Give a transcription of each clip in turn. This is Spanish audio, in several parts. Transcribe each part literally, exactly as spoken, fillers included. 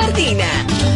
Martina.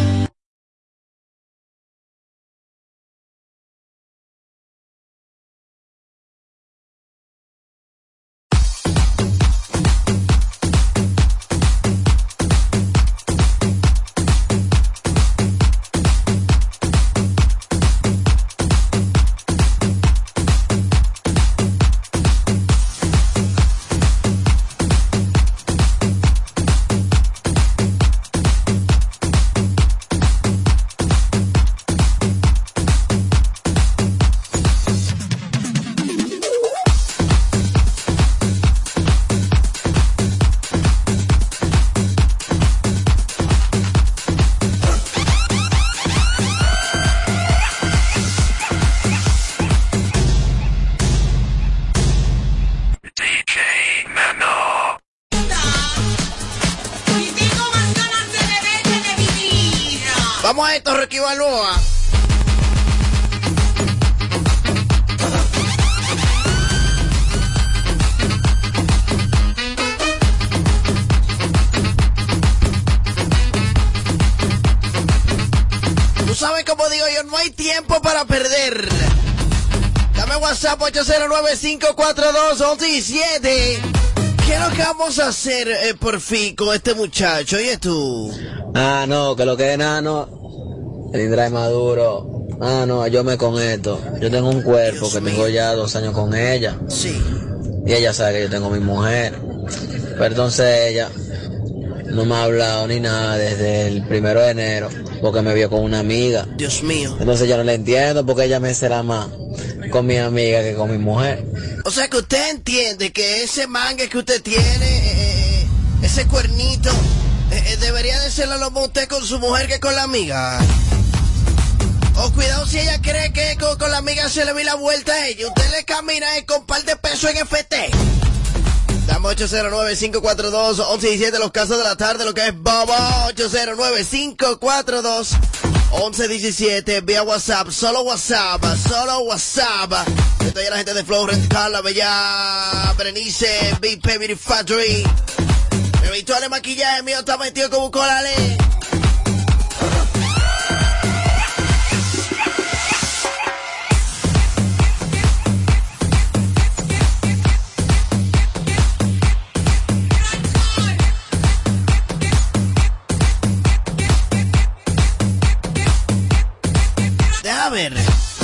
Vamos a esto, Rocky Balboa. Tú sabes cómo digo yo, no hay tiempo para perder. Dame WhatsApp ocho cero nueve, cinco cuatro dos, uno uno siete. ¿Qué es lo que vamos a hacer eh, por fin con este muchacho? Oye tú. Ah, no, que lo que es nano, el Indra es maduro. Ah, no, yo me con esto. Yo tengo un cuerpo Dios que mío. Tengo ya dos años con ella. Sí. Y ella sabe que yo tengo mi mujer. Pero entonces ella no me ha hablado ni nada desde el primero de enero, porque me vio con una amiga. Dios mío. Entonces yo no le entiendo porque ella me será más con mi amiga que con mi mujer. O sea que usted entiende que ese mangue que usted tiene, eh, ese cuernito, eh, debería de ser lo mismo usted con su mujer que con la amiga. O cuidado si ella cree que con, con la amiga se le vi la vuelta a ella. Usted le camina eh, con par de pesos en F T. Dame ocho cero nueve, cinco cuatro dos, uno uno siete, los casos de la tarde, lo que es Bobo. ocho cero nueve, cinco cuatro dos, uno uno siete, vía WhatsApp, solo WhatsApp, solo WhatsApp. Estoy a la gente de Flow Rental, la bella Berenice, Big Baby Factory. El virtual de maquillaje mío está metido como un colale. Deja ver.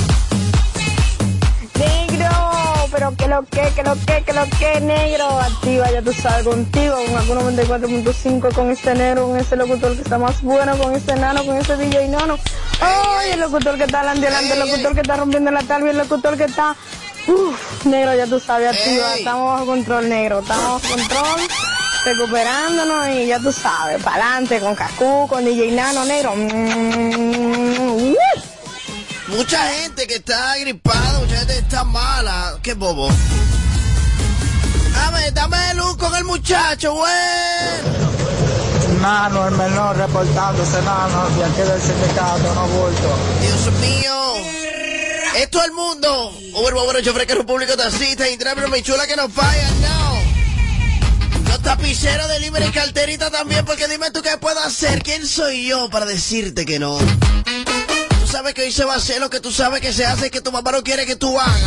Negro, pero que lo que, que lo que, que lo que, negro. Activa, ya tú sabes, contigo, con alguno noventa y cuatro punto cinco, con este negro, con este locutor que está más bueno, con este nano, con este D J Nono. Ay, el locutor que está adelante, adelante, el locutor que está rompiendo la tarde, el locutor que está... Uf, negro, ya tú sabes, activa, Ey. estamos bajo control, negro, estamos bajo control, recuperándonos y ya tú sabes, para adelante, con Cacú, con D J Nano, negro. Mm, uh. Mucha gente que está gripada, mucha gente que está mala. Qué bobo. Dame, dame luz con el muchacho, güey. Nano, el menor reportándose, nano, de aquí del sindicato, no bulto. Dios mío. Es todo el mundo. Uber, bueno, chofer, que República Taxista, y driver, mi chula que no falla, no. Los tapiceros de libre y carterita también, porque dime tú qué puedo hacer. ¿Quién soy yo para decirte que no? Tú sabes que hoy se va a hacer lo que tú sabes que se hace y que tu mamá no quiere que tú hagas.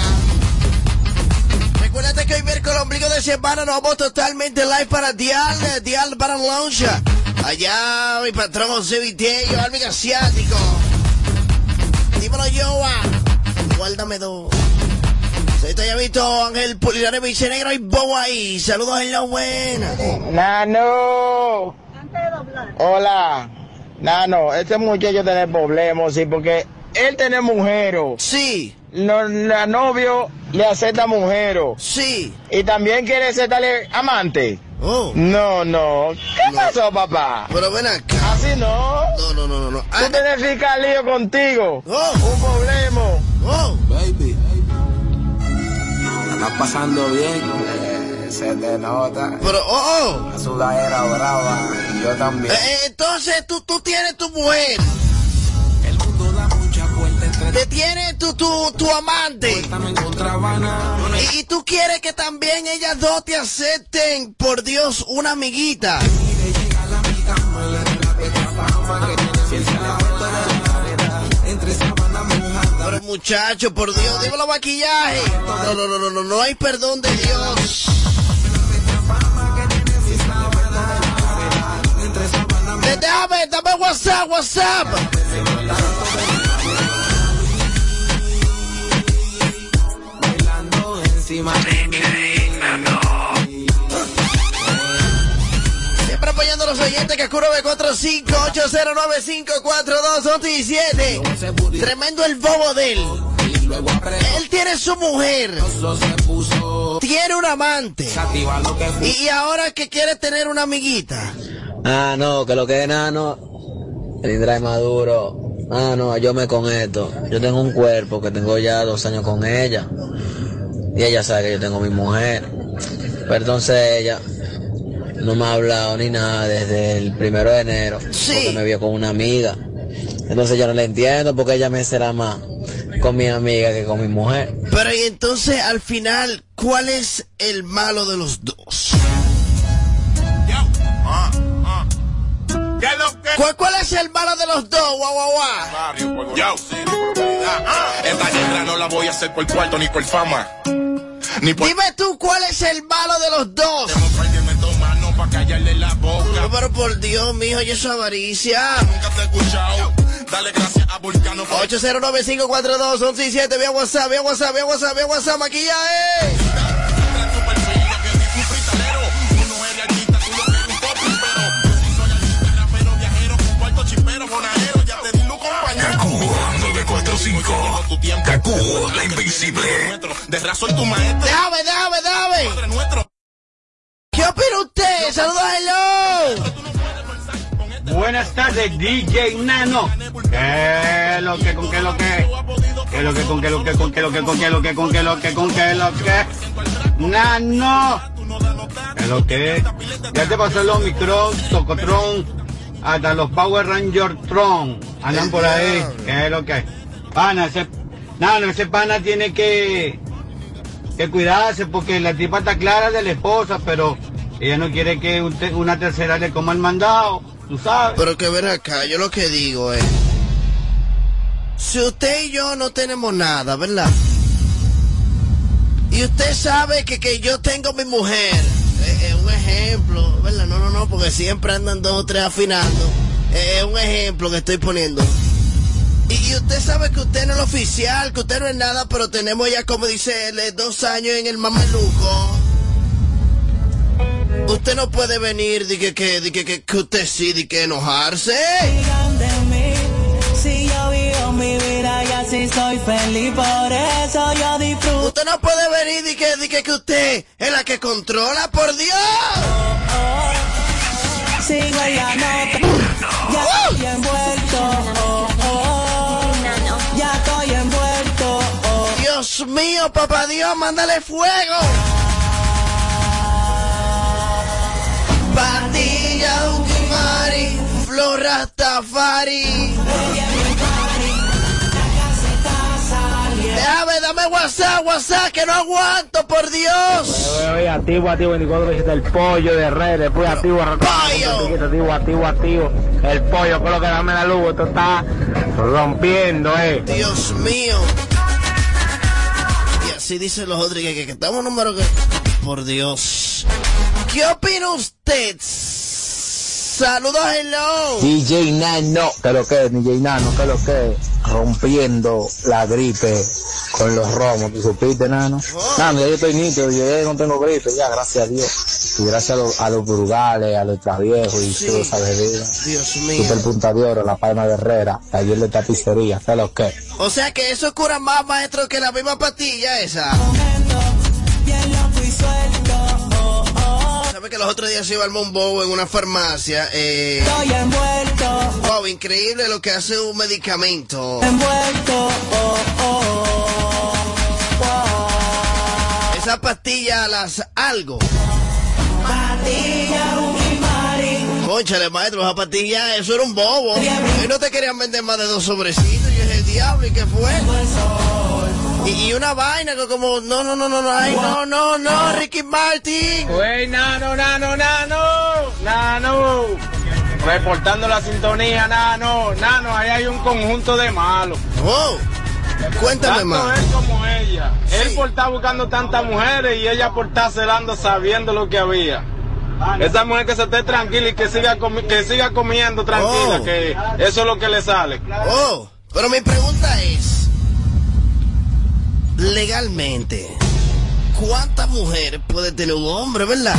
Recuérdate que hoy miércoles ombligo de semana nos vamos totalmente live para Dial, Dial para Lounge. Allá mi patrón José Vitello, Alvin Asiático. Dímelo, Joa. Guárdame dos. Se te haya visto Ángel Pulilares, me dice negro y bobo ahí. Saludos en la buena. Nano. Hola. Nano, este muchacho tiene problemas, sí, porque él tiene mujeres. Sí. No, la novio le acepta mujeres. Sí. Y también quiere aceptarle amante. Oh. No, no. ¿Qué No. pasó, papá? Pero ven acá. Así no. No, no, no, no, no. Tú Ah, tienes que ficar lío contigo. Oh. Un problema. oh. Baby, la estás pasando bien, eh, se te nota. Pero, oh, oh. La sudadera brava, yo también. Eh, entonces tú, tú tienes tu mujer. El mundo da mucha vuelta entre Te tiene tu, tu, tu amante. no encontraba nada. Y, y tú quieres que también ellas dos te acepten, por Dios, una amiguita. Mire, llega la amiga, me le da la bella fama muchacho, por Dios, dímelo maquillaje. No, no, no, no, no, no hay perdón de Dios. Déjame, dame WhatsApp, WhatsApp. Siempre apoyando a los oyentes que Kaku nueve cuatro cinco, ocho cero nueve cinco cuatro dos once y siete. Tremendo el bobo de él. Él tiene su mujer, tiene un amante, y ahora que quiere tener una amiguita. Ah, no, que lo que es nano, el Indra es maduro. Ah, no, yo me con esto. Yo tengo un cuerpo que tengo ya dos años con ella. Y ella sabe que yo tengo mi mujer. Pero entonces ella no me ha hablado ni nada desde el primero de enero. Sí. Porque me vio con una amiga. Entonces yo no le entiendo porque ella me será más con mi amiga que con mi mujer. Pero y entonces al final, ¿cuál es el malo de los dos? ¿Cuál, ¿Cuál es el malo de los dos? Guau, guau, guau. Yo. Esta guerra no la voy a hacer por cuarto ni por fama. Ni por... Dime tú, ¿cuál es el malo de los dos? Tengo par de meto mano pa' callarle la boca. No, pero por Dios, mijo, y eso avaricia. Nunca te he escuchado. Dale gracias a Vulcano. ocho cero nueve cinco cuatro dos once y siete. Vía WhatsApp, vía WhatsApp, vía WhatsApp, vía WhatsApp, maquillaje. Kaku nueve cuatro cinco. Kaku, la invisible. Déjame, déjame, déjame. ¿Qué opina usted? Saludos, hello. Buenas tardes, D J Nano. ¿Qué lo que, con qué lo que? ¿Qué lo que, con qué lo que, con qué lo que, con qué lo que, con qué lo que, con qué lo que? Nano. ¿Qué lo que? Ya te pasó los micros, Tocotron. Hasta los Power Ranger Tron andan por ahí. ¿Qué es lo que? Pana, ese, no, no, ese pana tiene que, que cuidarse porque la tipa está clara de la esposa, pero ella no quiere que un te, una tercera le coma el mandado, tú sabes. Pero que ver acá, yo lo que digo es, si usted y yo no tenemos nada, ¿verdad? Y usted sabe que, que yo tengo mi mujer. Es eh, un ejemplo, ¿verdad? No, no, no, porque siempre andan dos o tres afinando. Es eh, un ejemplo que estoy poniendo. Y, y usted sabe que usted no es oficial, que usted no es nada, pero tenemos ya, como dice él, dos años en el mameluco. Usted no puede venir de que, que, de que, que, que usted sí, de que enojarse. Si yo vivo mi vida y así soy feliz, por eso yo disfruto. Usted no puede venir y que, de que, que usted es la que controla, por Dios. Oh, oh. Sigo en la nota, ya uh. estoy envuelto. Oh, oh. Ya estoy envuelto. Oh. Dios mío, papá Dios, mándale fuego. Patilla, Ukimari, Flor Rastafari. Déjame, dame WhatsApp, WhatsApp, que no aguanto, por Dios. Oye, activo, activo, veinticuatro veces el pollo de red, después activo, pollo. activo, activo, activo, el pollo, con lo que dame la luz, esto está rompiendo, eh. Dios mío. Y así dicen los otros, que, que, que estamos número que... Por Dios. ¿Qué opina usted? Saludos, hello. D J Nano, que lo que es, D J Nano, que lo que es, rompiendo la gripe con los romos, ¿tú supiste, Nano? Oh. Nano, ya yo estoy nítido, yo ya no tengo gripe, ya, gracias a Dios. Y gracias a, lo, a los brugales, a los traviejos y sí. toda esa bebida. Dios mío. Super Punta de Oro, la Palma de Herrera, taller de tapicería, ¿qué lo que? O sea que eso cura más, maestro, que la misma pastilla esa. ¿Sabe que los otros días se iba al armar un bobo en una farmacia? Eh, Estoy envuelto. Wow, increíble lo que hace un medicamento. Envuelto. Oh, oh, oh. Esas pastillas las algo. Patilla, Ukimari. Cónchale, maestro, esa pastilla, eso era un bobo. Y no te querían vender más de dos sobrecitos. Y yo dije, el diablo, ¿y qué fue? Y, y una vaina que como, no, no, no, no, no, ay, no, no, no, Ricky Martin. Güey, Nano, Nano, Nano, Nano. Reportando la sintonía, Nano, Nano, ahí hay un conjunto de malos. Oh. Cuéntame Tanto más. él como ella. Sí. Él por estar buscando tantas mujeres y ella por estar celando sabiendo lo que había. Esa mujer que se esté tranquila y que siga, comi que siga comiendo tranquila, Oh. que eso es lo que le sale. Oh, pero mi pregunta es, legalmente, ¿cuántas mujeres puede tener un hombre, verdad?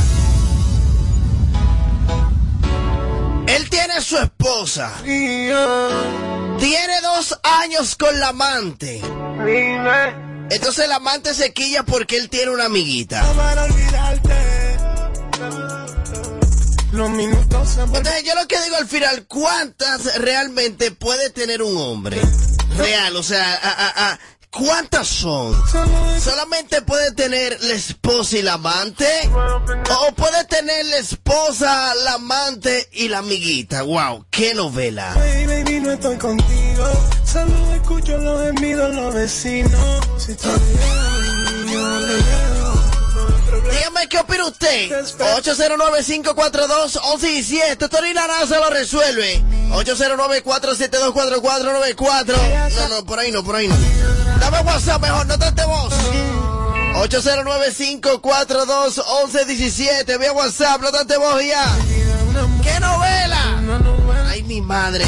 Él tiene a su esposa. Tiene dos años con la amante. Entonces la amante se quilla porque él tiene una amiguita. Entonces yo lo que digo al final, ¿cuántas realmente puede tener un hombre? Real, o sea, a, a, a, ¿cuántas son? ¿Solamente puede tener la esposa y la amante? ¿O puede tener la esposa, la amante y la amiguita? Wow, qué novela. Baby, baby, no estoy contigo. Solo escucho los gemidos de los vecinos. Si te veo, yo le veo. Dígame, ¿qué opina usted? ocho cero nueve, cinco cuatro dos, once diecisiete. Tony Nana se lo resuelve. ocho cero nueve, cuatro siete dos, cuatro cuatro nueve cuatro. No, no, por ahí no, por ahí no. Dame WhatsApp mejor, no trate voz. ocho cero nueve, cinco cuatro dos, once diecisiete. Vía WhatsApp, no trate voz ya. ¿Qué novela? Ay, mi madre.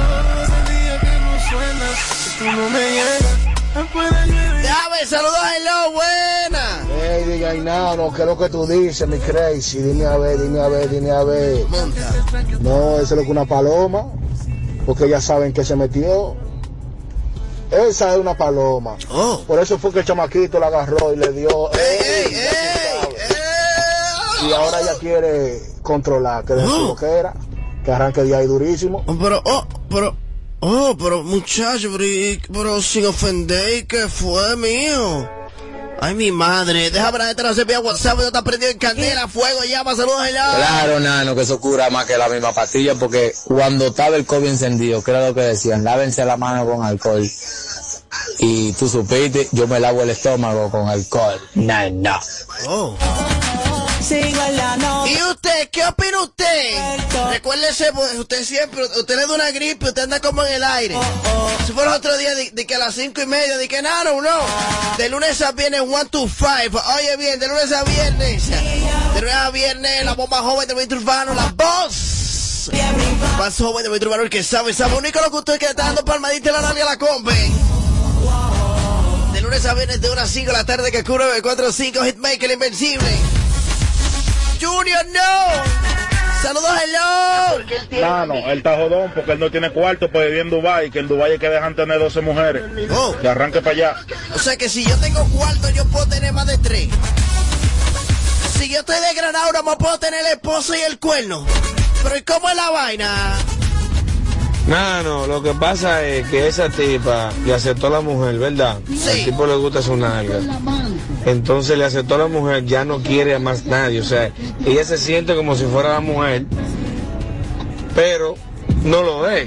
Dame, saludos, hello, buena. Hey, D J Nano, ¿qué es lo que tú dices, mi crazy? Dime a ver, dime a ver, dime a ver. Monta. No, eso es lo que una paloma, porque ya saben que se metió. Esa es una paloma. Oh. Por eso fue que el chamaquito la agarró y le dio. ¡Ey, ey, ey! ey. Y ahora ella quiere controlar, que decir Oh. lo que era, que arranque de ahí durísimo. Pero, oh, pero, oh, pero muchacho, pero, pero sin ofender, ¿qué fue, mío? Ay, mi madre, déjame la gente no se vía WhatsApp, ya está prendido en candela, fuego, llama, saludos, hello. Claro, Nano, que eso cura más que la misma pastilla, porque cuando estaba el COVID encendido, que era lo que decían, lávense la mano con alcohol. Y tú supiste, yo me lavo el estómago con alcohol. No, no. Oh. Sigo en la nota. ¿Y usted? ¿Qué opina usted? Recuérdese, pues, usted siempre, usted le da una gripe, usted anda como en el aire. Si fue el otro día, de, de que a las cinco y media, de que nada, no, no. De lunes a viernes, one to five. Oye bien, de lunes a viernes. De lunes a viernes, la bomba joven de Metro Urbano, la voz. Más joven de Metro Urbano, el que sabe, sabe. Único lo que usted que está dando palmadita en la nalga la compre. De lunes a viernes, de una a cinco de la tarde, que cubre cuatro cinco, Hitmaker, el invencible. Junior, no. Saludos, hello. Mano, él está jodón porque él no tiene cuarto para vivir en Dubái, que en Dubái es que dejan tener doce mujeres. Oh. Que arranque para allá. O sea que si yo tengo cuarto, yo puedo tener más de tres. Si yo estoy de Granada, no puedo tener el esposo y el cuerno. Pero ¿y cómo es la vaina? Nano, lo que pasa es que esa tipa le aceptó a la mujer, ¿verdad? Sí. Al tipo le gusta su nalga. Entonces le aceptó a la mujer, ya no quiere a más nadie. O sea, ella se siente como si fuera la mujer, pero no lo es.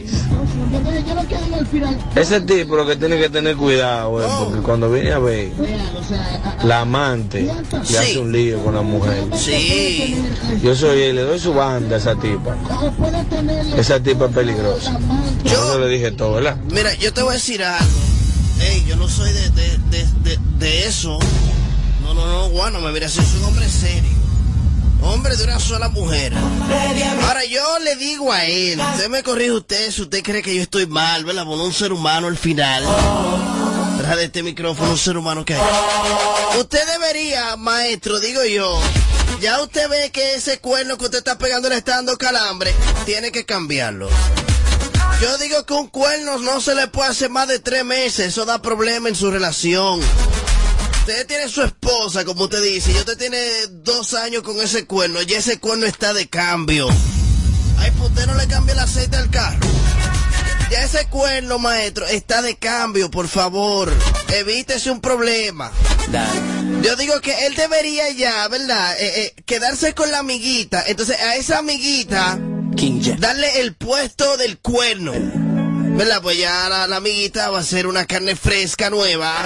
Ese tipo lo que tiene que tener cuidado, güey, porque cuando viene a ver, la amante le Sí. hace un lío con la mujer. Sí. Yo soy él, le doy su banda a esa tipa. Esa tipa es peligrosa. Yo no le dije todo, ¿verdad? Mira, yo te voy a decir algo. Ey, yo no soy de, de, de, de, de eso. No, no, no, bueno, me mira, soy un hombre serio. Hombre de una sola mujer. Ahora yo le digo a él, usted me corrige usted si usted cree que yo estoy mal, ¿verdad? Por un ser humano al final. Tras de este micrófono, un ser humano que hay. Usted debería, maestro, digo yo, ya usted ve que ese cuerno que usted está pegando le está dando calambre, tiene que cambiarlo. Yo digo que un cuerno no se le puede hacer más de tres meses, eso da problema en su relación. Usted tiene su esposa, como usted dice, y usted tiene dos años con ese cuerno, y ese cuerno está de cambio. Ay, pues usted no le cambia el aceite al carro. Ya ese cuerno, maestro, está de cambio, por favor. Evítese un problema. Yo digo que él debería ya, ¿verdad? Eh, eh, quedarse con la amiguita. Entonces, a esa amiguita, darle el puesto del cuerno. ¿Verdad? Pues ya la, la amiguita va a ser una carne fresca, nueva.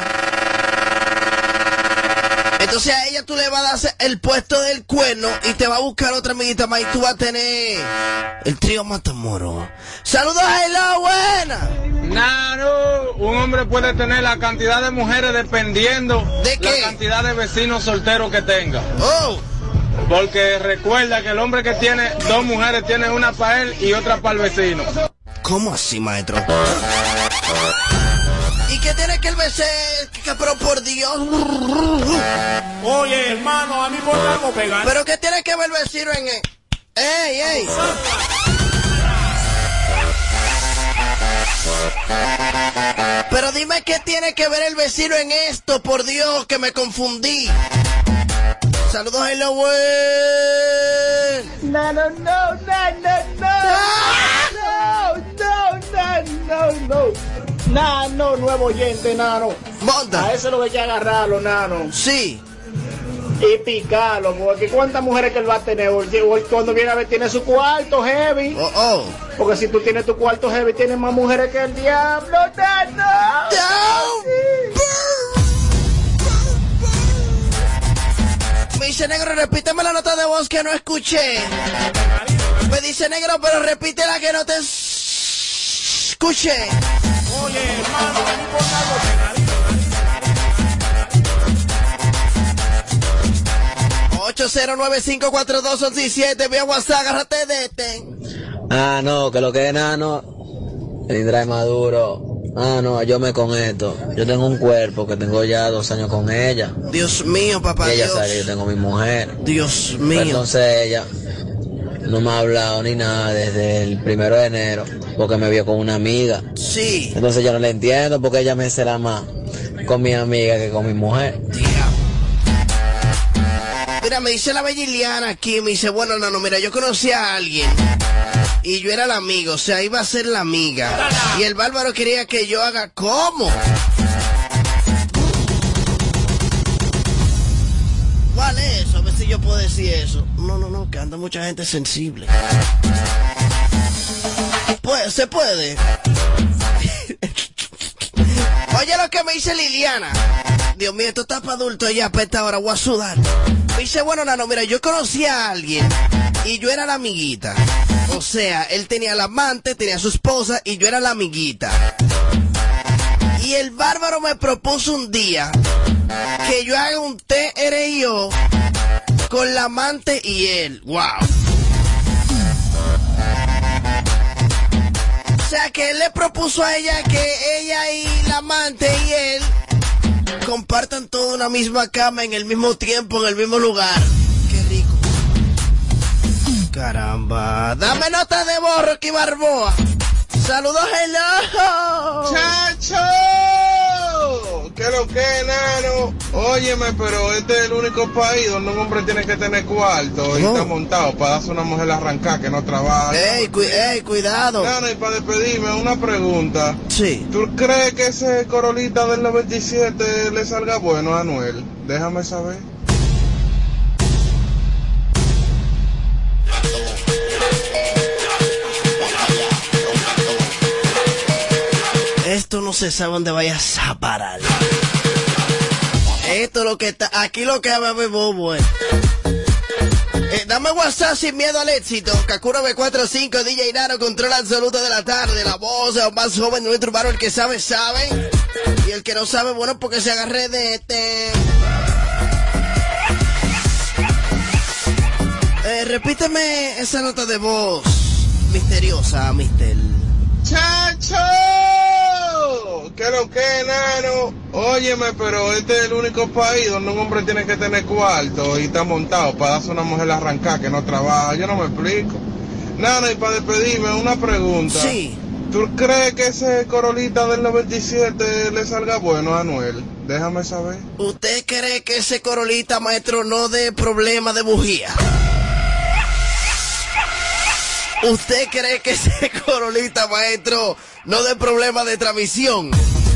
Entonces a ella tú le vas a dar el puesto del cuerno y te va a buscar otra amiguita más y tú vas a tener el trío Matamoros. Saludos, hello, buena. Nano, un hombre puede tener la cantidad de mujeres dependiendo de la cantidad de vecinos solteros que tenga. Oh. Porque recuerda que el hombre que tiene dos mujeres tiene una para él y otra para el vecino. ¿Cómo así, maestro? ¿Y qué tiene que el vecino? Que, pero por Dios. Oye, hermano, a mí por algo pegar. ¿Pero qué tiene que ver el vecino en él? ¡Ey, ey! Pero dime qué tiene que ver el vecino en esto, por Dios, que me confundí. Saludos, hello, güey. No, no, no, no, no, no. No, no, no, no. Nano, nuevo oyente, nano. Monta. A eso lo que hay que agarrarlo, nano. Sí. Y picarlo, porque cuántas mujeres que él va a tener. Cuando viene a ver, tiene su cuarto heavy. Oh, oh. Porque si tú tienes tu cuarto heavy, tienes más mujeres que el diablo, nano. Me dice negro, repíteme la nota de voz que no escuché. Me dice negro, pero repítela que no te escuché. Oye, hermano, a mí por algo pegar. ocho cero nueve cinco cuatro dos once siete, vía WhatsApp, agárrate de este. Ah, no, que lo que es nano, el Indra Maduro. Ah, no, yo me con esto. Yo tengo un cuerpo que tengo ya dos años con ella. Dios mío, papá. Y ella Dios. sabe que yo tengo mi mujer. Dios mío. Pero entonces ella no me ha hablado ni nada desde el primero de enero, porque me vio con una amiga. Sí. Entonces yo no le entiendo porque ella me será más con mi amiga que con mi mujer. Mira, me dice la bella Iliana aquí, me dice, bueno, no, no, mira, yo conocí a alguien y yo era la amiga, o sea, iba a ser la amiga. Y el bárbaro quería que yo haga, ¿cómo? ¿Cuál es eso? A ver si yo puedo decir eso. No, no, no, que anda mucha gente sensible. Pues, ¿se puede? Oye lo que me dice Liliana. Dios mío, esto está para adultos ya, para esta hora, voy a sudar. Me dice, bueno, Nano, mira, yo conocí a alguien y yo era la amiguita. O sea, él tenía la amante, tenía su esposa y yo era la amiguita. Y el bárbaro me propuso un día que yo haga un T R I O con la amante y él. ¡Wow! O sea, que él le propuso a ella que ella y la amante y él compartan toda una misma cama en el mismo tiempo, en el mismo lugar. ¡Qué rico! Caramba. Dame nota de voz, Rocky Barboa. Saludos, hello. ¡Chacho! ¿Qué lo que, nano? Óyeme, pero este es el único país donde un hombre tiene que tener cuarto y ¿Cómo? está montado para darse una mujer arrancar que no trabaja. Ey, cu ey, cuidado. Nano, y para despedirme, una pregunta. Sí. ¿Tú crees que ese Corolita del noventa y siete le salga bueno a Anuel? Déjame saber. Esto no se sabe dónde vayas a parar. Esto es lo que está... Aquí lo que va a ver bobo, eh. Eh, dame WhatsApp sin miedo al éxito. Kakuro B cuarenta y cinco, D J Nano, control absoluto de la tarde. La voz el más joven de nuestro barrio. El que sabe, sabe. Y el que no sabe, bueno, porque se agarre de este... Eh, repíteme esa nota de voz misteriosa, mister. ¡Chacho! ¿Qué lo que, nano? Óyeme, pero este es el único país donde un hombre tiene que tener cuarto y está montado para darse una mujer arrancar que no trabaja. Yo no me explico. Nano, y para despedirme, una pregunta. Sí. ¿Tú crees que ese Corolita del noventa y siete le salga bueno a Anuel? Déjame saber. ¿Usted cree que ese Corolita, maestro, no dé problema de bujía? ¿Usted cree que ese Corolita, maestro, no dé problema de transmisión?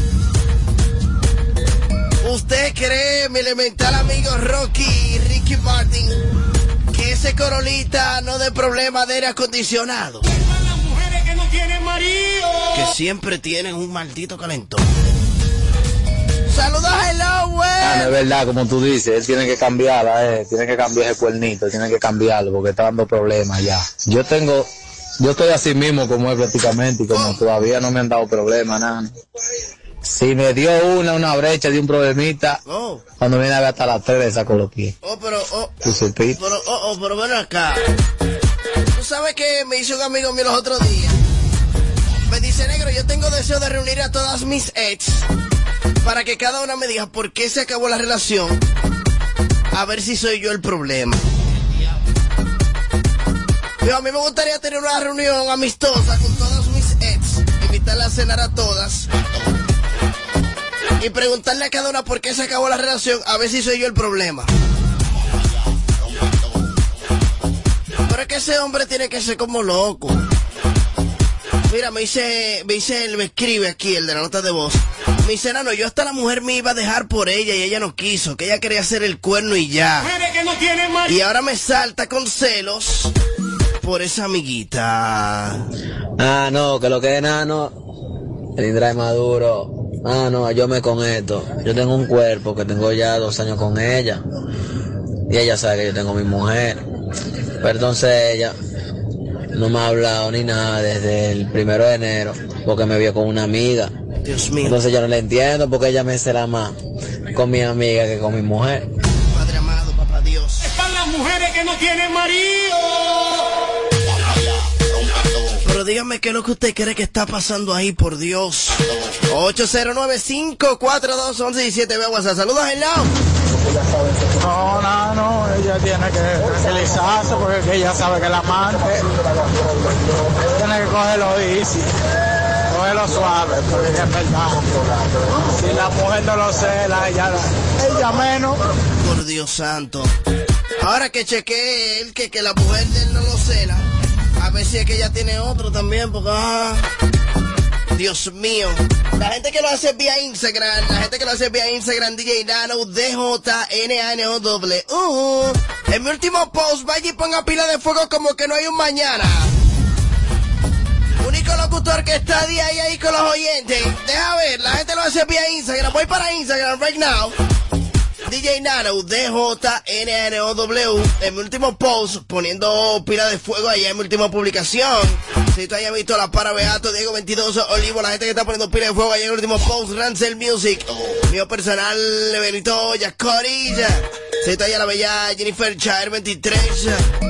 ¿Usted cree, mi elemental amigo Rocky y Ricky Martin, que ese Corolita no dé problema de aire acondicionado? Las mujeres que no tienen marido. Que siempre tienen un maldito calentón. Saludos, hello, güey. Ah, no es verdad, como tú dices, él tiene que cambiarla, eh. Tiene que cambiar ese cuernito, tiene que cambiarlo porque está dando problemas ya. Yo tengo yo estoy así mismo como es prácticamente y como todavía no me han dado problema, nada. Si me dio una, una brecha de un problemita, oh. cuando viene a ver hasta las tres le saco los pies. Oh, pero, oh, ¿Tú supiste? pero, oh, oh, pero ven acá. ¿Tú sabes que me hizo un amigo mío los otros días? Me dice, negro, yo tengo deseo de reunir a todas mis ex para que cada una me diga por qué se acabó la relación, a ver si soy yo el problema. Yo, a mí me gustaría tener una reunión amistosa con todas mis ex, invitarla a cenar a todas y preguntarle a cada una por qué se acabó la relación, a ver si soy yo el problema. Pero es que ese hombre tiene que ser como loco. Mira, me dice, me dice, él me escribe aquí, el de la nota de voz. Me dice, no, no, yo hasta la mujer me iba a dejar por ella y ella no quiso, que ella quería hacer el cuerno y ya. Que no tiene mar... Y ahora me salta con celos por esa amiguita. Ah, no, que lo que es nano, el Indra Maduro. Ah, no, yo me con esto. Yo tengo un cuerpo que tengo ya dos años con ella. Y ella sabe que yo tengo mi mujer. Pero entonces ella no me ha hablado ni nada desde el primero de enero, porque me vio con una amiga. Dios mío. Entonces yo no le entiendo porque ella me será más con mi amiga que con mi mujer. Padre amado, papá Dios. Están las mujeres que no tienen marido. Pero dígame qué es lo que usted cree que está pasando ahí, por Dios. ocho cero nueve, cinco cuatro dos, uno uno siete, ve a WhatsApp. Saludos, hello. No, no, no, ella tiene que tranquilizarse porque ella sabe que la amante tiene que cogerlo easy, cogerlo suave, porque es verdad. Si la mujer no lo cela, ella, ella menos. Por Dios santo. Ahora que chequee él que, que la mujer de él no lo cela, a ver si es que ella tiene otro también, porque ah, Dios mío. La gente que lo hace vía Instagram, la gente que lo hace vía Instagram, D J Nano, D J N A N O W. Uh, en mi último post, vaya y ponga pila de fuego como que no hay un mañana. Único locutor que está día ahí, ahí con los oyentes. Deja ver, la gente lo hace vía Instagram. Voy para Instagram right now. D J Nano, D J N A N O W, en mi último post, poniendo pila de fuego allá en mi última publicación. Si tú hayas visto la para Beato, Diego veintidós, Olivo, la gente que está poniendo pila de fuego allá en el último post, Rancel Music, mío personal, Benito Yacori, si tú hayas la bella Jennifer Chair veintitrés.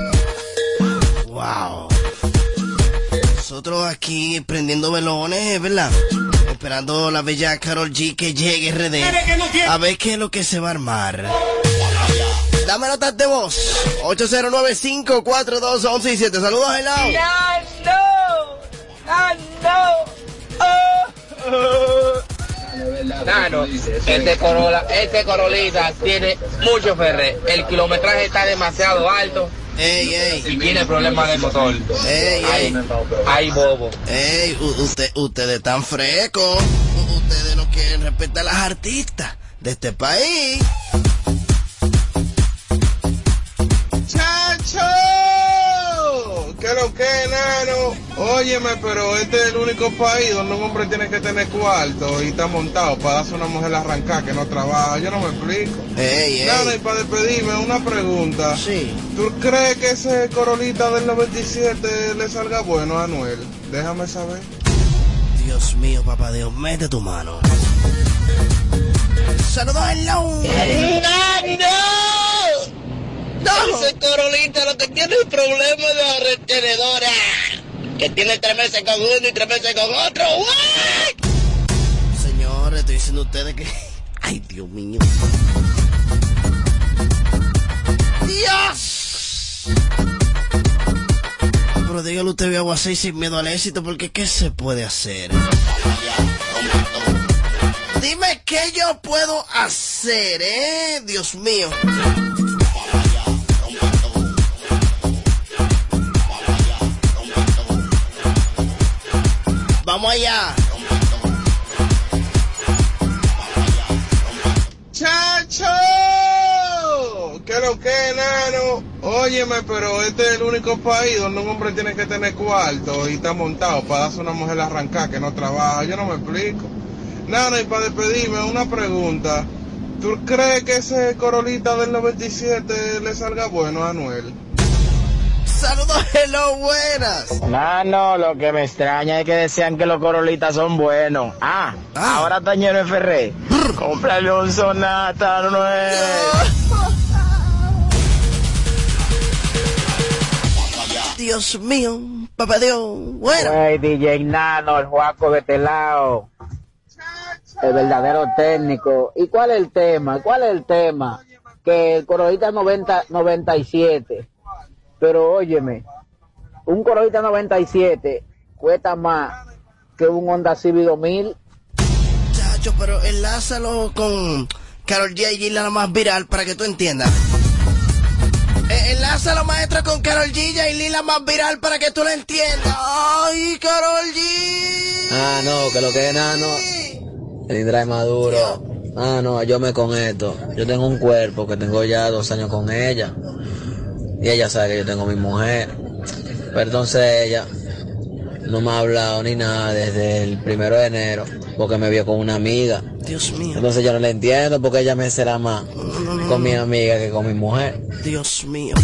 Wow. Nosotros aquí prendiendo velones, ¿verdad? Esperando la bella Karol G que llegue R D. A ver qué es lo que se va a armar. Dame notas de voz. ocho cero nueve, cinco cuatro dos, uno uno siete. Saludos, hello. Nano, este Corolla, este Corolita tiene mucho ferre. El kilometraje está demasiado alto. Ey, ey. Y tiene problemas del motor. Ey, ey. Ay, bobo. Ey, usted, ustedes están frescos. Ustedes no quieren respetar a las artistas de este país. ¡Chacho! ¿Qué lo que, nano? Óyeme, pero este es el único país donde un hombre tiene que tener cuarto y está montado para darse a una mujer arrancar que no trabaja. Yo no me explico. Ey, ey. Nano, y para despedirme, una pregunta. Sí. ¿Tú crees que ese Corolita del noventa y siete le salga bueno a Anuel? Déjame saber. Dios mío, papá Dios, mete tu mano. Saludos, hello. No. Ese Corolita lo que tiene es problema de la retenedora. Que tiene tres meses con uno y tres meses con otro. ¿What? Señores, estoy diciendo a ustedes que... Ay, Dios mío. ¡Dios! Pero dígale usted, voy a aguacé sin miedo al éxito, porque ¿qué se puede hacer? Dime qué yo puedo hacer, ¿eh? Dios mío. Vamos allá. ¡Chacho! ¿Qué lo que, nano? Óyeme, pero este es el único país donde un hombre tiene que tener cuarto y está montado para darse a una mujer arrancar que no trabaja. Yo no me explico. Nano, y para despedirme, una pregunta. ¿Tú crees que ese Corolita del noventa y siete le salga bueno a Anuel? Saludos, hello, buenas. Nano, lo que me extraña es que decían que los corolitas son buenos. Ah, ah. Ahora está lleno de Ferré. Cómprale un Sonata nueve. Dios mío, papá Dios, bueno. Hey, D J Nano, el Juaco de este lado. El verdadero técnico. ¿Y cuál es el tema? ¿Cuál es el tema? Que el Corolita noventa, noventa y siete. Pero óyeme, un Corolita noventa y siete cuesta más que un Honda Civic dos mil. Chacho, pero enlázalo con Karol G y la más viral para que tú entiendas. Eh, enlázalo, maestro, con Karol G y Lila más viral para que tú lo entiendas. ¡Ay, Karol G! Ah, no, que lo que es nano. El Indra es maduro. Ah, no, yo me con esto. Yo tengo un cuerpo que tengo ya dos años con ella. Y ella sabe que yo tengo mi mujer. Pero entonces ella no me ha hablado ni nada desde el primero de enero. Porque me vio con una amiga. Dios mío. Entonces yo no le entiendo porque ella me será más no, no, no, con mi amiga que con mi mujer. Dios mío.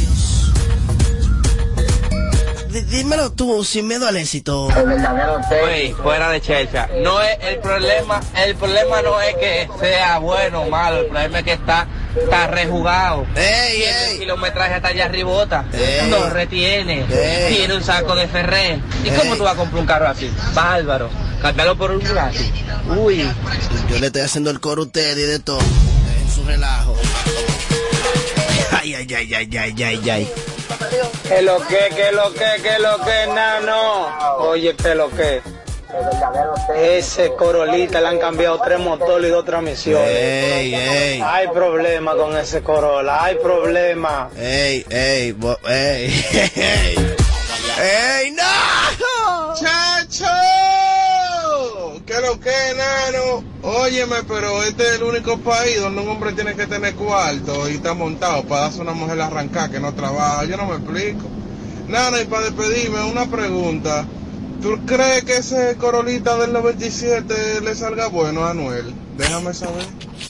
D dímelo tú, sin miedo al éxito. Oye, fuera de checha. No es el problema, el problema no es que sea bueno o malo, el problema es que está, está rejugado. Ey, tiene el kilometraje hasta allá arribota. Ey. No retiene. Ey. Tiene un saco de Ferré. ¿Y Ey. cómo tú vas a comprar un carro así? Bárbaro. Cámbialo por un Bugatti. Uy. Yo le estoy haciendo el coro a usted y de todo. En su relajo. Ay, ay, ay, ay, ay, ay, ay. Que lo que, que lo que, que lo que, nano. Oye, que lo que. Ese Corolita le han cambiado tres motores y dos transmisiones. Ey, ey. Hay problema con ese Corolla, hay problema. Ey, ey, bo, ey, ey. ¡Ey, no! ¡Chacho! ¿Qué lo que, nano? Óyeme, pero este es el único país donde un hombre tiene que tener cuarto y está montado para darse a una mujer arrancar que no trabaja. Yo no me explico. Nano, y para despedirme, una pregunta. ¿Tú crees que ese Corolita del noventa y siete le salga bueno a Anuel? Déjame saber.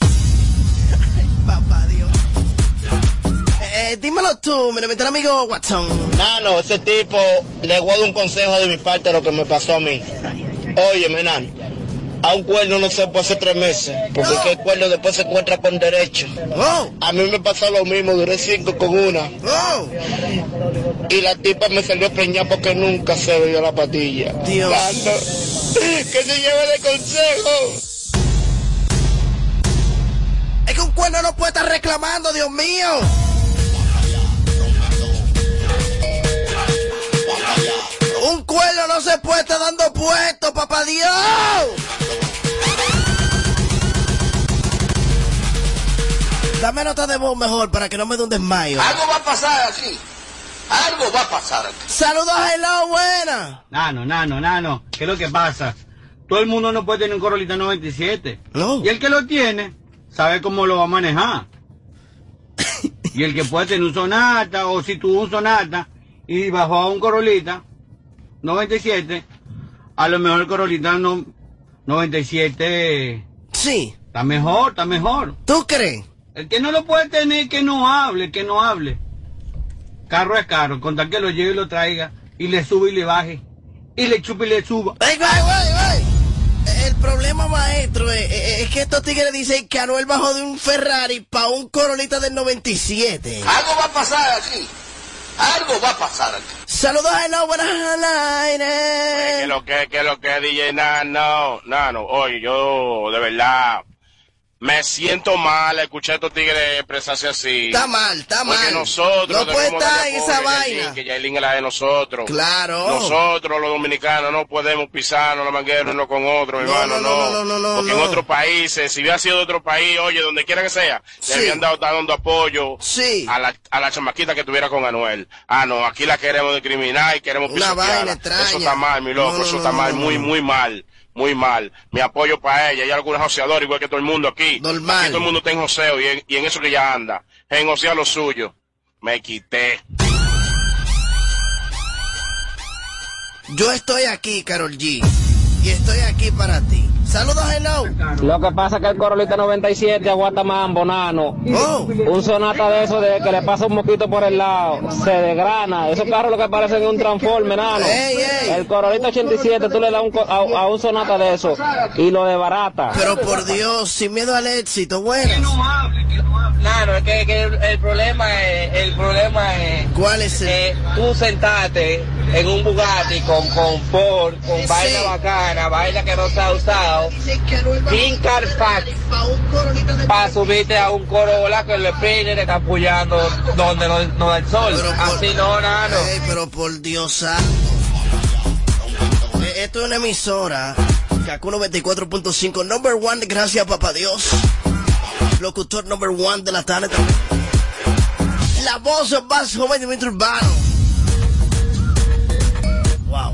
Papá Dios. Eh, dímelo tú, mi nombre amigo Watson. Nano, ese tipo le voy a dar un consejo de mi parte de lo que me pasó a mí. Óyeme, Nano, a un cuerno no se puede hacer tres meses, porque oh. el cuerno después se encuentra con derecho. Oh. A mí me pasó lo mismo, duré cinco con una. Oh. Y la tipa me salió preñada porque nunca se bebió la patilla. Dios. Nano, que se lleve de consejo. Es que un cuerno no puede estar reclamando, Dios mío. Un cuerno no se puede estar dando puestos, papá Dios. Dame nota de voz mejor para que no me dé un desmayo. Algo va a pasar aquí. Algo va a pasar aquí. Saludos, hello, buena. Nano, nano, nano. ¿Qué es lo que pasa? Todo el mundo no puede tener un Corolita noventa y siete. No. Y el que lo tiene, sabe cómo lo va a manejar. Y el que puede tener un Sonata, o si tuvo un Sonata, y bajó a un Corolita noventa y siete, a lo mejor el Corolita no, noventa y siete... Sí. Está mejor, está mejor. ¿Tú crees? El que no lo puede tener, que no hable, que no hable. Carro es carro, con tal que lo lleve y lo traiga, y le sube y le baje, y le chupe y le suba. ¡Ay, ay, ay, ay! El problema, maestro, es, es que estos tigres dicen que Anuel bajó de un Ferrari para un Corolita del noventa y siete. Algo va a pasar aquí. Algo va a pasar aquí. Saludos a la buenas al aire. ¿Qué lo que, qué lo que, D J Nano? Nano, oye, yo de verdad me siento mal escuchar a estos tigres expresarse así. Está mal, está mal. Porque nosotros no puede estar en esa vaina. Yailin, que Yailin es la de nosotros. Claro. Nosotros, los dominicanos, no podemos pisarnos la manguera uno con otro, no, hermano, no. no. no, no, no Porque no. en otros países, si hubiera sido de otro país, oye, donde quiera que sea, sí. le habían dado, dando apoyo sí. a la, a la chamaquita que tuviera con Anuel. Ah, no, aquí la queremos discriminar y queremos pisotearla. Eso está mal, mi loco, no, no, eso está no, mal, no, muy, no. muy mal. Muy mal. Mi apoyo para ella. Hay algunos joseadores igual que todo el mundo aquí. Normal. Aquí todo el mundo está en joseo y en, y en eso que ella anda. En josear lo suyo. Me quité. Yo estoy aquí, Karol G. y estoy aquí para ti. Saludos, hello. Lo que pasa es que el Corolita noventa y siete aguanta mambo, nano. Oh. Un Sonata de eso de que le pasa un mosquito por el lado, se desgrana. Esos carros lo que parecen un transforme, nano. Ey, ey. El Corolita ochenta y siete, tú le das un, a, a un Sonata de eso y lo desbarata. Pero por Dios, sin miedo al éxito, bueno. Claro, es que, que el, el problema es, el problema es... ¿Cuál es el? Eh, tú sentarte en un Bugatti con confort, con Sí. vaina bacana, vaina que no se ha usado, sin Carfax, para subirte a un Corolla que el spinner está apoyando donde no, no da el sol. Pero por- Así no, nano. Ey, pero por Dios santo. Eh, Esto es una emisora, Kaku noventa y cuatro punto cinco, number one, gracias papá Dios. Locutor number one de la tarde también. La voz más joven de mi urbano. Wow.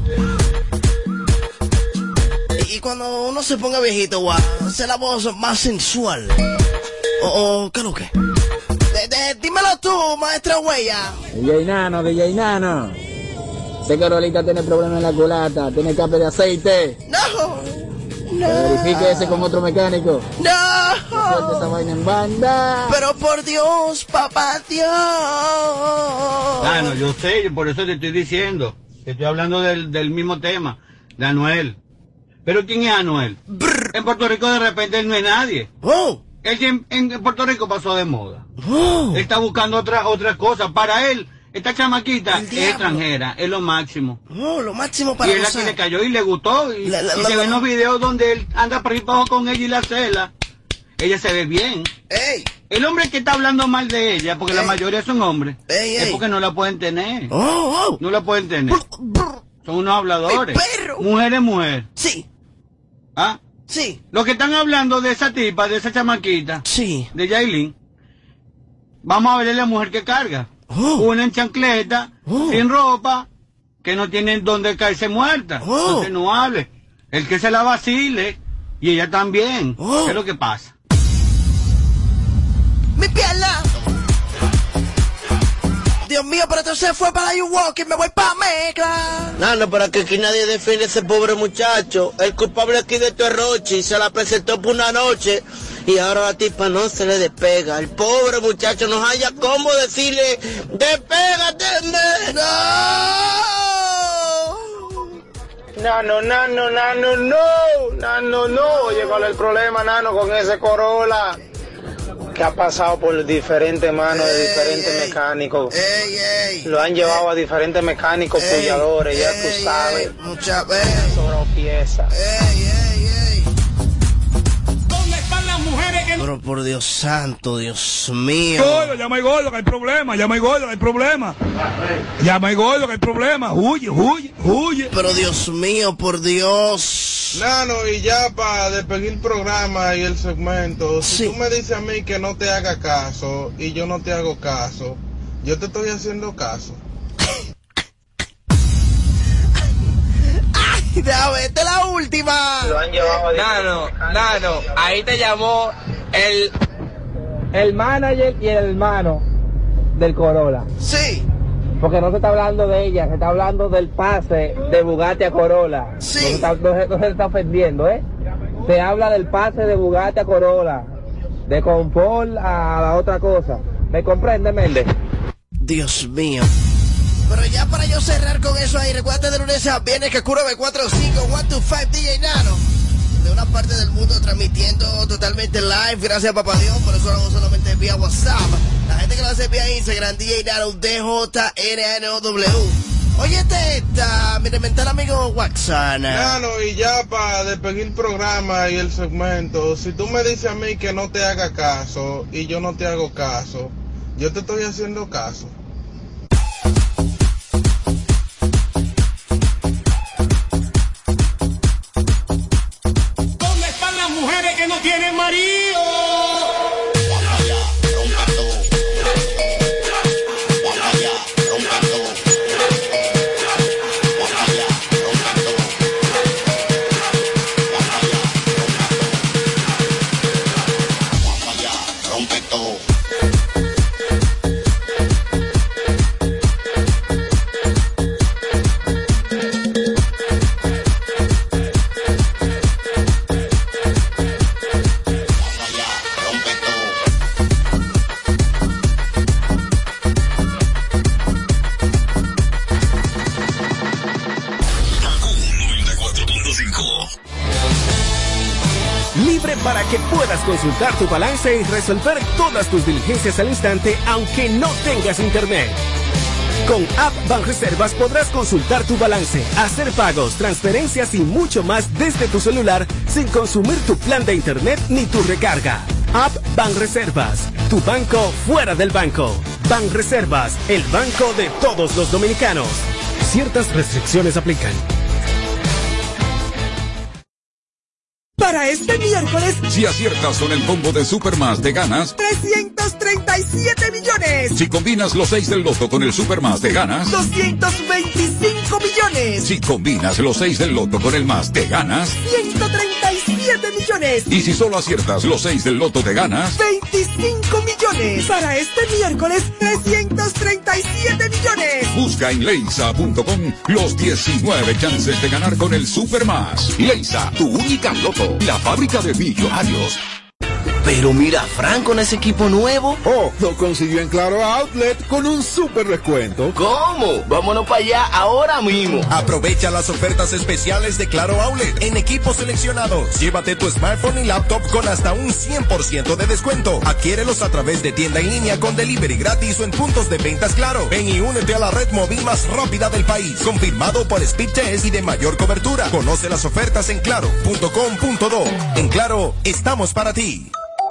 Y, y cuando uno se ponga viejito, wow, esa es la voz más sensual. O, o ¿qué es lo que? De- de- dímelo tú, maestra Huella. D J Nano, D J Nano. Ese Corolita tiene problemas en la culata, tiene escape de aceite. No. No. Verifique ese con otro mecánico. No. Suelta esa vaina en banda. Pero por Dios, papá Dios. Ah, no, yo sé, por eso te estoy diciendo. Te estoy hablando del, del mismo tema, de Anuel. Pero ¿quién es Anuel? Brr. En Puerto Rico de repente él no es nadie. Oh. Él en, en Puerto Rico pasó de moda. Oh. Él está buscando otra, otras cosas. Para él, esta chamaquita es extranjera, es lo máximo. Oh, lo máximo para Y él aquí gozar. le cayó y le gustó. Y, La- la- y la- se ven los videos donde él anda por ahí para abajo con ella y la cela. Ella se ve bien. Ey. El hombre que está hablando mal de ella, porque Ey. la mayoría son hombres, Ey, es ey. porque no la pueden tener. Oh, oh. No la pueden tener. Son unos habladores. ¡Mi perro! Mujer es mujer. Sí, ¿Ah? sí, Los que están hablando de esa tipa, de esa chamaquita, sí. de Yailin, vamos a ver la mujer que carga. Oh. Una en chancleta, Oh. sin ropa, que no tiene donde caerse muerta. Oh. Entonces no hable. El que se la vacile, y ella también. Oh. ¿Qué es lo que pasa? Mi pierna. Dios mío, pero entonces fue para You Walking, me voy para Mecla. Nano, para que aquí nadie defiende a ese pobre muchacho. El culpable aquí de esto es Rochi. Se la presentó por una noche y ahora la tipa no se le despega. El pobre muchacho no haya cómo decirle, despégate. No. Nano, nano, nano, no. Nano, no. Llegó el problema, nano, con ese Corolla. Que ha pasado por diferentes manos de Ey, diferentes ey. mecánicos. Ey, ey. Lo han llevado a diferentes mecánicos, Ey, pulladores, ya ey, tú sabes. ey, Mucha vez. Sobrado piezas. Ey, ey, ey. ¿Dónde están las mujeres que no? Pero por Dios santo, Dios mío. Gordo, llama al gordo que hay problema, llama al gordo que hay problema. Llama al gordo que hay problema. Huye, huye, huye. Pero Dios mío, por Dios. Nano, y ya para despedir el programa y el segmento, si Sí. tú me dices a mí que no te haga caso y yo no te hago caso, yo te estoy haciendo caso. Ay, déjame, esta es la última. Lo han llevado a Nano, Nano, ahí te llamó el, el manager y el hermano del Corolla. Sí, Porque no se está hablando de ella, se está hablando del pase de Bugatti a Corolla. Sí. No se, está, no se- no se está ofendiendo, ¿eh? Se habla del pase de Bugatti a Corolla, de confort a la otra cosa. ¿Me comprende, Méndez? Dios mío. Pero ya para yo cerrar con eso ahí, recuerda de lunes a viernes que Curo nueve cuatro cinco, uno dos cinco D J Nano. De una parte del mundo transmitiendo totalmente live, gracias a papá Dios, por eso lo hago solamente vía WhatsApp. La gente que lo hace vía Instagram, D J Nano, D J N N O W. Oye, esta, mi elemental amigo Waxana. Nano, y ya para despedir el programa y el segmento, si tú me dices a mí que no te haga caso y yo no te hago caso, yo te estoy haciendo caso. ¿Dónde están las mujeres que no tienen marido? Rompe todo. cinco. Libre para que puedas consultar tu balance y resolver todas tus diligencias al instante, aunque no tengas internet. Con App Banreservas podrás consultar tu balance, hacer pagos, transferencias y mucho más desde tu celular sin consumir tu plan de internet ni tu recarga. App Banreservas, tu banco fuera del banco. Banreservas, el banco de todos los dominicanos. Ciertas restricciones aplican. Para este miércoles, si aciertas con el combo de Supermás, te ganas trescientos treinta y siete millones. Si combinas los seis del loto con el Supermás, te ganas doscientos veinticinco millones. Si combinas los seis del loto con el más, te ganas ciento treinta y siete millones. Y si solo aciertas los seis del loto, te ganas veinticinco millones. Para este miércoles, trescientos treinta y siete millones. Busca en leisa punto com los diecinueve chances de ganar con el Supermás. Leisa, tu única loto. La fábrica de millonarios. Pero mira, Fran, con ese equipo nuevo. Oh, lo consiguió en Claro Outlet con un súper descuento. ¿Cómo? Vámonos para allá ahora mismo. Aprovecha las ofertas especiales de Claro Outlet en equipos seleccionados. Llévate tu smartphone y laptop con hasta un cien por ciento de descuento. Adquiérelos a través de tienda en línea con delivery gratis o en puntos de ventas Claro. Ven y únete a la red móvil más rápida del país. Confirmado por Speed Test y de mayor cobertura. Conoce las ofertas en claro punto com punto do. En Claro, estamos para ti.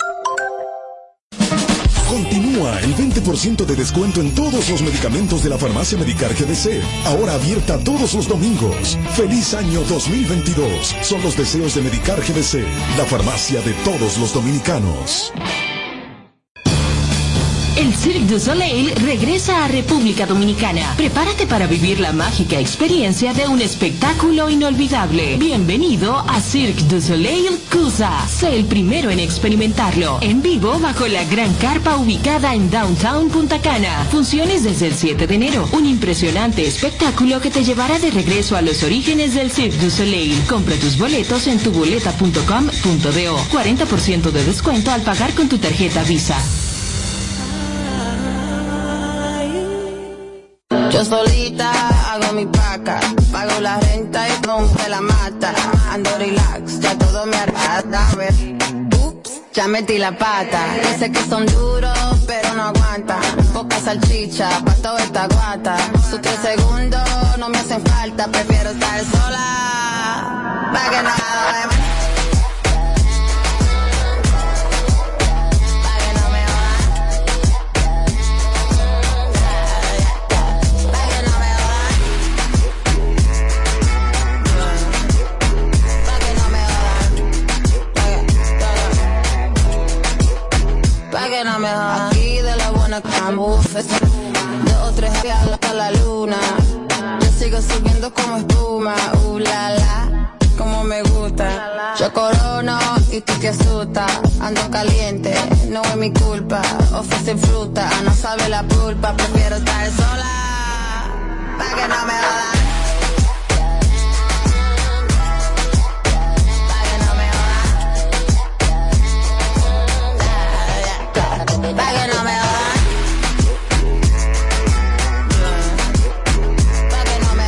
Continúa el veinte por ciento de descuento en todos los medicamentos de la farmacia Medicar G B C. Ahora abierta todos los domingos. ¡Feliz año dos mil veintidós! Son los deseos de Medicar G B C, la farmacia de todos los dominicanos. El Cirque du Soleil regresa a República Dominicana. Prepárate para vivir la mágica experiencia de un espectáculo inolvidable. Bienvenido a Cirque du Soleil Cusa. Sé el primero en experimentarlo. En vivo bajo la gran carpa ubicada en Downtown Punta Cana. Funciones desde el siete de enero. Un impresionante espectáculo que te llevará de regreso a los orígenes del Cirque du Soleil. Compra tus boletos en tuboleta punto com punto do. cuarenta por ciento de descuento al pagar con tu tarjeta Visa. Yo solita hago mi paca, pago la renta y rompe la mata. Ando relax, ya todo me arrastra. Ups, ya metí la pata. Dice que son duros, pero no aguantan. Poca salchicha, pa' toda esta guata. Sus tres segundos no me hacen falta. Prefiero estar sola, pa' que nada me... Que no me jodan. Aquí de la buena como dos o tres hasta la luna. Yo sigo subiendo como espuma. Uh, la, la, como me gusta. Yo corono y tú te asustas. Ando caliente, no es mi culpa. Ofrecen fruta, no sabe la pulpa. Prefiero estar sola, pa' que no me jodan. Pa' que no me jodan. Pa' que no me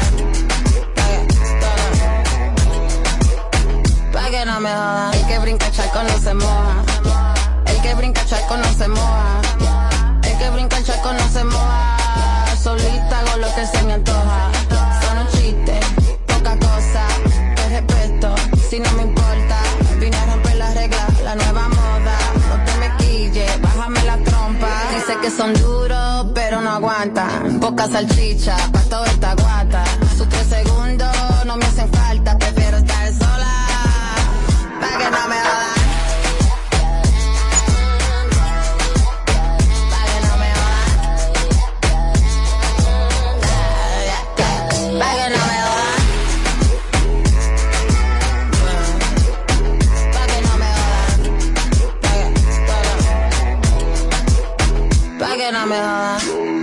jodan. Pa' que no me jodan. El que brinca charco no se moja. El que brinca charco no se moja. El que brinca charco no se moja. Solita hago lo que se me antoja. Son un chiste, poca cosa. Te respeto, si no me importa. Vine a romper las reglas, la nueva moda. No te me quilles, bájame la trompa. Dice que son duros, pero no aguantan. Poca salchicha, pa' toda esta guata. Sus tres segundos no me hacen falta. Prefiero estar sola, pa' que no me jodan. Pa' que no me jodan. Pa' que no me jodan. Pa' que no me jodan. Pa' que no me jodan.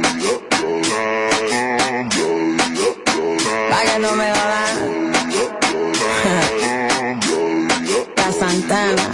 Pa' que no me jodan. La Santana.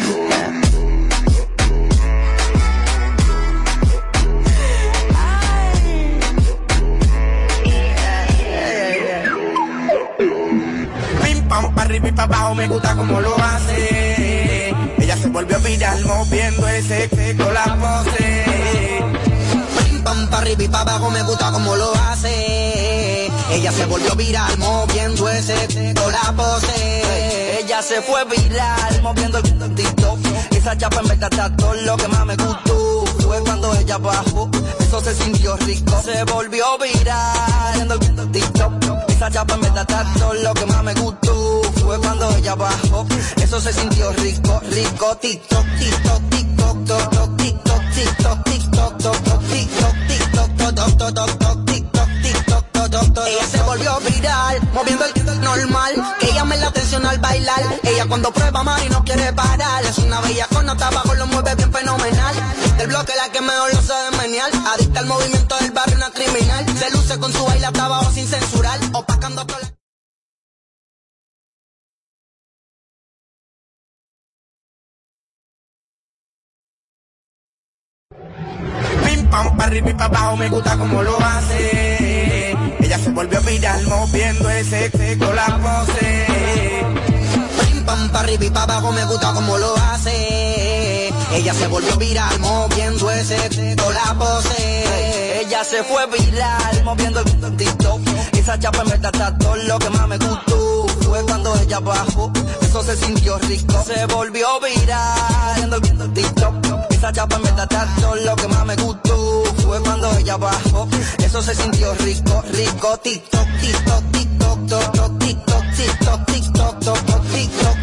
Pim pam parri pim pa' abajo, me gusta como lo hace. Ella se volvió viral moviendo ese con la pose. Pim pam pa' arriba y pa' abajo, me gusta como lo hace. Ella se volvió viral moviendo ese con la pose. Ella se fue viral moviendo el TikTok. Esa chapa en verdad está todo lo que más me gustó. Fue cuando ella bajó, eso se sintió rico. Se volvió viral en el TikTok. Esa chapa en verdad está todo lo que más me gustó. Fue cuando ella bajó, eso se sintió rico, rico. TikTok, TikTok, TikTok, TikTok, TikTok, TikTok, TikTok, TikTok, TikTok, TikTok, TikTok, TikTok, TikTok. Ella se volvió viral moviendo el TikTok normal. Que llame la atención al bailar. Ella cuando prueba mar y no quiere parar. Es una bella con nota abajo, lo mueve bien fenomenal. Del bloque la que mejor lo sabe menear. Adicta al movimiento del barrio, una criminal. Se luce con su baile hasta abajo sin censurar. Opacando toda la... Pim pam pa' arriba y pa' abajo, me gusta como lo hace. Ella se volvió viral moviendo ese con la pose. Pim pam pa' arriba y pa' abajo, me gusta como lo hace. Ella se volvió viral moviendo ese con la pose. Ella se fue viral moviendo el TikTok. Esa chapa en verdad está todo lo que más me gustó. Fue cuando ella bajó, eso se sintió rico. Se volvió viral en el TikTok. Esa chapa en verdad está todo lo que más me gustó. Fue cuando ella bajó, eso se sintió rico, rico. TikTok, TikTok, TikTok, TikTok, TikTok, TikTok, TikTok, TikTok, TikTok,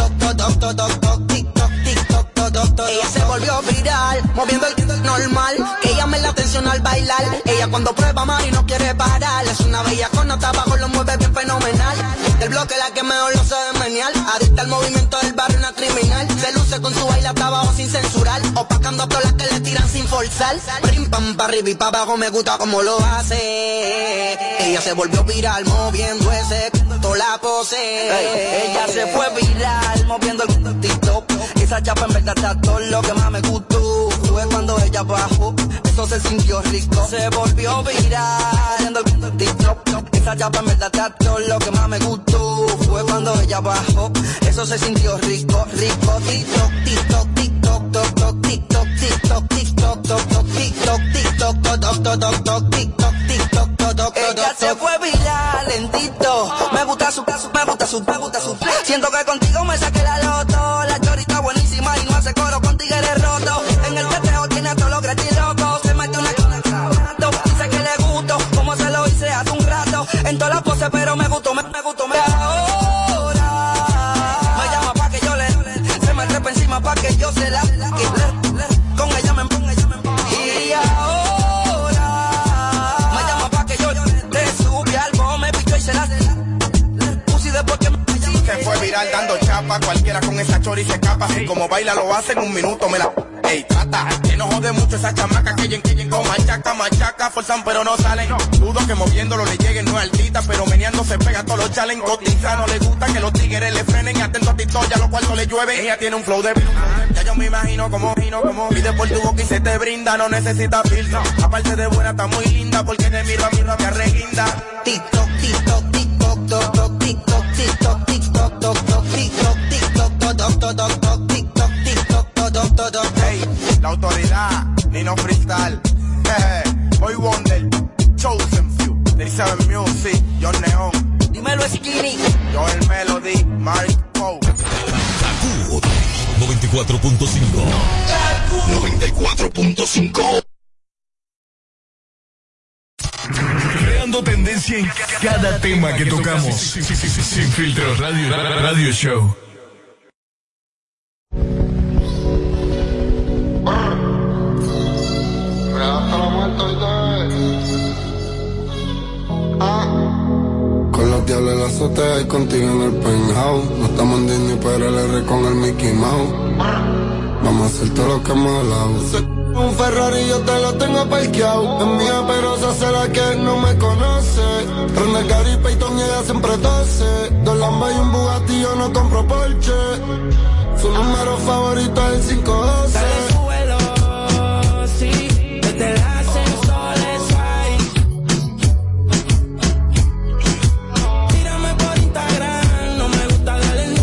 TikTok, TikTok, TikTok. Ella se volvió viral moviendo el TikTok normal. Que llame la atención al bailar. Ella cuando prueba mar y no quiere parar. Es una bella con nota abajo, lo mueve bien fenomenal. Del bloque la que mejor lo sabe menear. Adicta al movimiento del barrio, una criminal. Se luce con su baile hasta abajo sin censurar. Opacando a todas las que le tiran sin forzar. Prim pam pa' arriba y pa' abajo, me gusta como lo hace. Ella se volvió viral moviendo ese toda la pose. Hey, ella se fue viral moviendo el TikTok. Esa chapa en verdad está todo lo que más me gustó. Fue cuando ella bajó, eso se sintió rico. Se volvió viral en el TikTok. Esa chapa en verdad está todo lo que más me gustó. Fue cuando ella bajó, eso se sintió rico, rico. TikTok, TikTok, TikTok, TikTok, TikTok, TikTok, TikTok, TikTok, TikTok, TikTok, TikTok, TikTok, TikTok. Ella se fue viral en TikTok. Me gusta su caso, me gusta su, me gusta su. Siento que contigo me saqué la loto. La chorita buenísima y no hace coro con tigres rotos. En el teteo tiene todos los gratis locos. Se mete una c******. Dice que le gusto, como se lo hice hace un rato. En todas las poses, pero me gustó, me, me gustó, me ahora me llama pa' que yo le, se me trepa encima pa' que yo se la, que le, con ella me ponga, ella me ponga. Y ahora me llama pa' que yo le subí al bombe, picho y se la, puse después que me se fue viral dando chapa, cualquiera con esa chori se escapa. Así como baila lo hace en un minuto, me la... Ey, trata, que no jode mucho esa chamaca. Que yen, que yen, con machaca, machaca, forzan pero no salen. Dudo que moviéndolo le lleguen, no es altita, pero meneando se pega todos los challenge. Cotiza, no le gusta que los tigres le frenen. Y atento a TikTok, ya los cuartos le llueve. Ella tiene un flow de... Ya yo me imagino como, gino, como pide por tu boca y se te brinda, no necesita filtro. Aparte de buena, está muy linda, porque te miro a mi rabia reguinda. TikTok, TikTok, TikTok, TikTok, TikTok, TikTok, TikTok, TikTok, TikTok, TikTok, TikTok, TikTok. Hey, la autoridad, Nino Freestyle, Boy Wonder, Chosen Few, thirty-seven Music, John Neon, dímelo Skinny, Joel Melody, Mark Poe. noventa y cuatro punto cinco. noventa y cuatro punto cinco. Creando tendencia en cada tema que tocamos. Sin filtro, radio, radio show. Con los diablos en la azotea y contigo en el penthouse. No estamos en Disney, pero el R con el Mickey Mouse. Vamos a hacer todo lo que hemos hablado. Un Ferrari yo te lo tengo parqueado. Es mía pero se hace la que no me conoce. Prende Gary Payton y ella siempre tose. Dos Lambas y un Bugatti yo no compro Porsche. Su número favorito es el cinco doce. Dale suelo, sí, desde el ascensor es ahí. Tírame por Instagram, no me gusta darle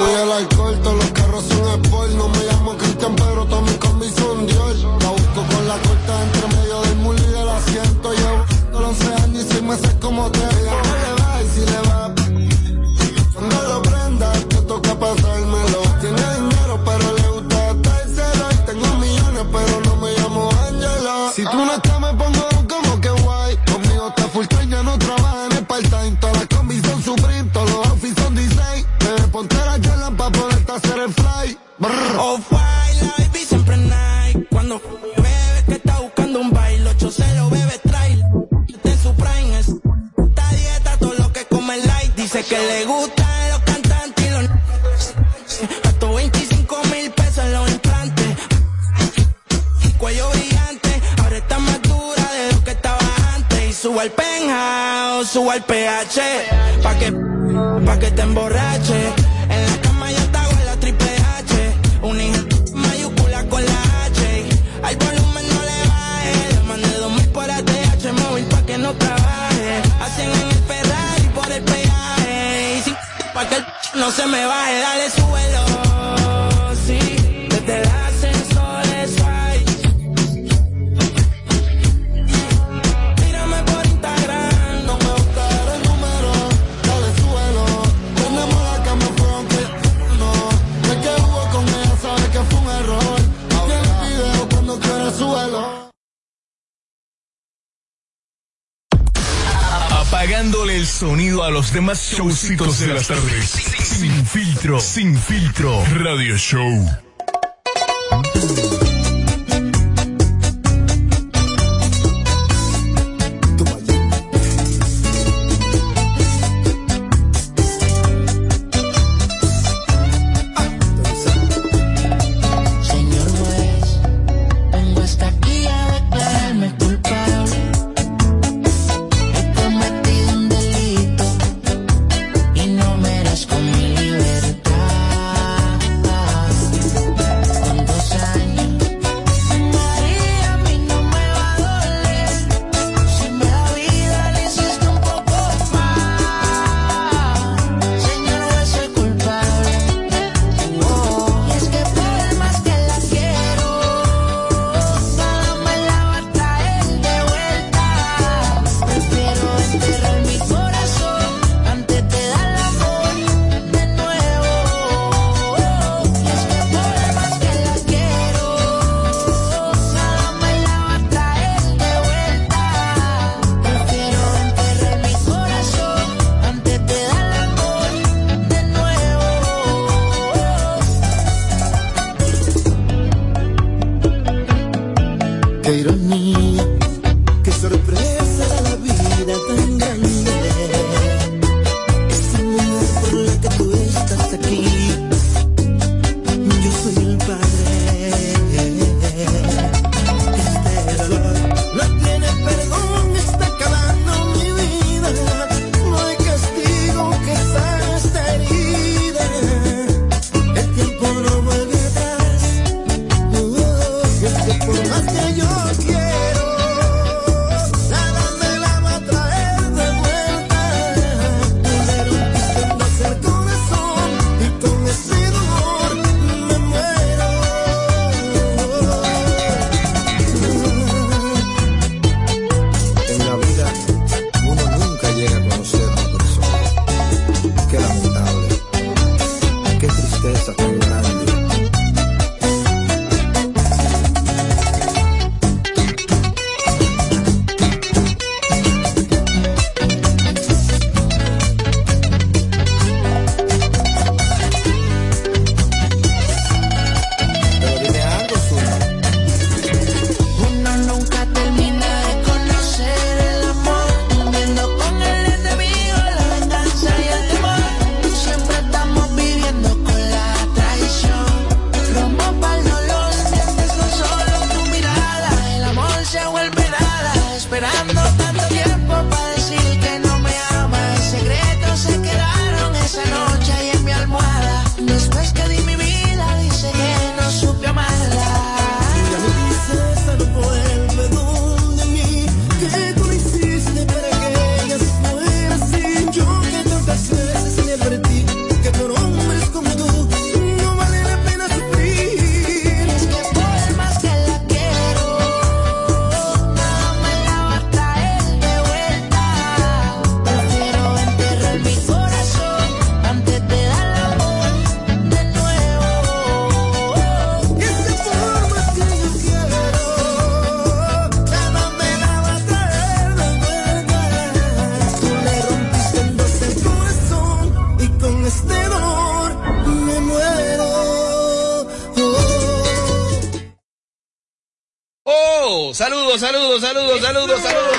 Voy al alcohol, todos los carros son sport. No me llamo Cristian, pero todos mis combis son Dior. La busco con la corta entre medio del mulo y del asiento. Llevo once años y seis meses como te ella no le va y si le va. Cuando lo prenda, te toca pasármelo. Tiene dinero, pero le gusta gastárselo. Y tengo millones, pero no me llamo Angela. Si tú no estás, me pongo como que guay. Conmigo está full time, ya no trabaja en el part-time. Todas las combis son Supreme, todos los outfits son dieciséis. Bebé, ponte la Jordan pa' poderte hacer el fly. Brr. Off-white, la baby siempre night. Cuando bebe que está buscando un baile, ocho cero bebe trail. Está en su prime, es esta dieta, todo lo que come light. Dice que le gustan los cantantes y los gastó veinticinco mil pesos en los implantes. Cuello brillante, ahora está más dura de lo que estaba antes. Y subo al penthouse, subo al P H, pa' que, pa' que te emborrache. En la cama ya te hago la triple H, una hija mayúscula con la H. Al volumen no le baje, le mandé dos mil por A T H móvil pa' que no trabaje. Hacen en el Ferrari por el peaje, y sin, pa' que el no se me baje, dale súbelo, sí, desde el ascensor es high. Mírame por Instagram, no me buscar el número, dale súbelo. Prendemos la cama fuego aunque no. De que hubo con ella, sabe que fue un error. Tiene el video cuando quiera súbelo. Apagándole el sonido a los demás showcitos de las tardes. Sin filtro, sin filtro, Radio Show. Qué ironía, qué sorpresa la vida tan grande. Ese mundo por la que tú estás aquí, yo soy el padre. Este dolor no tiene perdón, está acabando mi vida. No hay castigo que sane esta herida. El tiempo no vuelve atrás. Uh, y es que por más que yo traición. Saludos, saludos, saludos, saludos, saludos, saludos.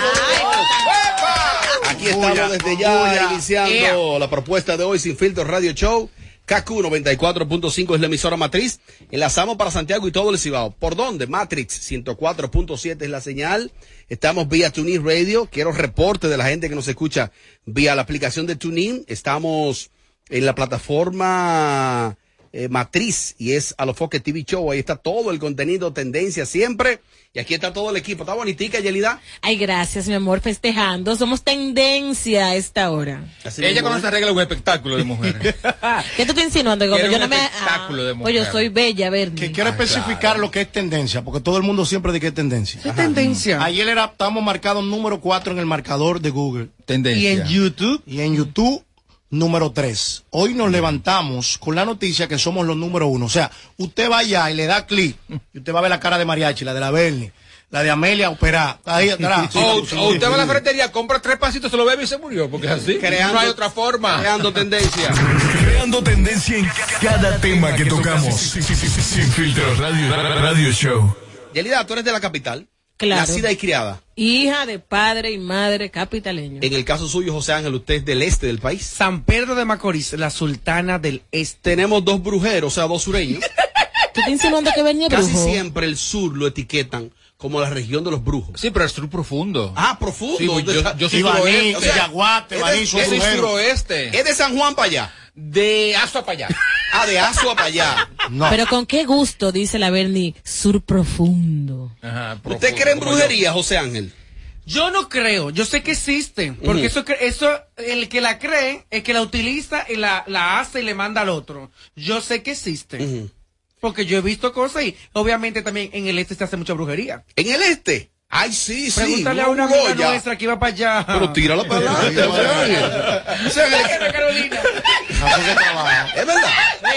Aquí estamos desde ya iniciando la propuesta de hoy, Sin Filtro Radio Show. K Q noventa y cuatro punto cinco es la emisora matriz. Enlazamos para Santiago y todo el Cibao. ¿Por dónde? Matrix ciento cuatro punto siete es la señal. Estamos vía TuneIn Radio. Quiero reporte de la gente que nos escucha vía la aplicación de TuneIn. Estamos en la plataforma eh, matriz y es Alofoque T V Show. Ahí está todo el contenido, tendencia siempre. Y aquí está todo el equipo. ¿Está bonitica, Yelida? Ay, gracias, mi amor, festejando. Somos tendencia a esta hora. Así ella con esta regla es un espectáculo de mujeres. ¿Qué tú estás insinuando? Yo no me... espectáculo ah, de pues yo soy bella, Bernie. Que quiero Ah, especificar claro. lo que es tendencia, porque todo el mundo siempre dice que es tendencia. ¿Qué tendencia? Ayer era, estábamos marcados número cuatro en el marcador de Google. Tendencia. Y en YouTube. Y en YouTube, número tres. Hoy nos levantamos con la noticia que somos los número uno. O sea, usted va allá y le da clic, y usted va a ver la cara de Mariachi, la de la Bernie, la de Amelia operada. Ahí atrás. O, o usted va a la ferretería, compra tres pasitos, se lo bebe y se murió, porque es así. Creando, no hay otra forma. Creando tendencia. Creando tendencia en cada tema que tocamos. Sin Filtro Radio, Radio Show. Yelida, tú eres de la capital. Claro. Nacida y criada. Hija de padre y madre capitaleño. En el caso suyo, José Ángel, usted es del este del país. San Pedro de Macorís, la sultana del este. Tenemos dos brujeros, o sea, dos sureños. ¿Tú estás insinuando que venía brujo? Casi siempre el sur lo etiquetan como la región de los brujos. Sí, pero es sur profundo. Ah, profundo. Sí, pues yo, yo soy Ibaní, suroeste. o sea, Yaguate, Baní, son Yo soy brujeros. suroeste. Es de San Juan para allá. De Asua para allá. Ah, de Asua para allá. No. Pero con qué gusto, dice la Bernie, sur profundo. Ajá, ¿Usted profundo, cree en como brujería, José Ángel? Yo no creo, yo sé que existe, porque Ujú. eso, cre- eso, el que la cree, el que la utiliza y la, la hace y le manda al otro. Yo sé que existe, Ujú. porque yo he visto cosas y obviamente también en el este se hace mucha brujería. ¿En el este? Ay, sí, sí. Pregúntale a una amiga Goya. nuestra que iba para allá. Pero tírala para adelante, José Ángel. José Ángel, Carolina. Así que trabaja. es verdad.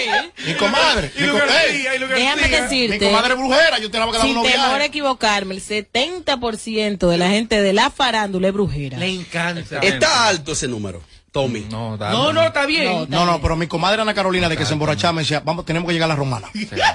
Mi comadre. Y mi co- Lugarcía, Ey, y Lugarcía. Déjame decirte, Mi comadre brujera, yo te la voy a quedar sin unos temor a viajes. equivocarme, el setenta por ciento de la gente de la farándula es brujera. Le encanta. Está alto ese número, Tommy. No, da- No, no, está bien. No, No, no, pero mi comadre Ana Carolina, de que se emborrachaba, me decía, vamos, tenemos que llegar a la romana.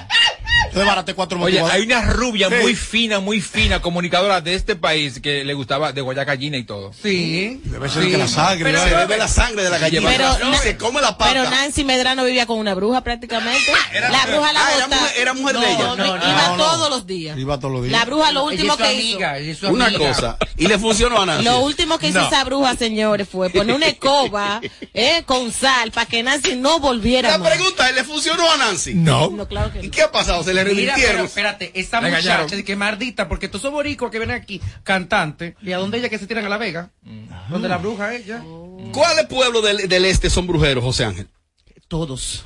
Yo desbaraté cuatro Oye, motivos. hay una rubia Sí. muy fina, muy fina, comunicadora de este país que le gustaba de Guayacallina y todo. Sí. Debe ser que la sangre. Pero- ¿no? Se bebe la sangre de la gallina. Pero- Y se come la pata. Pero Nancy Medrano vivía con una bruja prácticamente. era la mujer. bruja la Ah, era bota- mujer- era mujer de No, ella. no, No, no, iba no, no. todos los días. Iba todos los días. La bruja lo último Ella es su que amiga, hizo. ella es su Una amiga. cosa. Y le funcionó a Nancy. Lo último que hizo No. esa bruja, señores, fue poner una escoba eh, con sal para que Nancy no volviera La más. pregunta es, ¿le funcionó a Nancy? No. No, claro que ¿Y no. qué ha pasado? ¿Se le Mira, pero revirtieron? espérate, esa La muchacha engañaron. de que mardita, porque todos esos boricos que vienen aquí, cantantes, y a dónde ella que se tiran a La Vega, donde la bruja ella. ¿Cuáles pueblos del, del este son brujeros, José Ángel? Todos.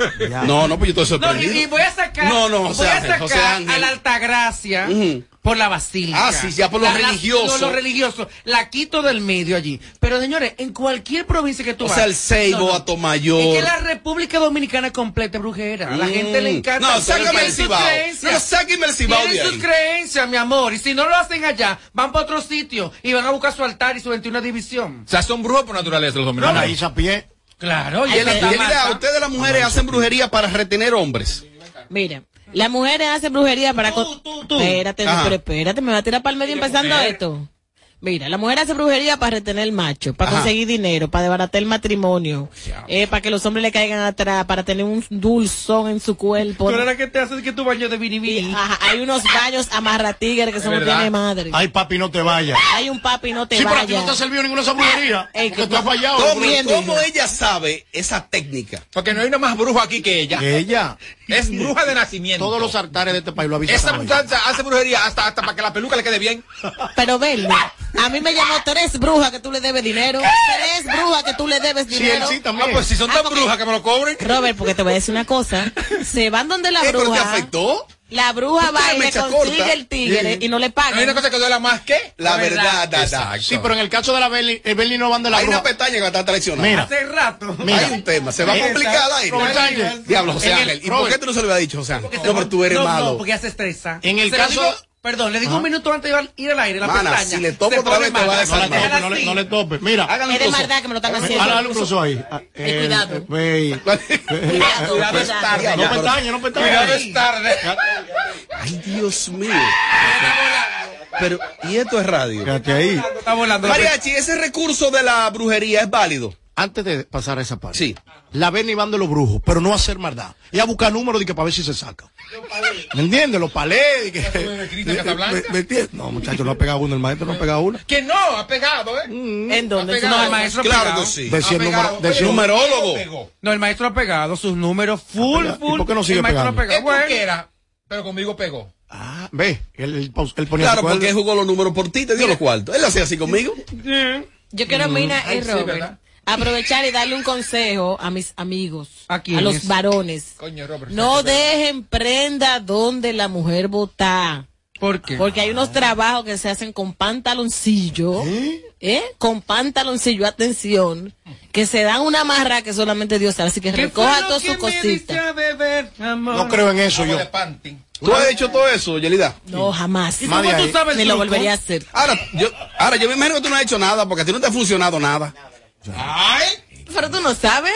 No, no, pues yo estoy No, y, sorprendido. y voy a sacar, No, no, José voy a Ángel, sacar José Ángel. a la Altagracia Ujú. por la basílica. Ah, sí, ya por lo La- la- religioso. no, lo religioso. La quito del medio allí. Pero señores, en cualquier provincia que tú O vas. sea, el Ceibo, No, no. Atomayor. Es que la República Dominicana es completa brujera. A la Mm. gente le encanta. No, sácame Tienen el sus Cibao. creencias. No, sáqueme el Cibao Tienen de sus ahí. creencias, mi amor. Y si no lo hacen allá, van para otro sitio y van a buscar su altar y su veintiuna división. O sea, son brujos por naturaleza los dominicanos. Anaís a pie. Claro, y Ay, él pero- está Yelida, mal. ¿ustedes las mujeres hacen brujería para retener hombres? Mira, las mujeres hacen brujería para... Tú, con- tú, tú. Espérate, no, Ajá. pero espérate, me va a tirar para el medio empezando esto. Mira, la mujer hace brujería para retener el macho, para Ajá. conseguir dinero, para desbaratar el matrimonio, eh, para que los hombres le caigan atrás, para tener un dulzón en su cuerpo. Tú eres la que te haces que tu baño de vinibini. Ajá, hay unos baños amarratigres que eso no ¿Verdad? tiene madre. Ay, papi, no te vayas. Hay un papi, no te Sí, pero a ti vayas. no te ha servido ninguna esa brujería. Ey, Porque que tú has fallado. ¿Cómo, Pero- cómo ella sabe esa técnica? Porque no hay una más bruja aquí que ella. Ella. Es bruja de nacimiento. Todos los altares de este país lo avisan. Esa muchacha hace brujería hasta, hasta para que la peluca le quede bien. Pero verme, a mí me llamó tres brujas que tú le debes dinero. Tres brujas que tú le debes Sí, él dinero. sí también. Ah, pues si son Ah, tan porque- brujas que me lo cobren. Robert, porque te voy a decir una cosa. Se van donde la Eh, ¿Pero te bruja. afectó? La bruja ¿Tú va tienes y le mecha consigue corta? el tigre Sí. y no le No hay pagan. una cosa que duela más que La verdad, da, da. Exacto. Sí, pero en el caso de la Berly, el Berly no van de la Hay una bruja. pestaña que la está traicionando. Mira. Hace rato. Mira. Hay un tema, se va a Ahí complicar está. al aire. Robert Sánchez. Diablo, José En el- Ángel. ¿Y por Robert. qué tú no se lo habías dicho, José Ángel? No, pero tú eres no, malo. No, porque ya se estresa. En el Se lo caso- digo- perdón, le digo un minuto antes de ir al aire, la Mana, pestaña. si le toco se otra pone vez te va a mala. No le desarmar. tope, no le, no le tope. Mira. Háganle Es un de close. maldad que me lo están haciendo. Hágale un close ahí. Eh, cuidado. Eh, ve- Cuidado, Cuidado, es cuidado. tarde. No pestañe, no pestañe. Cuidado, es tarde. Ay, Dios mío. Pero, ¿y esto es radio? Fíjate ahí. Está volando. Mariachi, ese recurso de la brujería es válido. Antes de pasar a esa parte. Sí. La ven y van de los brujos, pero no hacer maldad. Y a buscar números de que para ver si se saca. ¿Me entiendes? Los palés. Y que, ¿Me, me entiendes? No, muchachos, no ha pegado uno. El maestro no ha pegado una. Que no, ha pegado, ¿eh? Mm. ¿En dónde? Ha pegado, No, el maestro claro pegado. que sí. Decía el pegado, número- decía pero- un numerólogo. Pegó. No, el maestro ha pegado sus números full, ¿Y full. por qué no sigue el maestro pegando? ha pegado. Es Bueno, porque era, pero conmigo pegó. Ah, ve. Él, él, él ponía Claro, su porque él cuerda. jugó los números por ti, te dio los cuartos. Él lo hacía así conmigo. Yo quiero, Mina Ay, y sí, Robert, ¿verdad? aprovechar y darle un consejo a mis amigos, ¿A quiénes? los varones. Coño, Robert. No sáquese. dejen prenda donde la mujer bota. ¿por qué? Porque hay unos trabajos que se hacen con pantaloncillo, ¿eh? Con pantaloncillo, atención, que se dan una marra que solamente Dios sabe. Así que ¿Qué recoja fue lo todas que sus me diste cositas. a beber, amor? No creo en eso Agua yo. de panty. ¿Tú has hecho todo eso, Yelida? No, jamás. ¿Y Más cómo de tú ahí. sabes el Ni lo truco? volvería a hacer. Ahora yo, ahora, yo me imagino que tú no has hecho nada porque a ti no te ha funcionado nada. Ay, Pero tú no sabes.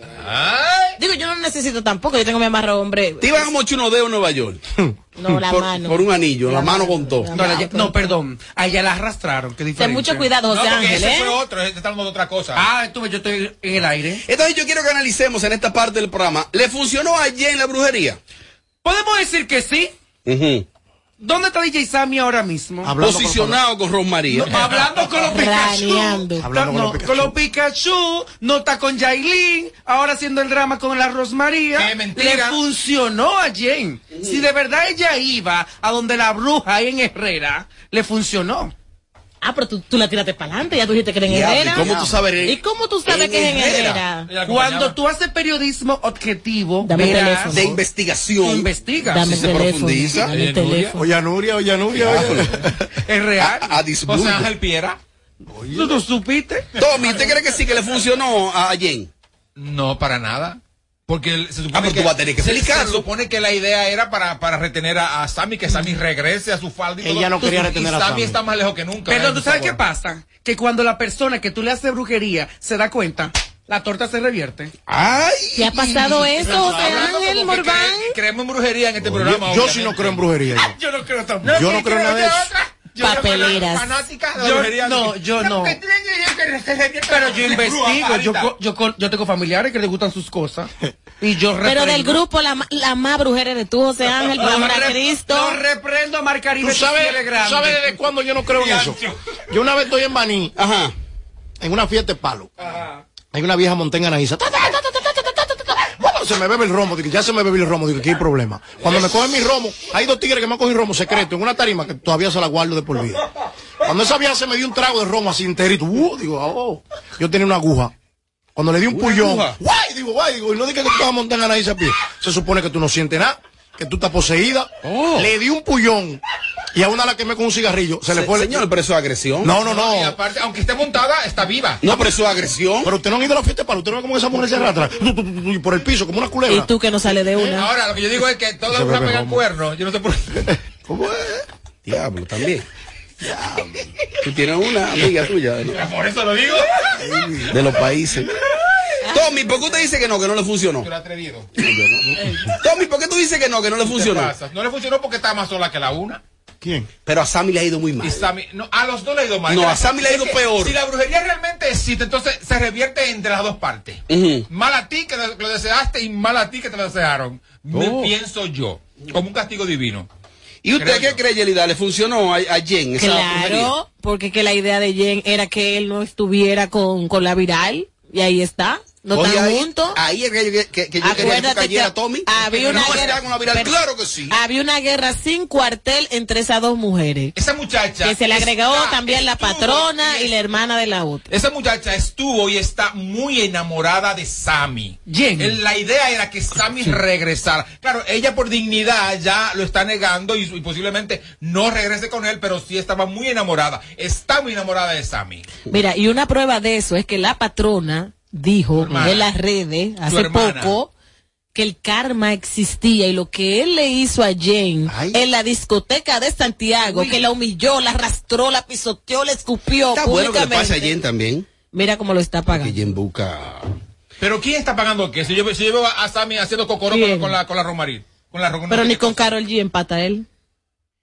ay. Digo, yo no necesito tampoco. Yo tengo mi amarro, hombre. Te iban a mochar unos dedos en Nueva York. No, la por, mano. por un anillo, la, La mano mano. con todo. No, la- no, perdón. A ella la arrastraron. Qué Ten diferente. mucho cuidado, No, José porque Ángel, ese ¿eh? fue otro, este está hablando de otra cosa. Ah, tú, yo estoy en el aire. Entonces yo quiero que analicemos en esta parte del programa. ¿Le funcionó a Jen la brujería? Podemos decir que sí. Ujú. ¿Dónde está D J Sammy ahora mismo? Hablando con- Posicionado con Rosmaría. No, hablando con los Pikachu. Raneando. Hablando con No, los Pikachu. con los Pikachu, no está con Yailin, ahora haciendo el drama con la Rosmaría. Qué mentira. Le funcionó a Jen. Si de verdad ella iba a donde la bruja ahí en Herrera, le funcionó. Ah, pero tú, tú la tiraste para adelante, ya tú dijiste que era en Diablo, Herrera. ¿y cómo tú sabes? ¿Y cómo tú sabes En que es en Herrera? Herrera? Ella Cuando acompañaba. tú haces periodismo objetivo, Dame el verás- teléfono. De investigación. Tú investigas. Dame Si el se teléfono. profundiza. Dame el Oye, Nuria. teléfono. Oye, Nuria, oye, Nuria. Oye. Es real. A, a disgusto. José Ángel Piera. ¿Tú, tú supiste? Tommy, ¿usted cree que sí que le funcionó a a Jen? No, para nada. Porque el- se supone Ah, pero que, tú vas a tener que se- explicarlo. Se supone que la idea era para, para retener a, a Sammy, que Sammy regrese a su falda y todo. Ella no quería Y retener a Sammy Sammy. está más lejos que nunca. Pero ¿eh? tú sabes Por qué favor. pasa, que cuando la persona que tú le haces brujería se da cuenta, la torta se revierte. ¡Ay! ¿Qué ha pasado eso, José Hablando Ángel como que Morván? cre- creemos en brujería en este Oye, programa. yo sí obviamente. no creo en brujería. Yo no creo tampoco. Yo no creo en nada de eso. Yo soy Papeleras. fanática de la Yo- brujería. no, yo no. porque tienen que- que se revierte Pero la yo bruja, investigo, yo, Marita. co- yo, co- yo tengo familiares que les gustan sus cosas. Y yo Pero del reprendo. grupo, la, ma- la más brujera eres tú, José Ángel, por Lo amor a rep- Cristo. Lo reprendo a Marcaribe. ¿Tú sabes, si eres grande. ¿Sabes desde cuándo yo no creo en eso? Yo una vez estoy en Baní, Ajá. en una fiesta de palo. Hay una vieja montaña Anaísa. Ta, ta, ta, ta, ta, ta, ta, ta, ta, ta. Bueno, se me bebe el romo. Digo, ya se me bebe el romo. Digo, ¿qué hay problema? Cuando me cogen mi romo, hay dos tigres que me han cogido romo secreto en una tarima que todavía se la guardo de por vida. Cuando esa vieja se me dio un trago de romo así enterito, uh, digo, oh, yo tenía una aguja. Cuando le di un ¿Una pullón, aguja? guay, digo, guay, digo, y no digas que tú vas a montar en Anaísa a pie. Se supone que tú no sientes nada, que tú estás poseída. Oh. Le di un pullón y a una la quemé con un cigarrillo. Se le Se- fue el... Señor, pero eso es agresión. No, no, no. Y aparte, aunque esté montada, está viva. No, pero eso es agresión. Pero usted no han ido a la fiesta de palo, usted no ve cómo esa mujer se arrastra tu, tu, tu, tu, y por el piso como una Y culebra. tú que no sales de una. Ahora, lo que yo digo es que todos Se los bebe pegan romo. cuernos. Yo no sé por qué. ¿Cómo es? Diablo, también. Tú tienes una amiga tuya de, Por eso lo digo. de los países. Tommy, ¿por qué usted dice que no, que no le funcionó? Tú eres atrevido. Tommy, ¿por qué tú dices que no, que no le ¿Qué funcionó? pasa? No le funcionó porque está más sola que la una. ¿Quién? Pero a Sammy le ha ido muy mal. Y Sammy, no, a los dos le ha ido mal. No, a Sammy le ha Es ido que peor. Si la brujería realmente existe, entonces se revierte entre las dos partes. Ujú. Mal a ti que lo, lo deseaste y mal a ti que te lo desearon. Me Oh. pienso yo. Como un castigo divino. ¿Y usted Creo qué yo. cree, Yelida? ¿Le funcionó a, a Jen esa brujería? Claro, porque que la idea de Jen era que él no estuviera con, con la viral, y ahí está. No Oye, están ahí, juntos. ahí es que, que, que, que yo quería que tú Acuérdate cayeras, que Tommy. había una no guerra- está con la viral. pero- Claro que sí. Había una guerra sin cuartel entre esas dos mujeres. Esa muchacha. Que se le agregó está- también la estuvo patrona y la hermana de la otra. Esa muchacha estuvo y está muy enamorada de Sammy. Jen. El- La idea era que Sammy regresara. Claro, ella por dignidad ya lo está negando y, y posiblemente no regrese con él, pero sí estaba muy enamorada. Está muy enamorada de Sammy. Mira, y una prueba de eso es que la patrona dijo hermana. en las redes Tu hace hermana. poco que el karma existía y lo que él le hizo a Jen Ay. en la discoteca de Santiago, que la humilló, la arrastró, la pisoteó, la escupió Está bueno que le públicamente. pase a Jen también. Mira cómo lo está Que pagando. Jen busca... Pero ¿quién está pagando qué? Si yo, si yo veo a Sammy haciendo cocoró ¿Quién? con, con la con la Romaril. Con la Romaril. Pero ni con Karol G empata él.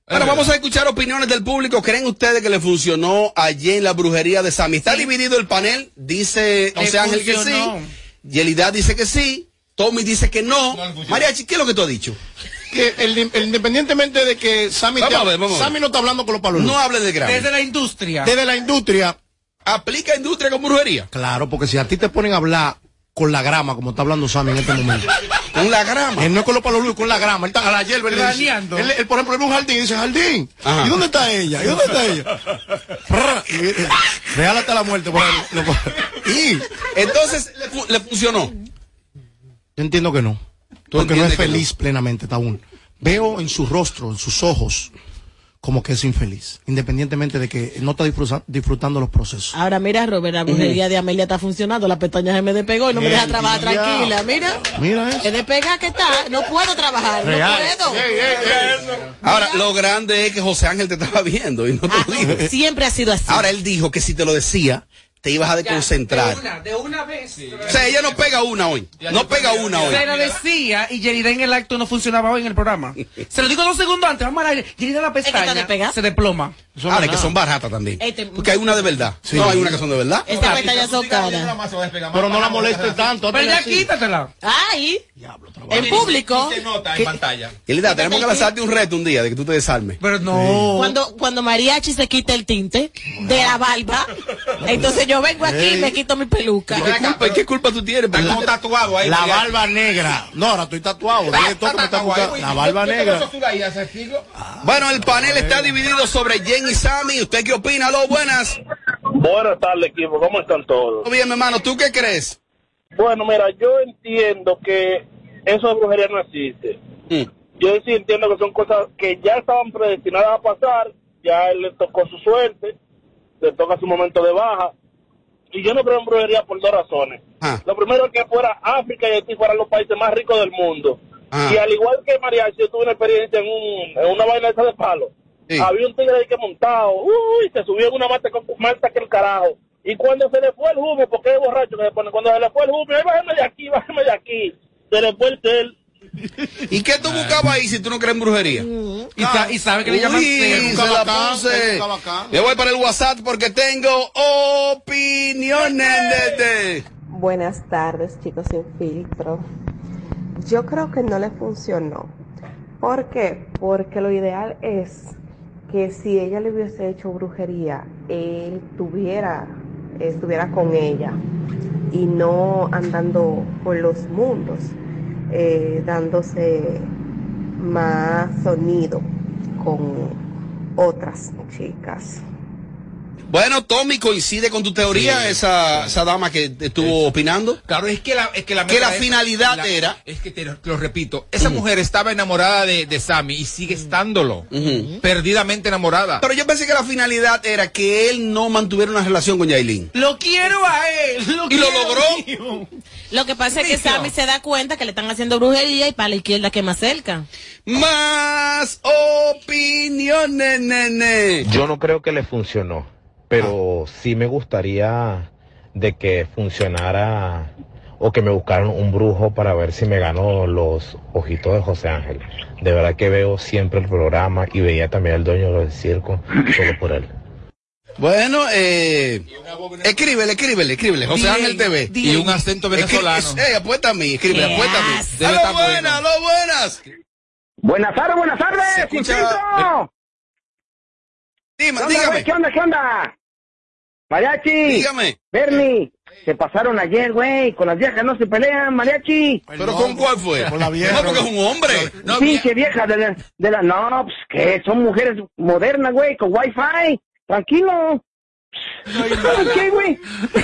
Ahora vamos a escuchar opiniones del público. ¿Creen ustedes que le funcionó a Jen la brujería de Sammy? Está sí. dividido el panel. Dice José Ángel que sí. Yelida dice que sí. Tommy dice que no. no Mariachi, ¿qué es lo que tú has dicho? Que el, el, independientemente de que Sammy, te, ver, Sammy no está hablando con los palos. No hable de Grammy. Desde la industria. Desde la industria. ¿Aplica industria con brujería? Claro, porque si a ti te ponen a hablar con la grama, como está hablando Sammy en este momento. ¿Con la grama? Él no es con los palos, con la grama. Él está a la hierba. Él, él, él, por ejemplo, en un jardín y dice, jardín. Ajá. ¿Y dónde está ella? ¿Y dónde está ella? Real hasta la muerte. Por ahí. Y entonces, ¿le, le funcionó? Yo entiendo que no. Porque no es feliz no? plenamente, aún. Veo en su rostro, en sus ojos, como que es infeliz, independientemente de que no está disfruta, disfrutando los procesos. Ahora mira, Robert, la brujería uh-huh. de Amelia está funcionando, la pestaña se me despegó y no Bien, me deja trabajar ya. tranquila, mira. Mira eso. Es despega que está, no puedo trabajar, Real. no puedo. Hey, hey, hey. Ahora, lo grande es que José Ángel te estaba viendo y no te ah, lo dijo. Siempre ha sido así. Ahora, él dijo que si te lo decía, te ibas a desconcentrar. Ya, de una, de una vez. Sí. O sea, ella no pega una hoy. Ya no pega una hoy. Se lo decía y Yerida en el acto no funcionaba hoy en el programa. Se lo digo dos segundos antes, vamos al aire. Yerida la pestaña es se desploma. Ahora, es que son baratas también. Este, porque hay una de verdad. Sí. No, hay una que son de verdad. Esta pestaña son caras. Pero no la moleste tanto. Pero ya quítatela. Ay. En público. Se nota en pantalla. Yerida, tenemos que lanzarte un reto un día de que tú te desarmes. Pero no. Cuando, cuando Mariachi se quita el tinte de la barba, entonces yo vengo aquí y me quito mi peluca. ¿Qué culpa, ¿Qué culpa tú tienes? Está como tatuado ahí. La barba negra. No, ahora estoy tatuado. La barba negra. Bueno, el panel está dividido sobre Jen y Sammy. ¿Usted qué opina? Aló, buenas. Buenas tardes, equipo. ¿Cómo están todos? Bien, mi hermano. ¿Tú qué crees? Bueno, mira, yo entiendo que eso de brujería no existe. Mm. Yo sí entiendo que son cosas que ya estaban predestinadas a pasar. Ya él le tocó su suerte. Le toca su momento de baja. Y yo no creo en brujería por dos razones. Ah. Lo primero es que fuera África y Haití fueran los países más ricos del mundo. Ah. Y al igual que Mariachi, yo tuve una experiencia en, un, en una vaina esa de palo. Sí. Había un tigre ahí que montado, uy, se subió en una mata con malta que el carajo. Y cuando se le fue el humo, porque es borracho que se pone, cuando se le fue el humo, ay, bájame de aquí, bájame de aquí, se le fue el tel. ¿Y qué tú buscabas ahí si tú no crees en brujería? Uh, y, sa y sabe que le llaman se la puse. Me voy para el WhatsApp porque tengo opiniones de... Buenas tardes, chicos sin filtro. Yo creo que no le funcionó. ¿Por qué? Porque lo ideal es que si ella le hubiese hecho brujería, él tuviera, estuviera con ella y no andando por los mundos, eh, dándose más sonido con otras chicas. Bueno, Tommy, coincide con tu teoría, sí, esa, esa dama que estuvo es, opinando. Claro, es que la, es que la, que la finalidad la, era. Es que te lo, te lo repito, esa uh-huh. mujer estaba enamorada de, de Sammy y sigue estándolo. Uh-huh. Perdidamente enamorada. Pero yo pensé que la finalidad era que él no mantuviera una relación con Yailin. Lo quiero a él. Lo y quiero, lo logró. Tío. Lo que pasa es que Sammy se da cuenta que le están haciendo brujería y para la izquierda que más cerca. Más opiniones, nene. Yo no creo que le funcionó. Pero ah. sí me gustaría de que funcionara o que me buscaran un brujo para ver si me gano los ojitos de José Ángel. De verdad que veo siempre el programa y veía también al dueño del circo solo por él. Bueno, eh, escríbele, escríbele, escríbele. José bien, Ángel T V. Bien. Y un acento venezolano. Escri eh, apuesta a mí, escríbele, apuesta a mí. ¡A lo buenas, a lo buenas! Buenas tardes, buenas tardes, sin filtro. Dime, ¿Qué dígame. ¿Qué onda, qué onda? Mariachi. Dígame. Bernie. Se pasaron ayer, güey. Con las viejas no se pelean, Mariachi. ¿Pero no, con cuál fue? Con la vieja. No, porque es un hombre. No, pinche vieja de la, de la... No, pues que son mujeres modernas, güey, con wifi. Tranquilo. ¿Sabes qué, güey?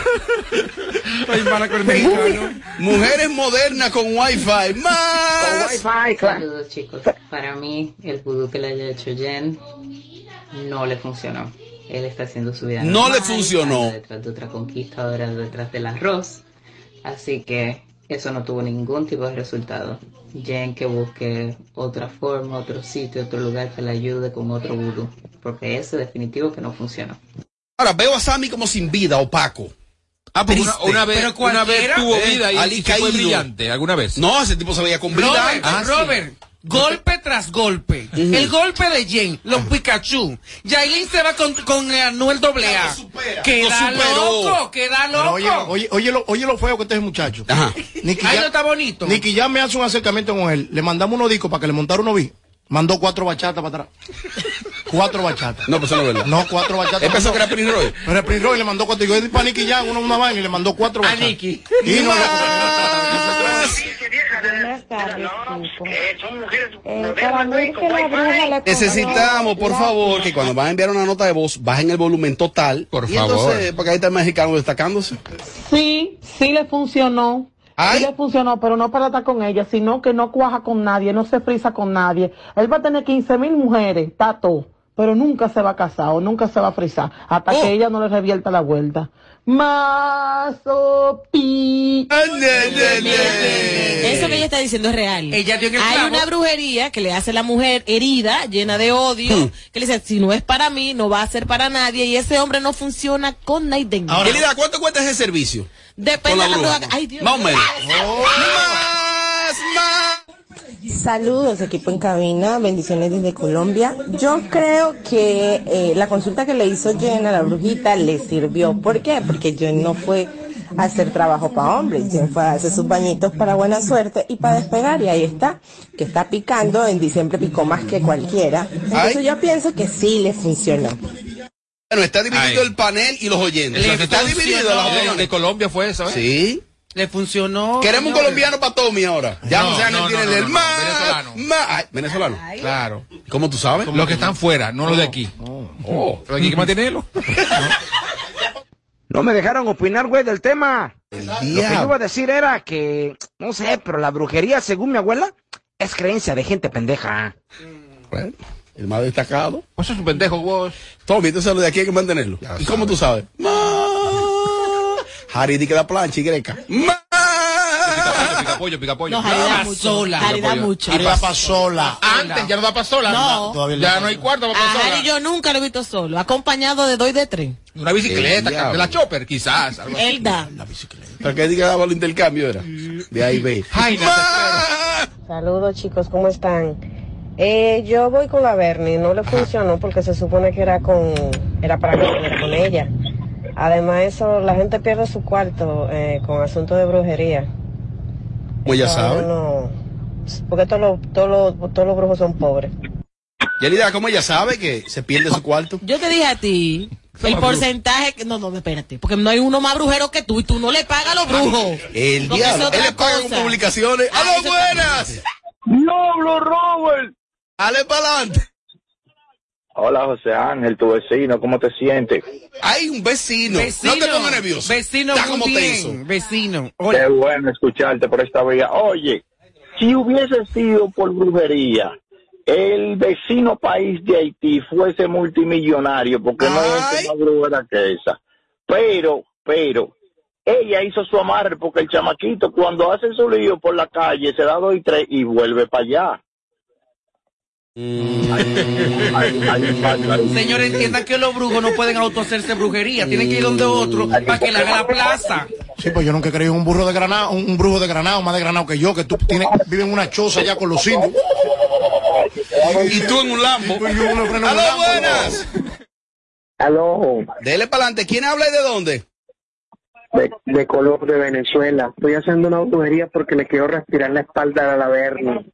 Mujeres modernas con wifi. Más. Con wifi, claro. Saludos, chicos. Para mí, el vudú que le haya hecho Jen no le funcionó. Él está haciendo su vida no normal, le funcionó detrás de otra conquistadora, detrás del arroz, así que eso no tuvo ningún tipo de resultado. Jen que busque otra forma, otro sitio, otro lugar que le ayude con otro vudú, porque ese definitivo que no funcionó. Ahora veo a Sammy como sin vida, opaco. Ah, pero una, una vez, una vez tuvo vida y, eh, y fue brillante, ¿alguna vez? No, ese tipo se veía con vida. Robert, ah, Robert. Sí. golpe tras golpe. Uh-huh. El golpe de Jen, los Pikachu. Yailin se va con, con Anuel doble A. Queda loco, queda loco. Oye, oye, oye, lo, oye lo feo que este es muchacho. Ajá. Nicky Ahí no está bonito. Nicky ya me hace un acercamiento con él. Le mandamos unos discos para que le montara unos beats. Mandó cuatro bachatas para atrás. Cuatro bachatas. No, pues eso no es verdad. No, cuatro bachatas. Él pensó que era Prince Roy. Pero el Prince Roy le mandó cuatro. Yo di para Nicky ya una, una vaina y le mandó cuatro bachatas. A Nicky. Y no Buenas tardes, chicos. Eh, para mí que la bruja le necesitamos, por favor, que cuando van a enviar una nota de voz, bajen el volumen total. Por y favor. Entonces, porque ahí está el mexicano destacándose. Sí, sí le funcionó. ¿Ay? Sí le funcionó, pero no para estar con ella, sino que no cuaja con nadie, no se frisa con nadie. Él va a tener quince mil mujeres, tato, pero nunca se va a casar o nunca se va a frisar hasta oh. que ella no le revierta la vuelta. Masopi. Eso que ella está diciendo es real. Ella dio en el Hay clavo. una brujería que le hace a la mujer herida, llena de odio, hmm. que le dice, si no es para mí, no va a ser para nadie, y ese hombre no funciona con nadie. Ahora, Elida, ¿cuánto cuesta ese servicio? Depende de la bruja. Ay, Dios. Más o menos. Oh. Más, más. Saludos, equipo en cabina, bendiciones desde Colombia. Yo creo que eh, la consulta que le hizo Jen a la brujita le sirvió. ¿Por qué? Porque Jen no fue a hacer trabajo para hombres, Jen fue a hacer sus bañitos para buena suerte y para despegar, y ahí está, que está picando, en diciembre picó más que cualquiera. Entonces Ay. yo pienso que sí le funcionó. Bueno, está dividido Ay. el panel y los oyentes. Le está dividido las opiniones. De Colombia fue eso, ¿eh? Sí. Le funcionó. Queremos un colombiano para Tommy ahora. Ya no, José Ángel no, tiene no, el no, más. venezolano. Más. Ay, venezolano. Ay. Claro. ¿Cómo tú sabes? Los que están fuera, no los de aquí. Oh. Oh. Pero aquí hay que mantenerlo. No me dejaron opinar, güey, del tema. El Lo que yo iba a decir era que, no sé, pero la brujería, según mi abuela, es creencia de gente pendeja. Bueno, el más destacado. Pues es un pendejo, vos. Tommy, entonces lo de aquí hay que mantenerlo. Ya ¿Y sabes. Cómo tú sabes? Harry di que da plancha y greca. Pica pollo, pica pollo. No, Harry da mucho. Harry da mucho. Harry da pa' sola. Antes ya no da pa' sola. No. no. Ya no hay cuarto pa' A sola. Harry yo nunca lo he visto solo, acompañado de dos y de tres. Una bicicleta, de la Chopper, quizás. Algo Él da. La bicicleta. ¿Para qué diga daba el intercambio era? De ahí ve. Ay, no, Saludos, chicos, ¿cómo están? Eh, yo voy con la Bernie, no le funcionó porque se supone que era con, era para que estuviera con ella. Además eso, la gente pierde su cuarto eh, con asuntos de brujería. Pues ya sabe. No, porque todos los, todos los, todos los brujos son pobres. Yelida, ¿cómo ella sabe que se pierde su cuarto? Yo te dije a ti, el porcentaje, que, no, no, espérate, porque no hay uno más brujero que tú y tú no le pagas a los brujos. El diablo, él le paga con publicaciones. ¡A las buenas! ¡Diablo, Robert! ¡Ale para adelante! Hola, José Ángel, tu vecino, ¿cómo te sientes? Hay un vecino. vecino no te pongas nervioso. Vecino, está muy como bien. tenso. Vecino. Hola. Qué bueno escucharte por esta vía. Oye, si hubiese sido por brujería, el vecino país de Haití fuese multimillonario, porque Ay. no hay gente más brujera que esa. Pero, pero, ella hizo su amarre porque el chamaquito cuando hace su lío por la calle se da dos y tres y vuelve para allá. Mm. Señor, entiendan que los brujos no pueden autohacerse brujería, tienen que ir donde otro para que le haga la plaza. Sí, pues yo nunca he creído un burro de granado, un, un brujo de granado, más de granado que yo, que tú tienes, vives en una choza allá con los indios. Y tú en un Lambo. ¡Aló, buenas! Aló. Dele para adelante. ¿Quién habla y de dónde? De, de Color, de Venezuela. Estoy haciendo una brujería porque le quiero respirar la espalda a la Bernie.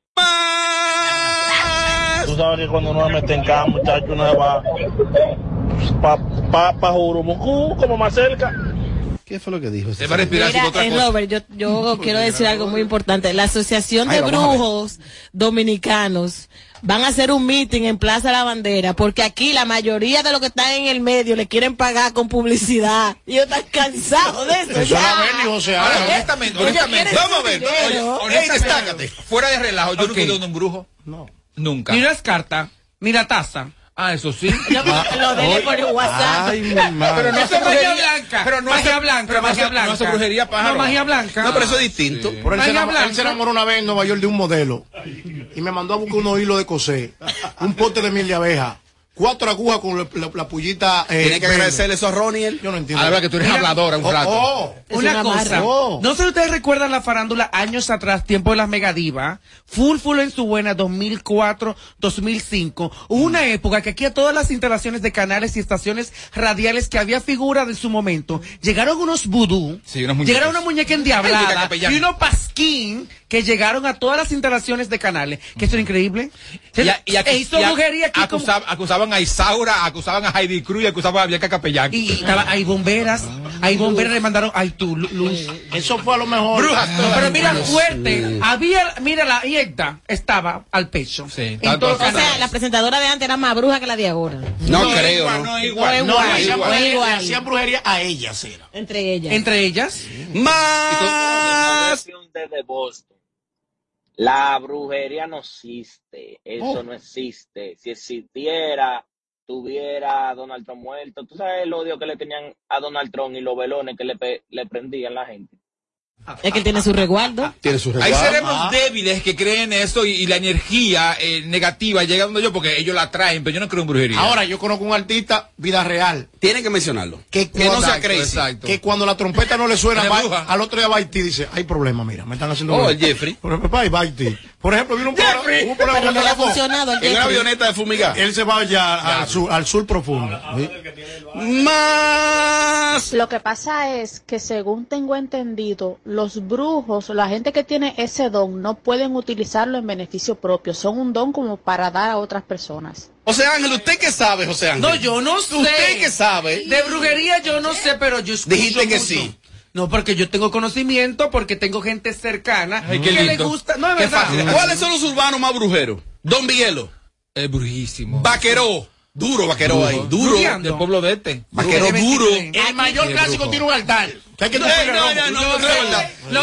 Tú sabes que cuando uno se mete en casa, muchacho, uno se va para pa, pa Jurumucú, como más cerca. ¿Qué fue lo que dijo? Se va a respirar Mira, otra eh, cosa. Robert, yo, yo quiero decir algo muy importante. La Asociación de Ay, Brujos Dominicanos van a hacer un meeting en Plaza La Bandera, porque aquí la mayoría de los que están en el medio le quieren pagar con publicidad. Y ellos están cansados de eso. Eso ya. Ver, o sea, Ahora, honestamente, honestamente. Vamos a ver. Oye, honestamente, destácate. Fuera de relajo, yo okay. nunca he ido de un brujo. No. Nunca. Ni las cartas, ni la taza. Ah, eso sí. Yo lo dele por WhatsApp. Ay, mi madre. Pero no es magia blanca. Pero no magia blanca. Pero magia blanca. No hace brujería, pájaro. No, magia blanca. No, pero eso es distinto. Sí. Pero él, se enamoró, él se enamoró una vez en Nueva York de un modelo. Y me mandó a buscar unos hilos de coser. Un pote de miel de abeja. cuatro agujas con la, la, la pullita. Eh, Tiene que agradecerle eso a Ronnie. Yo no entiendo. A la verdad que tú eres Mira, habladora un oh, rato. oh. Una, una cosa, Oh. no sé si ustedes recuerdan la farándula años atrás, tiempo de las megadivas, full full en su buena, dos mil cuatro, dos mil cinco, hubo una época que aquí a todas las instalaciones de canales y estaciones radiales que había figuras de su momento, llegaron unos vudú, Sí, unos muñecos. llegaron una muñeca Ay, endiablada muñeca capellán. y unos pasquín que llegaron a todas las instalaciones de canales, que esto era increíble. Y, a- y, acu- e hizo y a- brujería aquí como- acusab- acusaban a Isaura, acusaban a Heidi Cruz y acusaban a Bianca Capellán. y estaba, hay bomberas, hay bomberas le mandaron, ay tú, Lu- Luz. Eso fue a lo mejor. Brujas. No, pero mira, fuerte. Había, mira, la iecta estaba al pecho. Sí, En tanto todo O sea, canal. la presentadora de antes era más bruja que la de ahora. No, No, creo, igual, ¿no? no, No, igual. es No, igual, le hacían, igual, brujería, igual. le hacían brujería a ellas, era. Entre ellas. Entre ellas. Más. Desde Boston. La brujería no existe, eso Oh. no existe. Si existiera, tuviera a Donald Trump muerto. ¿Tú sabes el odio que le tenían a Donald Trump y los velones que le, pe- le prendían la gente? Es que él tiene su resguardo. Tiene su Hay resguardo. cerebros Ah. débiles que creen eso y, y la energía eh, negativa llega donde yo porque ellos la traen, pero yo no creo en brujería. Ahora, yo conozco un artista, vida real, Tiene que mencionarlo. que, Que no cuando- sea crazy. Exacto. que cuando la trompeta no le suena, Tiene va- bruja. al otro día va a Haití y dice, hay problema, mira, me están haciendo... Oh, bruja". el Jeffrey. Pero papá, y va a Haití. Por ejemplo, vino un programa, hubo un programa Pero que no le ha grabó. funcionado el En una Jeffrey. avioneta de fumigar. Él se va allá al sur, al sur profundo. ¿sí? Más. Lo que pasa es que según tengo entendido, los brujos, la gente que tiene ese don, no pueden utilizarlo en beneficio propio. Son un don como para dar a otras personas. José Ángel, ¿usted qué sabe, José Ángel? No, yo no sé. ¿Usted qué sabe? De brujería yo no sé, pero yo escucho Dijiste que mucho. sí. No, porque yo tengo conocimiento, porque tengo gente cercana Ay, qué que le lindo. gusta. No, es Qué verdad. fácil. ¿Cuáles son los urbanos más brujeros? Don Miguelo. Es brujísimo. Vaqueró. Duro vaqueró ahí. Duro. Brujeando. Del pueblo de este. Vaquero Brujo. duro. El mayor Qué clásico brujo. tiene un altar. Que hay que Eh, tumbarle no, rojo. no, no, no, no es verdad. No,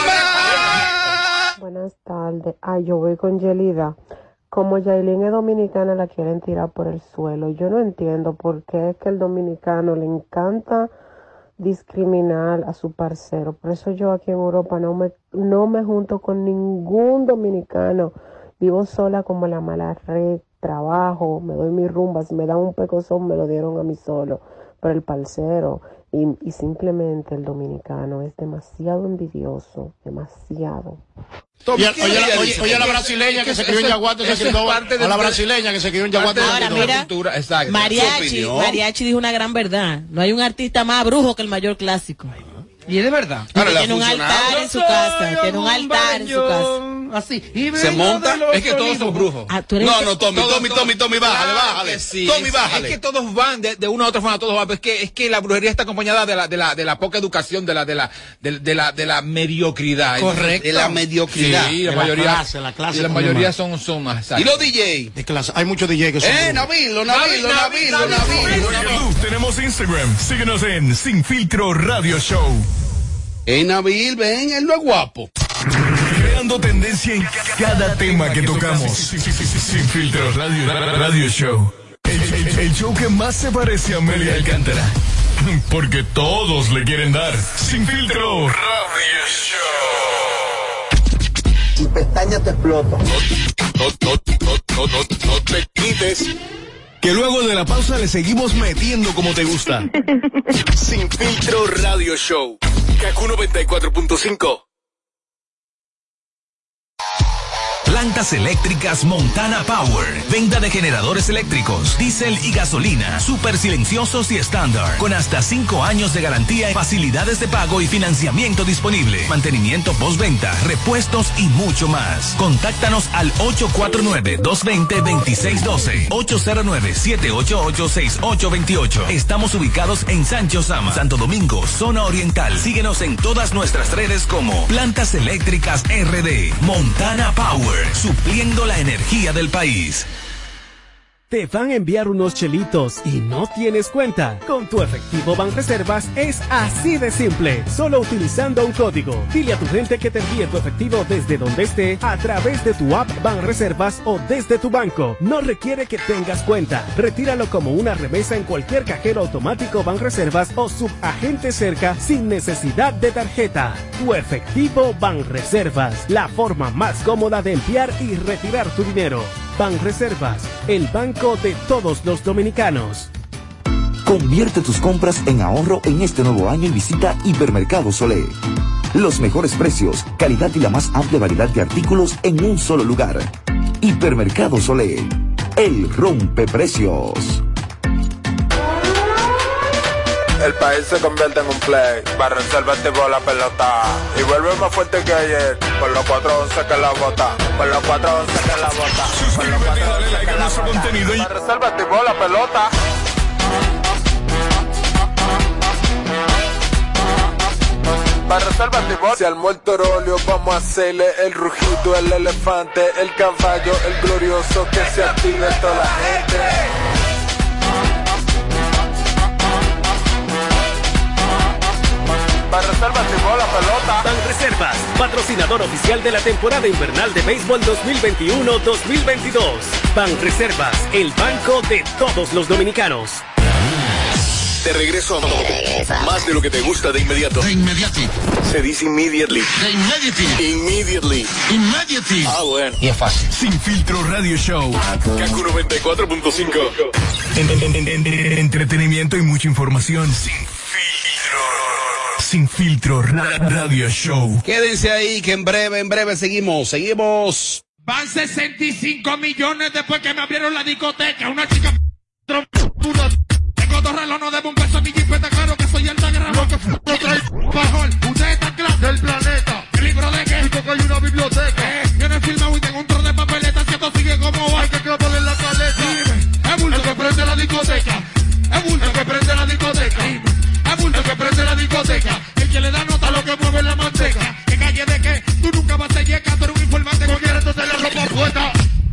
Más. Buenas tardes. Ay, yo voy con Yelida. Como Yailin es dominicana, la quieren tirar por el suelo. Yo no entiendo por qué es que el dominicano le encanta discriminar a su parcero. Por eso yo aquí en Europa no me, no me junto con ningún dominicano. Vivo sola como la mala red, trabajo, me doy mis rumbas, me dan un pecozón, me lo dieron a mí solo. Pero el parcero y, y simplemente el dominicano es demasiado envidioso, demasiado. Oye, oye, la- oye, oye, la brasileña que se crió en Yaguate, se eso es crió, parte a de- la brasileña que se crió en Yaguate. parte se Ahora, crió- mira, cultura, exacto. Su Mariachi, opinión. Mariachi dijo una gran verdad. No hay un artista más brujo que el mayor clásico. Y es de verdad. Claro, le ha Tiene un funcionado. altar en su casa. Tiene un altar en su casa. Así. Y Se vengo monta. de los Es que todos olivos. son brujos. Ah, tú eres No, no, Tommy, Todos, Tommy, todos. Tommy, Tommy, bájale, Claro bájale. que sí. Tommy, Es- bájale. Es que todos van de, de una u otra forma, todos van. Es que, es que la brujería está acompañada de la, de la, de la poca educación, de la, de la, de, de la, de la mediocridad. Correcto. De la mediocridad. Sí, la De la mayoría, clase, la clase y la con mayoría demás. son, son más. ¿Y los D J? De clase. Hay muchos D J que son. Eh, brujos. Navilo, Navilo, Navilo, Nabil, Navilo. Luz, tenemos Instagram. Síguenos en Sin Filtro Radio Show. Eh, Nabil, ven, él no es guapo. Creando tendencia en cada tema que tocamos. Sin Filtro Radio, Radio Show. El, el- el show que más se parece a Amelia Alcántara. Porque todos le quieren dar. Sin Filtro Radio Show. Y pestaña te exploto. No, no, no, no, no, no te quites. Que luego de la pausa le seguimos metiendo como te gusta. Sin Filtro Radio Show. Kaku noventa y cuatro punto cinco. Plantas eléctricas Montana Power. Venta de generadores eléctricos, diésel y gasolina, súper silenciosos y estándar, con hasta cinco años de garantía, facilidades de pago y financiamiento disponible, mantenimiento postventa, repuestos y mucho más. Contáctanos al ocho cuatro nueve, dos dos cero, dos seis uno dos, ocho cero nueve, siete ocho ocho, seis ocho dos ocho. Estamos ubicados en Sancho Sama, Santo Domingo, zona oriental. Síguenos en todas nuestras redes como Plantas Eléctricas R D. Montana Power, supliendo la energía del país. Te van a enviar unos chelitos y no tienes cuenta. Con tu efectivo Banreservas es así de simple. Solo utilizando un código. Dile a tu gente que te envíe tu efectivo desde donde esté, a través de tu app Banreservas o desde tu banco. No requiere que tengas cuenta. Retíralo como una remesa en cualquier cajero automático Banreservas o subagente cerca sin necesidad de tarjeta. Tu efectivo Banreservas, la forma más cómoda de enviar y retirar tu dinero. Banreservas, el banco de todos los dominicanos. Convierte tus compras en ahorro en este nuevo año y visita Hipermercado Solé. Los mejores precios, calidad y la más amplia variedad de artículos en un solo lugar. Hipermercado Solé, el rompeprecios. El país se convierte en un play. Banreservas activó la pelota y vuelve más fuerte que ayer. Por los cuatro once que la bota. Por los cuatro once que la bota. Suscríbete y dale like a nuestro contenido. Banreservas activó la pelota. Banreservas activó. Si al muerto óleo vamos a hacerle el rugido, el elefante, el caballo, el glorioso, que se active toda la gente. Banreservas activó la pelota. Banreservas, patrocinador oficial de la temporada invernal de béisbol dos mil veintiuno dos mil veintidós. Banreservas, el banco de todos los dominicanos. De regreso a más de lo que te gusta de inmediato. De inmediati. Se dice immediately. De immediati. Immediately. Immediati. Ah, bueno. Y es fácil. Sin Filtro Radio Show. Kaku noventa y cuatro punto cinco. En, en, en, en, en, entretenimiento y mucha información. Sin Filtro. Sin Filtro ra, Radio Show. Quédense ahí que en breve, en breve seguimos. Seguimos. Van sesenta y cinco millones después que me abrieron la discoteca. Una chica... Tengo dos relojes, no debo un peso a mi jipeta, claro que soy el tagramo que f*** trae bajón. Usted está claro del planeta. ¿El libro de qué? Dijo que hay una biblioteca. Eh, viene filmado y tengo un trono de papeletas. Si esto sigue como va, hay que clavarle en la caleta. Dime, es bulto que prende la discoteca. Es bulto que prende la discoteca. Es bulto que prende la discoteca. El que le da nota a lo que mueve la manteca. ¿Qué calle de qué? Tú nunca vas a llegar, tú eres un informante. Cualquiera entonces la ropa puesta.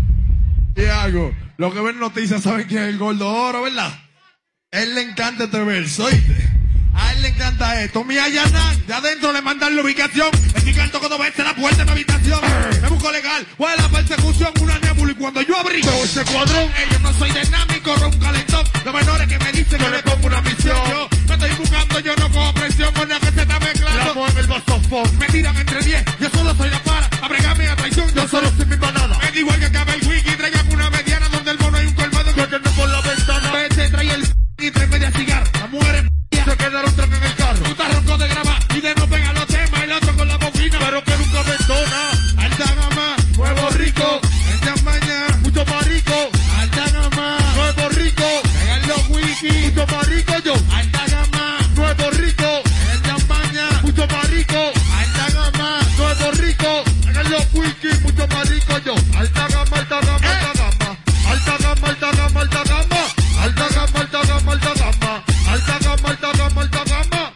Y hago, lo que ven noticias saben que es el gordo oro, ¿verdad? A él le encanta este verso, ¿oíste? A él le encanta esto. Mi Ayanan, de adentro le mandan la ubicación. El gigante cuando vence la puerta de mi habitación. Me busco legal, fue la persecución, una nébula. Y cuando yo abrí todo ese cuadrón, ellos no soy dinámico, ron un calentón. Los menores que me dicen que le pongo una misión. Yo me estoy buscando, yo no cojo presión. Con la que se está mezclando. La mueve el bastofón. Me tiran entre diez, yo solo soy la para. Abregarme a traición, yo solo soy mi banana. Me da igual que acabe el wiki, traigan una mediana donde el mono hay un colmado que no por la ventana. Vete, trae el y tres media cigarro. La mujer se quedaron tronco en el carro. Tú estás ronco de grabar y de no pegar los temas. El otro con la bocina, pero que nunca me entona. Alta gama, nuevo rico. En Chamaña, mucho más rico. Alta gama, nuevo rico. En los wiki, mucho más rico yo. Alta gama, nuevo rico. En Chamaña, mucho más rico. Alta gama, nuevo rico. En los wiki, mucho más rico yo. Alta gama, alta gama, alta gama. Alta gama, alta gama, alta gama. Alta gama, alta gama, alta gama. Alta gama, alta gama, alta gama.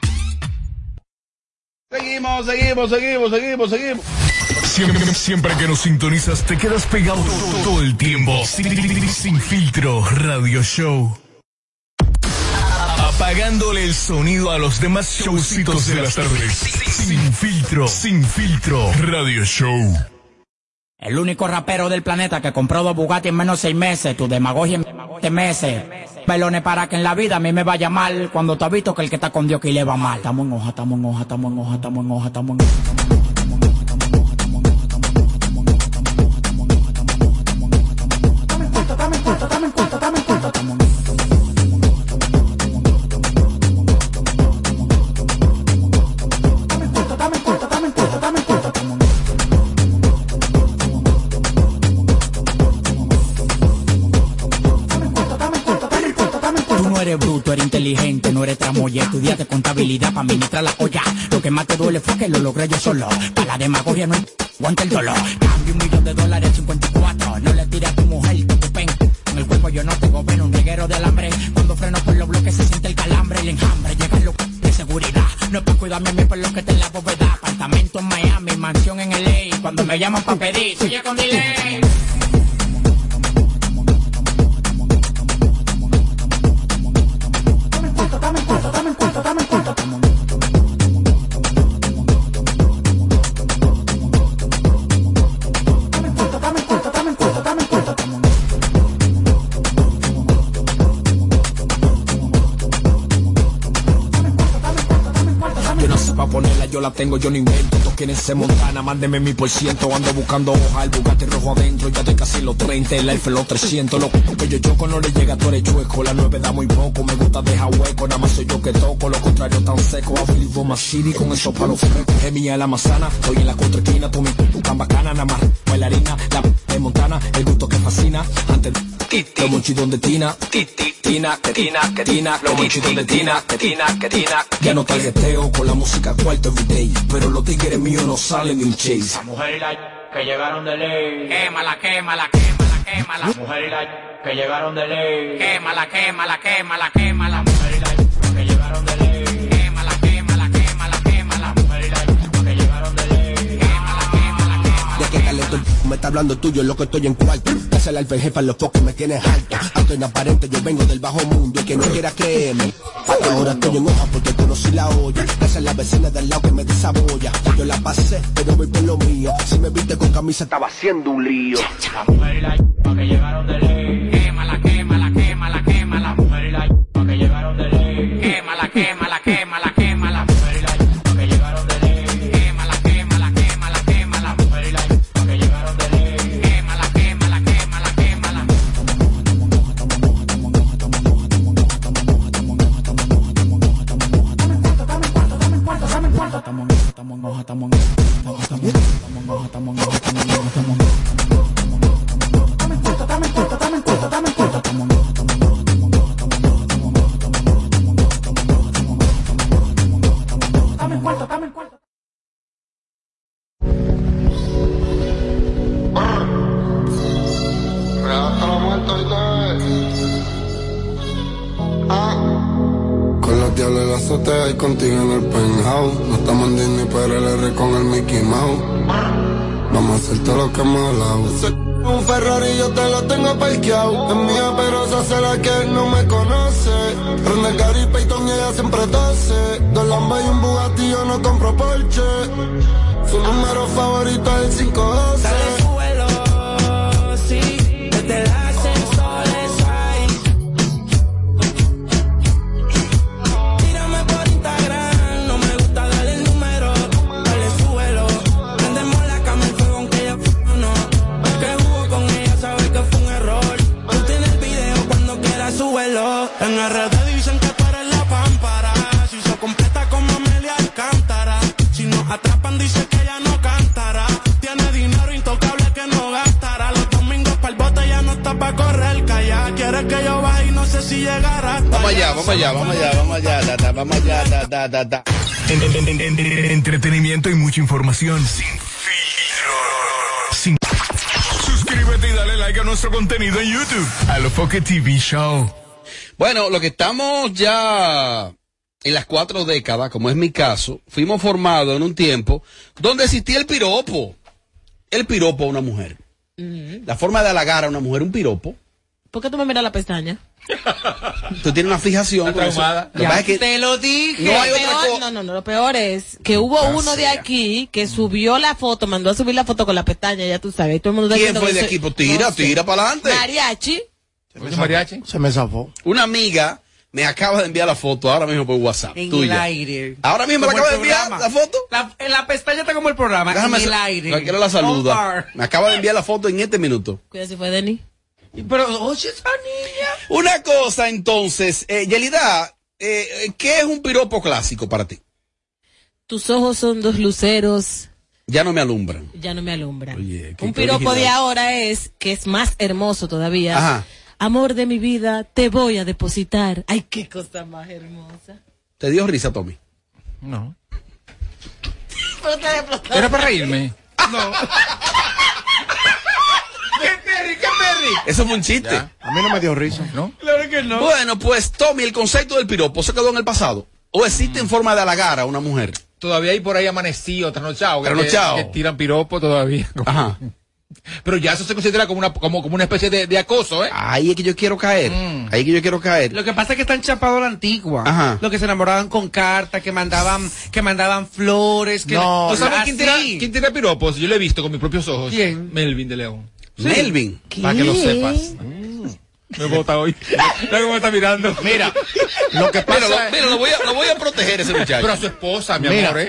Seguimos, seguimos, seguimos, seguimos, seguimos. Siempre, siempre que nos sintonizas te quedas pegado todo, todo el tiempo. Sin, sin Filtro Radio Show. Apagándole el sonido a los demás showcitos de las tardes. Sin Filtro, Sin Filtro Radio Show. El único rapero del planeta que compró dos Bugatti en menos de seis meses. Tu demagogia en siete meses. Pelones para que en la vida a mí me vaya mal. Cuando te has visto que el que está con Dios que le va mal. Estamos en hoja, estamos en hoja, estamos en hoja, estamos en hoja, estamos en hoja, estamos en hoja. Bruto, eres inteligente, no eres tramoya. Estudiaste contabilidad para administrar la olla. Lo que más te duele fue que lo logré yo solo. Para la demagogia no aguanta el dolor. Cambio un millón de dólares cincuenta y cuatro. No le tires a tu mujer que tu pen. En el cuerpo yo no tengo ven un reguero de alambre. Cuando freno por los bloques se siente el calambre. El enjambre, llegan los de seguridad. No es para cuidarme a mí por lo que te en la bóveda. Apartamento en Miami, mansión en L A. Cuando me llaman pa' pedir, sigue con delay. Yo yo la tengo, yo no invento. Todos quieren ser Montana, mándeme mi por ciento. Ando buscando hoja, el Bugatti rojo adentro. Ya estoy casi en los treinta, el Alfa en los trescientos. Lo que yo choco no le llega, tú eres chueco. La nueve da muy poco, me gusta dejar hueco. Nada más soy yo que toco, lo contrario tan seco. A Philip Boma City con esos palos frescos. Es mía la manzana, estoy en la contra esquina. Tú mi tan bacana, nada más bailarina. La de Montana, el gusto que fascina. Antes los monchitos de Tina, Tina, que Tina, que Tina, los monchitos de Tina, que Tina, que Tina. Ya no targeteo con la música cuarto everyday, pero los tigres míos no salen ni un chase. La mujer y la que llegaron de ley, quémala, quémala, quémala, quémala. La mujer y la que llegaron de ley, quémala, quémala, quémala, quémala. La mujer y la que llegaron de ley, quémala, quémala, quémala, quémala. La mujer y la que llegaron de ley, quémala, quémala, quémala. De qué calento me está hablando tuyo, lo que estoy en cuarto. Hace el alfa jefa, los focos me tienes alto. Aunque inaparente, yo vengo del bajo mundo y que no quiera creerme. Ahora estoy en hoja porque conocí la olla. Esa es la vecina del lado que me desabolla. Yo la pasé, pero voy por lo mío. Si me viste con camisa, estaba haciendo un lío. La mujer y la que llegaron de ley, quémala, quémala, quémala, quémala. La mujer y la que llegaron de ley, quémala, quémala, quémala, quémala. La mujer y la que llegaron de ley, quémala, quémala, quémala, quémala. La mujer y la que llegaron de ley, quémala, quémala, quémala, quémala. Con los diablos en la azotea y contigo en el penthouse. No estamos en Disney, pero el R con el Mickey Mouse. Vamos a hacer todo lo que hemos hablado. Un Ferrari yo te lo tengo parqueado. Es mía pero se hace la que él no me conoce. Prende Gary Payton y ella siempre tose. Dos Lambas y un Bugatti yo no compro Porsche. Su número favorito es el cinco doce. Dale suelo, sí, desde el ascensor es ahí. Tírame por Instagram, no me gusta darle el número. Dale suelo, prendemos la cama en fuego aunque ella no. Que jugó con ella, sabe que fue un error. Tú tienes el video cuando quieras súbelo. En R D dicen que tú eres la pámpara. Si se completa como Amelia Alcántara. Si nos atrapan dice que ella no cantará. Tiene dinero intocable que no gastará. Los domingos para el bote ya no está para correr. Calla, quiere que yo baje y no sé si llegará. Vamos allá, vamos allá, vamos allá, vamos allá, da, da, vamos allá, da, da, da, da. En- en- en- en- en- entretenimiento y mucha información sin filtro. Sin... Suscríbete y dale like a nuestro contenido en YouTube. Alofoque T V Show. Bueno, lo que estamos ya en las cuatro décadas, como es mi caso, fuimos formados en un tiempo donde existía el piropo. El piropo a una mujer. Mm. La forma de halagar a una mujer, un piropo. ¿Por qué tú me miras la pestaña? Tú tienes una fijación con eso. Lo que pasa es que te lo dije. no hay Lo otra peor- co- no, no, no, lo peor es que hubo Ah, uno de sea. aquí que subió la foto, mandó a subir la foto con la pestaña, ya tú sabes. Todo el mundo está ¿Quién diciendo fue que de soy- aquí? Pues tira, no sé. tira para adelante. Mariachi. mariachi? Se me zafó. Una amiga me acaba de enviar la foto ahora mismo por WhatsApp. En tuya. el aire. Ahora mismo la Como acaba de el enviar programa. la foto. La, en la pestaña está como el programa. Déjame en el sa- aire. Cualquiera la On saluda. bar. Me acaba de enviar la foto en este minuto. Cuidado si fue Denis. Pero, oye, esa niña. Una cosa entonces, eh, Yelida, eh, ¿qué es un piropo clásico para ti? Tus ojos son dos luceros, Ya no me alumbran. ya no me alumbran. Oye, qué- Un qué piropo de original. ahora es, que es más hermoso todavía. Ajá. Amor de mi vida, te voy a depositar. Ay, qué cosa más hermosa. ¿Te dio risa, Tommy? No. Pero te explotó. Era para reírme. No. ¿Qué Perry? ¿Qué Perry? Eso fue un chiste. A mí no me dio risa. ¿No? Claro que no. Bueno, pues Tommy, el concepto del piropo se quedó en el pasado. ¿O existe en forma de halagar a una mujer? Todavía hay por ahí amanecido, trasnochado. que- Trasnochado. Que, que tiran piropo todavía. Ajá. Pero ya eso se considera como una, como, como una especie de, de acoso, ¿eh? Ahí es que yo quiero caer. Ahí es que yo quiero caer. Lo que pasa es que están chapados a la antigua. Ajá. Lo que se enamoraban con cartas, que mandaban, que mandaban flores, que ¿No sabes así. quién tira, quién tira piropos? Yo lo he visto con mis propios ojos. ¿Quién? Melvin de León. Melvin. Para que lo sepas. Me bota hoy. Mira cómo me está mirando. Mira, lo que pasa Mira, lo, es... mira, lo voy a, lo voy a proteger ese muchacho. Pero a su esposa, mi Mira, amor, ¿eh?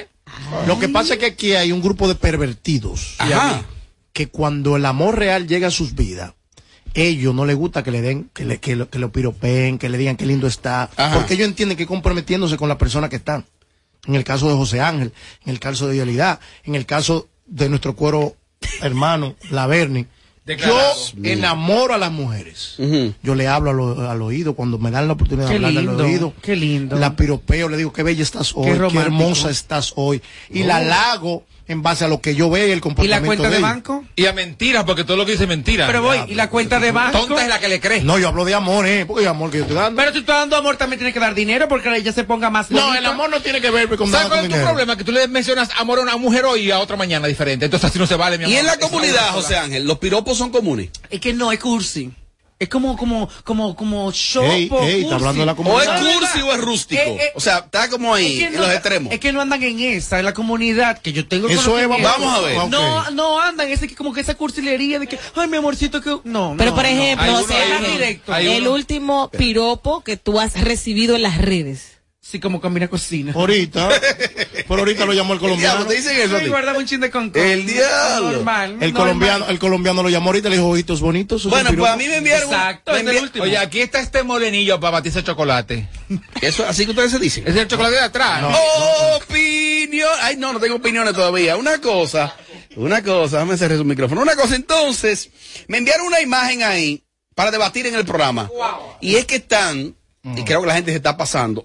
Lo que pasa es que aquí hay un grupo de pervertidos. Ajá. Que cuando el amor real llega a sus vidas, ellos no les gusta que le den, que le, que lo, que lo piropeen, que le digan qué lindo está. Ajá. Porque ellos entienden que comprometiéndose con la persona que están. En el caso de José Ángel, en el caso de Yolida, en el caso de nuestro cuero hermano, la Bernie. Yo enamoro a las mujeres. Uh-huh. Yo le hablo al, o- al oído cuando me dan la oportunidad de Qué hablarle lindo, al oído. qué lindo. La piropeo, le digo qué bella estás hoy, qué, romántico. hermosa estás hoy. Y Oh. la halago en base a lo que yo veo y el comportamiento de, ella. Y a mentiras, porque todo lo que dice es mentira. Pero voy, ¿y la cuenta de banco? Tonta es la que le cree. No, yo hablo de amor, eh, porque el amor que yo estoy dando. Pero si tú estás dando amor, también tienes que dar dinero porque ella se ponga más No, bonita. el amor no tiene que ver con ¿Sabes nada cuál con es tu dinero. problema? Que tú le mencionas amor a una mujer hoy y a otra mañana diferente. Entonces así no se vale, mi amor. Y en la Eso es comunidad, una José sola. Ángel, los piropos son comunes. Es que no, es cursi. Es como, como, como, como show. Ey, po, ey, está cursi. hablando de la O comunidad. es No, no, cursi no. o es rústico. Eh, eh, O sea, está como ahí, Es que en no los anda- extremos. Es que no andan en esa, en la comunidad, que yo tengo Eso es, conocimiento. vamos a ver. No, Ok. no andan, es que como que esa cursilería de que, ay, mi amorcito, que. No, Pero no, por no. ejemplo, Hay José uno, hay Ángel, uno. directo. Hay el uno. último piropo que tú has recibido en las redes. Sí, como combina cocina. Ahorita, pero ahorita lo llamó el El colombiano. diablo, te dicen eso a Sí, ti. guardaba un chin de con. El diablo. Normal. El normal. colombiano, el colombiano lo llamó ahorita y le dijo ojitos bonitos. ¿eso es Bueno, un pues a piropo? mí me enviaron. Exacto, me es el envi- último. Oye, aquí está este morenillo para batirse chocolate. Eso, así que ustedes se dicen. Es el chocolate de atrás. No. Opinión. Ay, no, no tengo opiniones todavía. Una cosa, una cosa, déjame cerrar su micrófono. Una cosa, entonces, me enviaron una imagen ahí para debatir en el programa. Y es que están, y creo que la gente se está pasando,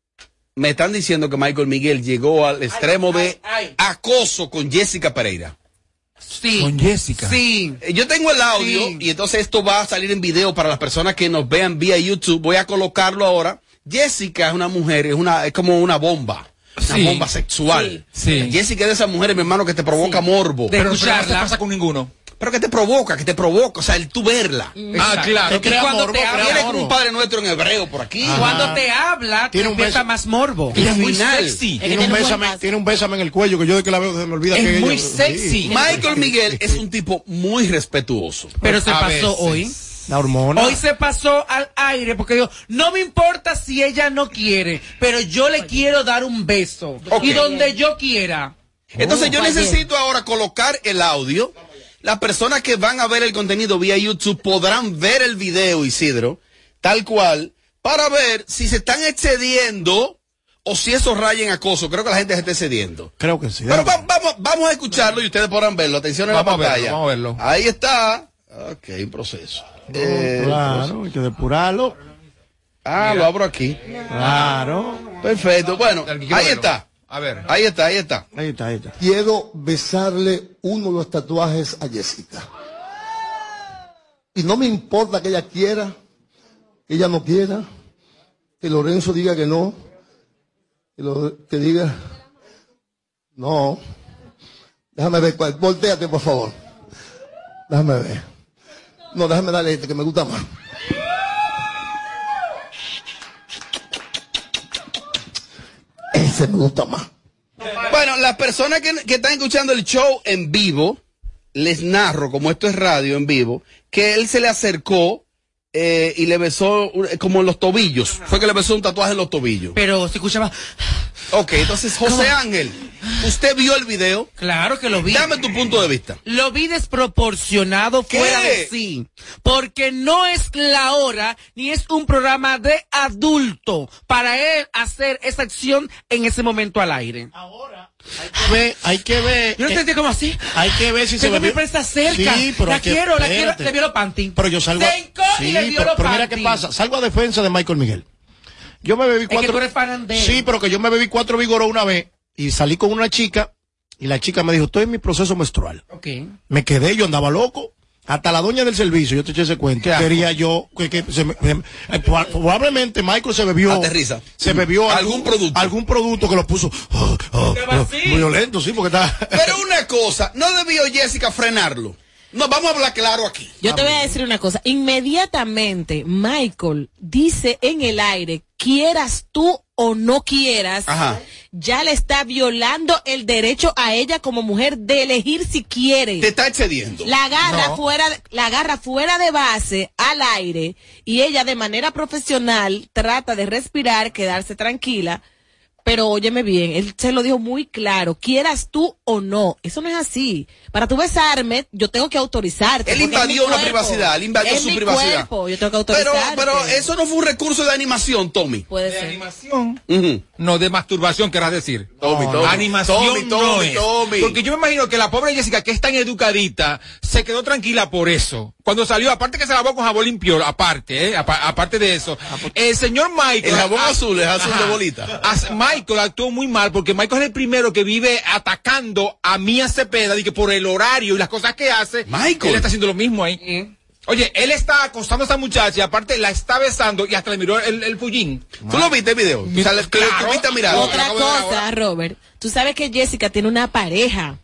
me están diciendo que Michael Miguel llegó al extremo de acoso con Jessica Pereira. Sí. Con Jessica. Sí. Eh, Yo tengo el audio Sí. y entonces esto va a salir en video para las personas que nos vean vía YouTube. Voy a colocarlo ahora. Jessica es una mujer, es una, es como una bomba. Una Sí. bomba sexual. Sí. Jessica es de esas mujeres, mi hermano, que te provoca morbo. Pero no se escucharla. pasa con ninguno. Pero que te provoca, que te provoca. O sea, el tú verla. Ah, claro. Y cuando te Viene habla, como un Padre Nuestro en hebreo por aquí. cuando te habla, te Tiene un empieza beso. más morbo. Y al muy final, sexy. Tiene un, bésame, tiene un bésame en el cuello que yo de que la veo se me olvida Es que muy ella- sexy. Sí. Michael Miguel es un tipo muy respetuoso. Pero se A pasó veces. hoy. La hormona. Hoy se pasó al aire porque dijo, no me importa si ella no quiere, pero yo le quiero dar un beso. Ok. Y donde yo quiera. Entonces yo Oh, ayer. necesito ahora colocar el audio. Las personas que van a ver el contenido vía YouTube podrán ver el video, Isidro, tal cual, para ver si se están excediendo o si eso raya en acoso. Creo que la gente se está excediendo. Creo que sí. Pero déjame. va- vamos, vamos a escucharlo y ustedes podrán verlo. Atención en Vamos la a verlo, pantalla. vamos a verlo. Ahí está. Ok, un proceso. Eh, Claro, hay que depurarlo. Ah, lo abro aquí. Claro. Perfecto. Bueno, Quiero ahí verlo. está. A ver. Ahí está, ahí está. Ahí está, ahí está. Quiero besarle uno de los tatuajes a Jessica. Y no me importa que ella quiera, que ella no quiera, que Lorenzo diga que no, que, lo- que diga, no. Déjame ver cuál, volteate por favor. Déjame ver. No, déjame darle este que me gusta más. Ese me gusta más. Bueno, las personas que, que están escuchando el show en vivo, les narro, como esto es radio en vivo, que él se le acercó eh, y le besó eh, como en los tobillos. Fue que le besó un tatuaje en los tobillos. Pero se escuchaba. Ok, entonces, José Ángel, ¿usted vio el video? Claro que lo vi. Dame tu punto de vista. Lo vi desproporcionado fuera ¿Qué? de sí. Porque no es la hora ni es un programa de adulto para él hacer esa acción en ese momento al aire. Ve, hay que ver. Yo no eh, entendí como así. Hay que ver si se Tengo ve. mi presa cerca. Sí, pero la hay que- quiero, la quiero. espérate. Le vio los panty. Pero yo salgo. a- Se hincó y Sí, le vio pero, los pero mira panty. qué pasa. Salgo a defensa de Michael Miguel. Yo me bebí Es que cuatro. tú eres fan de él. Sí, pero que yo me bebí cuatro vigoros una vez y salí con una chica y la chica me dijo, estoy en mi proceso menstrual. Ok. Me quedé, yo andaba loco. Hasta la doña del servicio, yo te eché ese cuento. Quería yo, que, que se me- se me- eh, proba- probablemente Michael se bebió. Aterriza. Se bebió Algún producto. Algún producto que lo puso. oh, oh, oh, muy violento, sí, porque está. Pero una cosa, ¿no debió Jessica frenarlo? No, vamos a hablar claro aquí. Yo te voy a decir una cosa. Inmediatamente Michael dice en el aire, quieras tú o no quieras, Ajá. ya le está violando el derecho a ella como mujer de elegir si quiere. Te está excediendo. La agarra No. fuera, de- la agarra fuera de base al aire y ella de manera profesional trata de respirar, quedarse tranquila, Pero óyeme bien, él se lo dijo muy claro, quieras tú o no, eso no es así. Para tú besarme, yo tengo que autorizarte. Él invadió una privacidad, él invadió es su mi privacidad. Cuerpo, yo tengo que autorizarte. Pero, pero eso no fue un recurso de animación, Tommy. Puede de ser. animación, Uh-huh. no de masturbación, querrás decir. Tommy, No, Tommy. animación Tommy, no Tommy, es. Tommy. Porque yo me imagino que la pobre Jessica, que es tan educadita, se quedó tranquila por eso. Cuando salió, aparte que se lavó con jabón limpio, aparte, ¿eh? Apa- aparte de eso. El señor Michael... El jabón ah, azul es azul ajá. de bolita. As- Michael actuó muy mal porque Michael es el primero que vive atacando a Mía Cepeda y que por el horario y las cosas que hace, Michael. él está haciendo lo mismo ahí. Oye, él está acostando a esa muchacha y aparte la está besando y hasta le miró el, el fullín. ¿Tú lo viste el video? O sea, le- le- Claro. tuviste a mirar. Otra cosa, Robert, tú sabes que Jessica tiene una pareja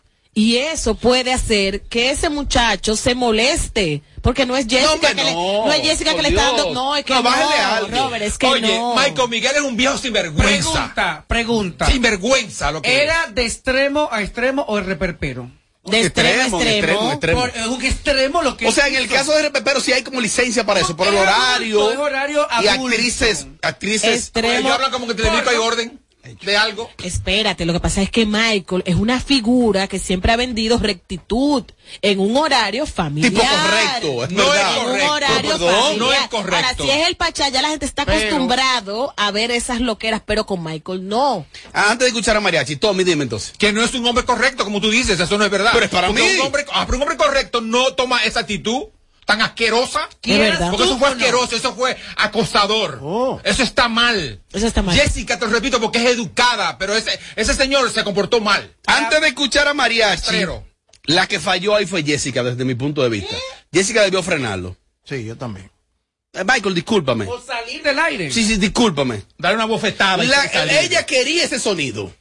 y eso puede hacer que ese muchacho se moleste. Porque no es Jessica, No, hombre, que, le, no, no es Jessica que por le está dando, Dios. no, es que No, no, bájale a alguien. Robert, es que Oye, no. Michael Miguel es un viejo sinvergüenza. Pregunta, pregunta. Sinvergüenza lo que ¿Era de extremo a extremo o el reperpero? De extremo a extremo. extremo. Por, es un extremo lo que O sea, en el hizo. caso de Repepero sí hay como licencia para eso, por el Es horario. adulto, es horario y adulto. actrices, actrices. Extremo. Ellos hablan como que Televisa hay orden de algo. Espérate, lo que pasa es que Michael es una figura que siempre ha vendido rectitud en un horario familiar. Tipo correcto, es No verdad. es En un correcto, horario perdón, familiar. no es correcto. Ahora, si es el Pachá, ya la gente está Pero- acostumbrado a ver esas loqueras, pero con Michael no. Ah, antes de escuchar a Mariachi, Tommy, dime entonces. Que no es un hombre correcto, como tú dices, eso no es verdad. Pero es para Porque mí. Un hombre, ah, pero un hombre correcto no toma esa actitud tan asquerosa. Es verdad. Porque eso fue ¿Tú o no? asqueroso, eso fue acosador. Oh. Eso está mal. Eso está mal. Jessica, te lo repito, porque es educada, pero ese, ese señor se comportó mal. Antes de escuchar a Mariachi, Rastrero. la que falló ahí fue Jessica, desde mi punto de vista. Jessica debió frenarlo. Sí, yo también. Eh, Michael, discúlpame. O salir del aire. Sí, sí, discúlpame. Darle una bofetada. y La- salir. ella quería ese sonido.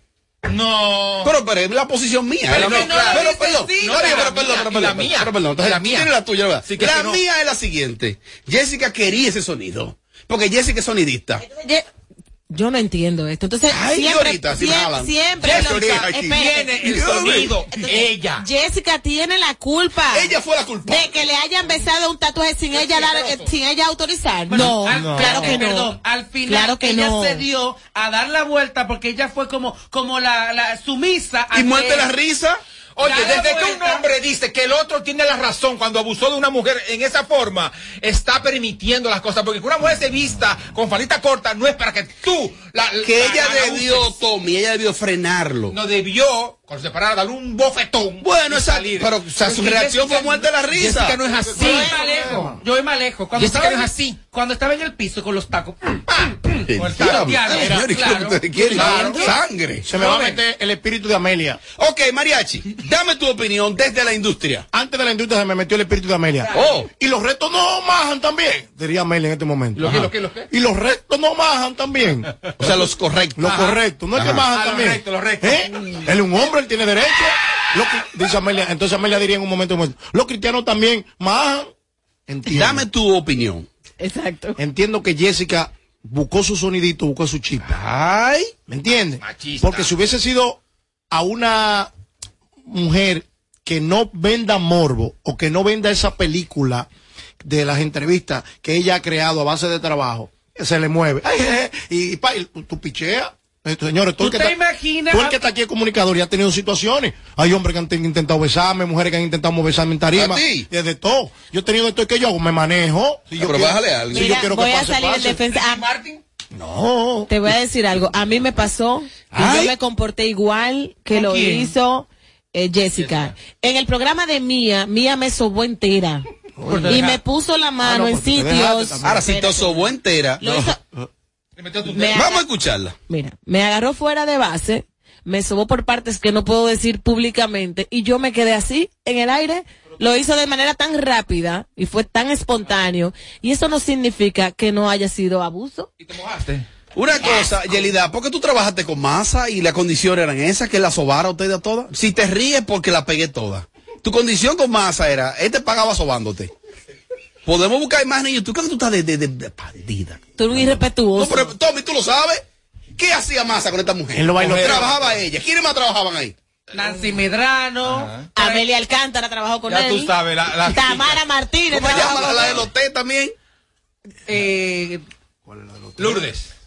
No. Pero, pero es la posición mía. Pero es la no, mía. claro. pero, dice perdón, sí, no, no, pero, la pero, perdón, mía, pero, y perdón, la pero, mía. pero, perdón, entonces, La mía. tienes la tuya, ¿verdad? Sí, que la si no- mía es la siguiente. Jessica quería ese sonido. Porque Jessica es sonidista. Ye- Yo no entiendo esto. Entonces, Ay, siempre, ahorita, si me siempre, hablan. siempre Jessica lo- tiene aquí. espérate. Tiene el sonido. Ella. Jessica tiene la culpa. Ella fue la culpable. De que le hayan besado un tatuaje sin ella dar, eh, sin ella autorizar. Bueno, no, al- no. claro que no. Perdón, al final Claro que ella no. se dio a dar la vuelta porque ella fue como, como la, la sumisa. Y ante muerte él. la risa. Oye, Da la desde que un vuelta. hombre dice que el otro tiene la razón cuando abusó de una mujer en esa forma, está permitiendo las cosas. Porque que una mujer se vista con falita corta no es para que tú la, Que la- ella la- la debió, uses. Tommy, ella debió frenarlo. No debió, cuando se parara, darle un bofetón. Bueno, y esa, salir. pero o sea, su Porque reacción Jessica- fue muerte la risa. Jessica no es así. Yo voy más lejos. Yo voy más lejos. Cuando Jessica estaba, no en- es así. cuando estaba en el piso con los tacos. ¿Qué Con el diablo? diablo, Ay, era, señor, ¿y qué claro. ustedes quieren? Claro. Sangre. Se me va a meter el espíritu de Amelia. Ok, Mariachi, dame tu opinión desde la industria. Antes de la industria se me metió el espíritu de Amelia. Oh. Y los restos no majan también, diría Amelia en este momento. ¿Lo qué, Ajá. lo qué, lo qué? Y los restos no majan también. O sea, los correctos. Lo Ajá. correcto, no es que Ajá. majan Ah, lo también. recto, lo recto. ¿Eh? Él es un hombre, él tiene derecho. Lo que- dice Amelia, entonces Amelia diría en un momento, los cristianos también majan. Entiendo. Dame tu opinión. Exacto. Entiendo que Jessica buscó su sonidito, buscó su chispa. Ay. ¿Me entiendes? Machista. Porque si hubiese sido a una mujer que no venda morbo o que no venda esa película de las entrevistas que ella ha creado a base de trabajo, se le mueve. Ay, eh, y, y, pa, y tú, tú picheas. Eh, Señores, tú, el ¿Tú que te está- imaginas? tú el que está aquí en comunicador y ha tenido situaciones. Hay hombres que han ten- intentado besarme, mujeres que han intentado besarme en tarima. ¿A ti? Y de todo. Yo he tenido de todo que yo hago, me manejo. Si yo Pero quiero- bájale algo. si yo Mira, quiero que voy a pase, salir en pase. defensa. Ah, Martin. No. te voy a decir algo. A mí me pasó y Ay. yo me comporté igual que ¿Con lo quién? hizo eh, Jessica. En el programa de Mía, Mía me sobó entera. Y me puso la mano Ah, no, en porque te dejaste sitios. también. Ahora, si te sobó entera. Lo hizo- Le metió tu Me dedo. Vamos a escucharla. Mira, me agarró fuera de base, me sobó por partes que no puedo decir públicamente y yo me quedé así en el aire. Lo hizo de manera tan rápida y fue tan espontáneo y eso no significa que no haya sido abuso. Y te mojaste. Una cosa, Yelida, ¿por qué tú trabajaste con masa y las condiciones eran esas, que la sobara a usted a todas? Si te ríes porque la pegué toda. Tu condición con masa era, él te pagaba sobándote. Podemos buscar imágenes y yo, ¿tú crees que tú estás de, de, de, de perdida? Tú eres No, irrespetuoso. pero Tommy, ¿tú lo sabes? ¿Qué hacía masa con esta mujer? En los bailoteos. Trabajaba ella. ¿Quiénes más trabajaban ahí? Nancy Medrano. Amelia Alcántara trabajó con Ya él. tú sabes, la- la- Tamara Martínez ¿Cómo se trabajó llama con la de él. los té también? Eh, Lourdes.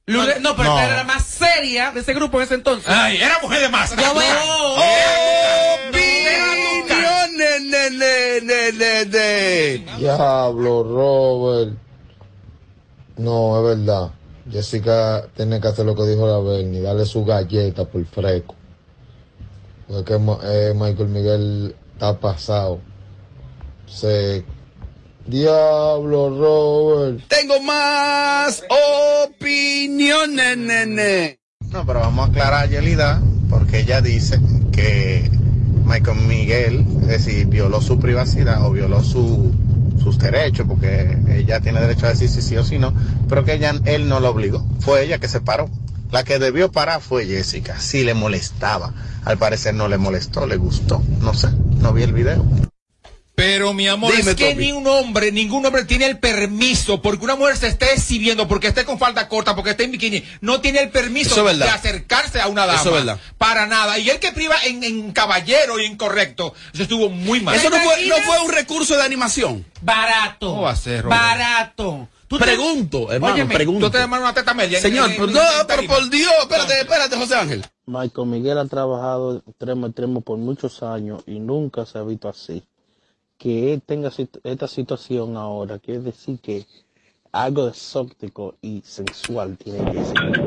Lourdes, no, pero No. esta era la más seria de ese grupo en ese entonces. Ay, era mujer de masa. Yo voy a... Opiniones, ne, ne, ne, ne, ne. Diablo, Robert. No, es verdad. Jessica tiene que hacer lo que dijo la Bernie, darle su galleta por fresco. Porque eh, Michael Miguel está pasado. Se... Diablo, Robert. Tengo más opiniones, nene. No, pero vamos a aclarar a Yelida, porque ella dice que Michael Miguel, es decir, violó su privacidad o violó su, sus derechos, porque ella tiene derecho a decir si sí o si no, pero que ella, él no lo obligó. Fue ella que se paró. La que debió parar fue Jessica. Sí le molestaba. Al parecer no le molestó, le gustó. No sé, no vi el video. Pero mi amor, Dime, es que Topi. ni un hombre, ningún hombre tiene el permiso, porque una mujer se esté exhibiendo, porque esté con falda corta, porque esté en bikini, no tiene el permiso Eso es verdad. de acercarse a una dama. Eso es verdad. Para nada. Y el que priva en, en caballero y incorrecto, eso estuvo muy mal. Eso no fue, no fue un recurso de animación. Barato. ¿Cómo va a ser, Robert? Barato. ¿Tú te- Pregunto, hermano, Óyeme, pregunto. Tú te demandas una teta media. en- Señor, en- pero, en- no, en pero tarima. por Dios, espérate, espérate, José Ángel. Michael Miguel ha trabajado extremo a extremo por muchos años y nunca se ha visto así. Que él tenga sit- esta situación ahora quiere decir que algo exótico y sensual tiene que ser.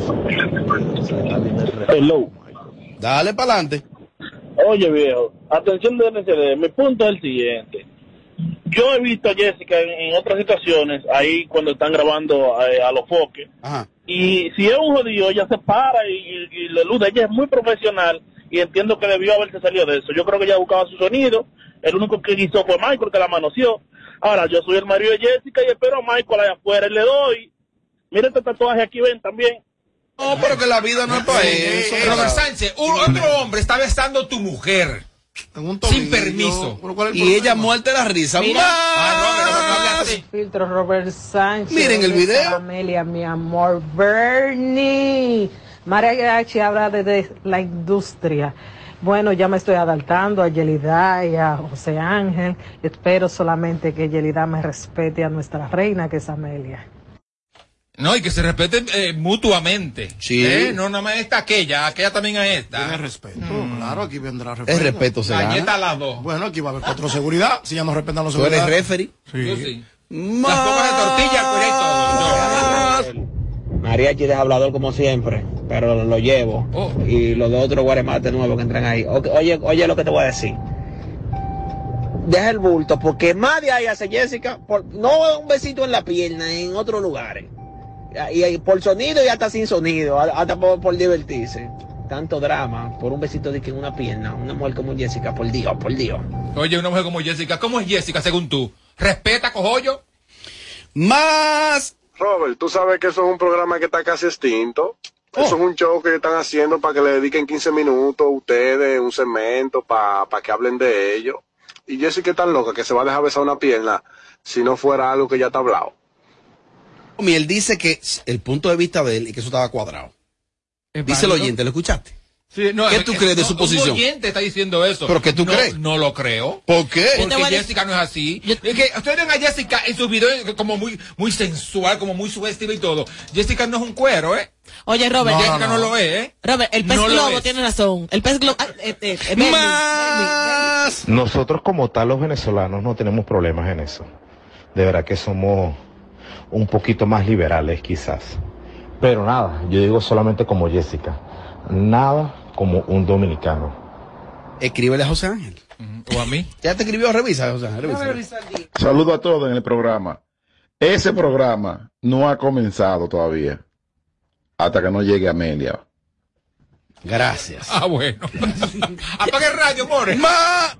Hello. Dale para adelante. Oye, viejo, atención de N C D, mi punto es el siguiente. Yo he visto a Jessica en, en otras situaciones, ahí cuando están grabando eh, a los foques, Ajá. y si es un jodido, ella se para y, y, y le luda. Ella es muy profesional y entiendo que debió haberse salido de eso. Yo creo que ella buscaba su sonido, el único que hizo fue Michael, que la manoseó. Ahora, yo soy el marido de Jessica y espero a Michael allá afuera y le doy. Mira este tatuaje aquí, ven también. No, pero que la vida no es para eso. Robert Sánchez, un otro hombre está besando a tu mujer. Sin permiso. Y ella muerte de la risa. Mira. ¡Más! Filtro Robert Sánchez. Miren el video. Amelia, mi amor. Bernie. Mariachi habla de, de la industria. Bueno, ya me estoy adaptando a Yelida y a José Ángel. Espero solamente que Yelida me respete a nuestra reina, que es Amelia. No, y que se respeten eh, mutuamente. Sí. ¿Eh? No, no me esta aquella, aquella también a esta. Tiene respeto. Claro, aquí vendrá respeto. El respeto se Galleta gana. a las dos. Bueno, aquí va a haber cuatro seguridad. Si ya no respetan los Tú eres seguridad. referee. Sí. Yo sí. Más. Las pocas de tortilla, pues ahí todo. Mariachi es hablador como siempre, pero lo, lo llevo. Oh. Y los dos otros guaremates nuevos que entran ahí. O- Oye, oye lo que te voy a decir. Deja el bulto, porque más de ahí hace Jessica, por, no un besito en la pierna, en otros lugares. Y, y por sonido y hasta sin sonido, a- hasta por, por divertirse. Tanto drama por un besito de que en una pierna, una mujer como Jessica, por Dios, por Dios. Oye, una mujer como Jessica, ¿cómo es Jessica según tú? ¿Respeta, cojollo? Más. Robert, tú sabes que eso es un programa que está casi extinto. Oh. Eso es un show que están haciendo para que le dediquen quince minutos a ustedes, un segmento para que hablen de ellos. Y Jessica es tan loca que se va a dejar besar una pierna si no fuera algo que ya está hablado. Y él dice que el punto de vista de él y que eso estaba cuadrado. Dice el oyente, ¿lo escuchaste? Sí, no, ¿Qué es- tú es- crees de no, su posición? Un oyente está diciendo eso. ¿Pero qué tú No, crees? No lo creo. ¿Por qué? Porque Yo te voy a decir- Jessica no es así. Es que ustedes ven a Jessica en sus videos como muy, muy sensual, como muy sugestiva y todo. Jessica no es un cuero, ¿eh? Oye, Robert. Jessica no, lo es, ¿eh? Robert, el pez No lo globo es. tiene razón. El pez globo. ah, eh, eh, eh, Bernie, Más. Nosotros como tal los venezolanos no tenemos problemas en eso. De verdad que somos un poquito más liberales quizás. Pero nada, yo digo solamente como Jessica. Nada como un dominicano. Escríbele a José Ángel. O a mí. Ya te escribió, revisa, José Ángel. Revisa. Saludo a todos en el programa. Ese programa no ha comenzado todavía. Hasta que no llegue Amelia. Gracias. Ah, bueno. Apaga el radio, more. Ma.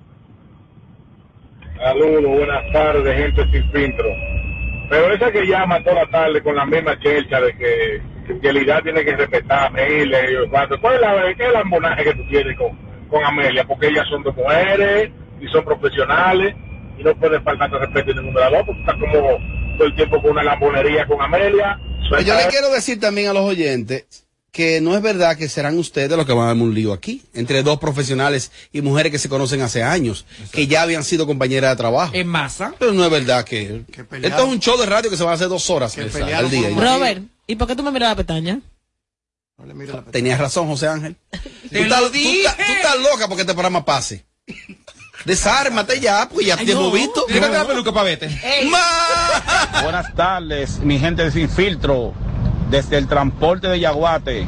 Saludos, buenas tardes, gente sin filtro. Pero esa que llama toda la tarde con la misma chelcha de que Yelida tiene que respetar a Amelia y cuando, ¿cuál es la, qué es el ambonaje que tú tienes con, con Amelia? Porque ellas son dos mujeres y son profesionales y no pueden faltar de respeto ninguna de las dos porque está como todo el tiempo con una lambonería con Amelia. Pero yo le quiero decir también a los oyentes que no es verdad que serán ustedes los que van a darme un lío aquí, entre dos profesionales y mujeres que se conocen hace años, que ya habían sido compañeras de trabajo. En masa. Pero no es verdad que... Esto es un show de radio que se va a hacer dos horas al día. Robert, ¿Y por qué tú me miras la pestaña? No le mires la pestaña. Tenías razón, José Ángel. Te tú, lo estás, dije. tú estás- tú estás loca porque este programa pase. Desármate ya, pues ya Ay, te no. hemos visto. Dígate la peluca para vete. Buenas tardes, mi gente de Sin Filtro, desde el transporte de Yaguate.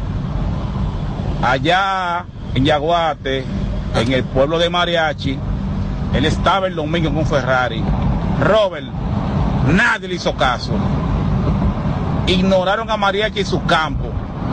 Allá en Yaguate, en el pueblo de Mariachi, él estaba el domingo con Ferrari. Robert, nadie le hizo caso. Ignoraron a Mariachi en su campo.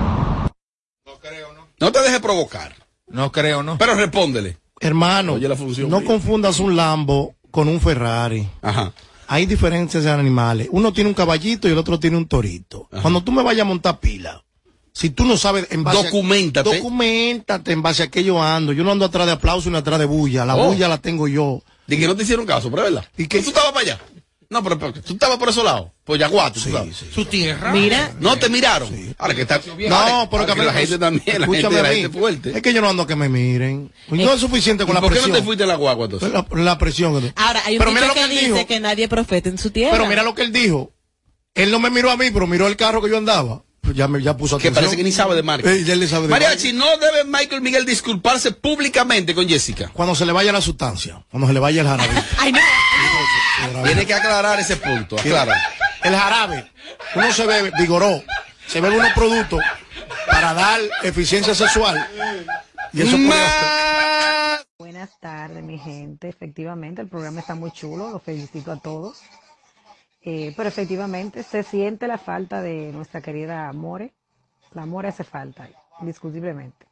No te dejes provocar. No creo, ¿no? Pero respóndele. Hermano, Oye la función no mía. confundas un Lambo con un Ferrari. Ajá. Hay diferencias de animales. Uno tiene un caballito y el otro tiene un torito. Ajá. Cuando tú me vayas a montar pila, si tú no sabes en base Documéntate. a, documentate en base a qué yo ando. Yo no ando atrás de aplauso ni atrás de bulla. La Oh. bulla la tengo yo. De que no te hicieron caso, pero es verdad. ¿Y qué? ¿Tú estabas para allá? No, pero, pero tú estabas por esos lados. Por Yaguate. tú sabes. Su tierra. Mira, No te miraron. Ahora que está. No, ahora- pero ahora que que la gente también, la gente, escúchame la a mí. gente fuerte. Es que yo no ando a que me miren. No es suficiente ¿Y con la por qué presión. no te fuiste a la guagua entonces? La, la presión. que tú- ahora hay un Pero mira dicho lo que, que él dice dijo. que nadie profeta en su tierra. Pero mira lo que él dijo. Él no me miró a mí, pero miró el carro que yo andaba. Pues ya me ya puso Que atención. parece que ni sabe de marca. Eh, ya él le sabe de Mariachi, ¿no debe Michael Miguel disculparse públicamente con Jessica? Cuando se le vaya la sustancia, cuando se le vaya el jarabe. Ay, no. Tiene que aclarar ese punto. Aclara. El jarabe, uno se bebe, vigoró, se bebe unos productos para dar eficiencia sexual. Y eso puede hacer- Buenas tardes, mi gente. Efectivamente, el programa está muy chulo. Los felicito a todos. Eh, pero efectivamente se siente la falta de nuestra querida More. La More hace falta, indiscutiblemente.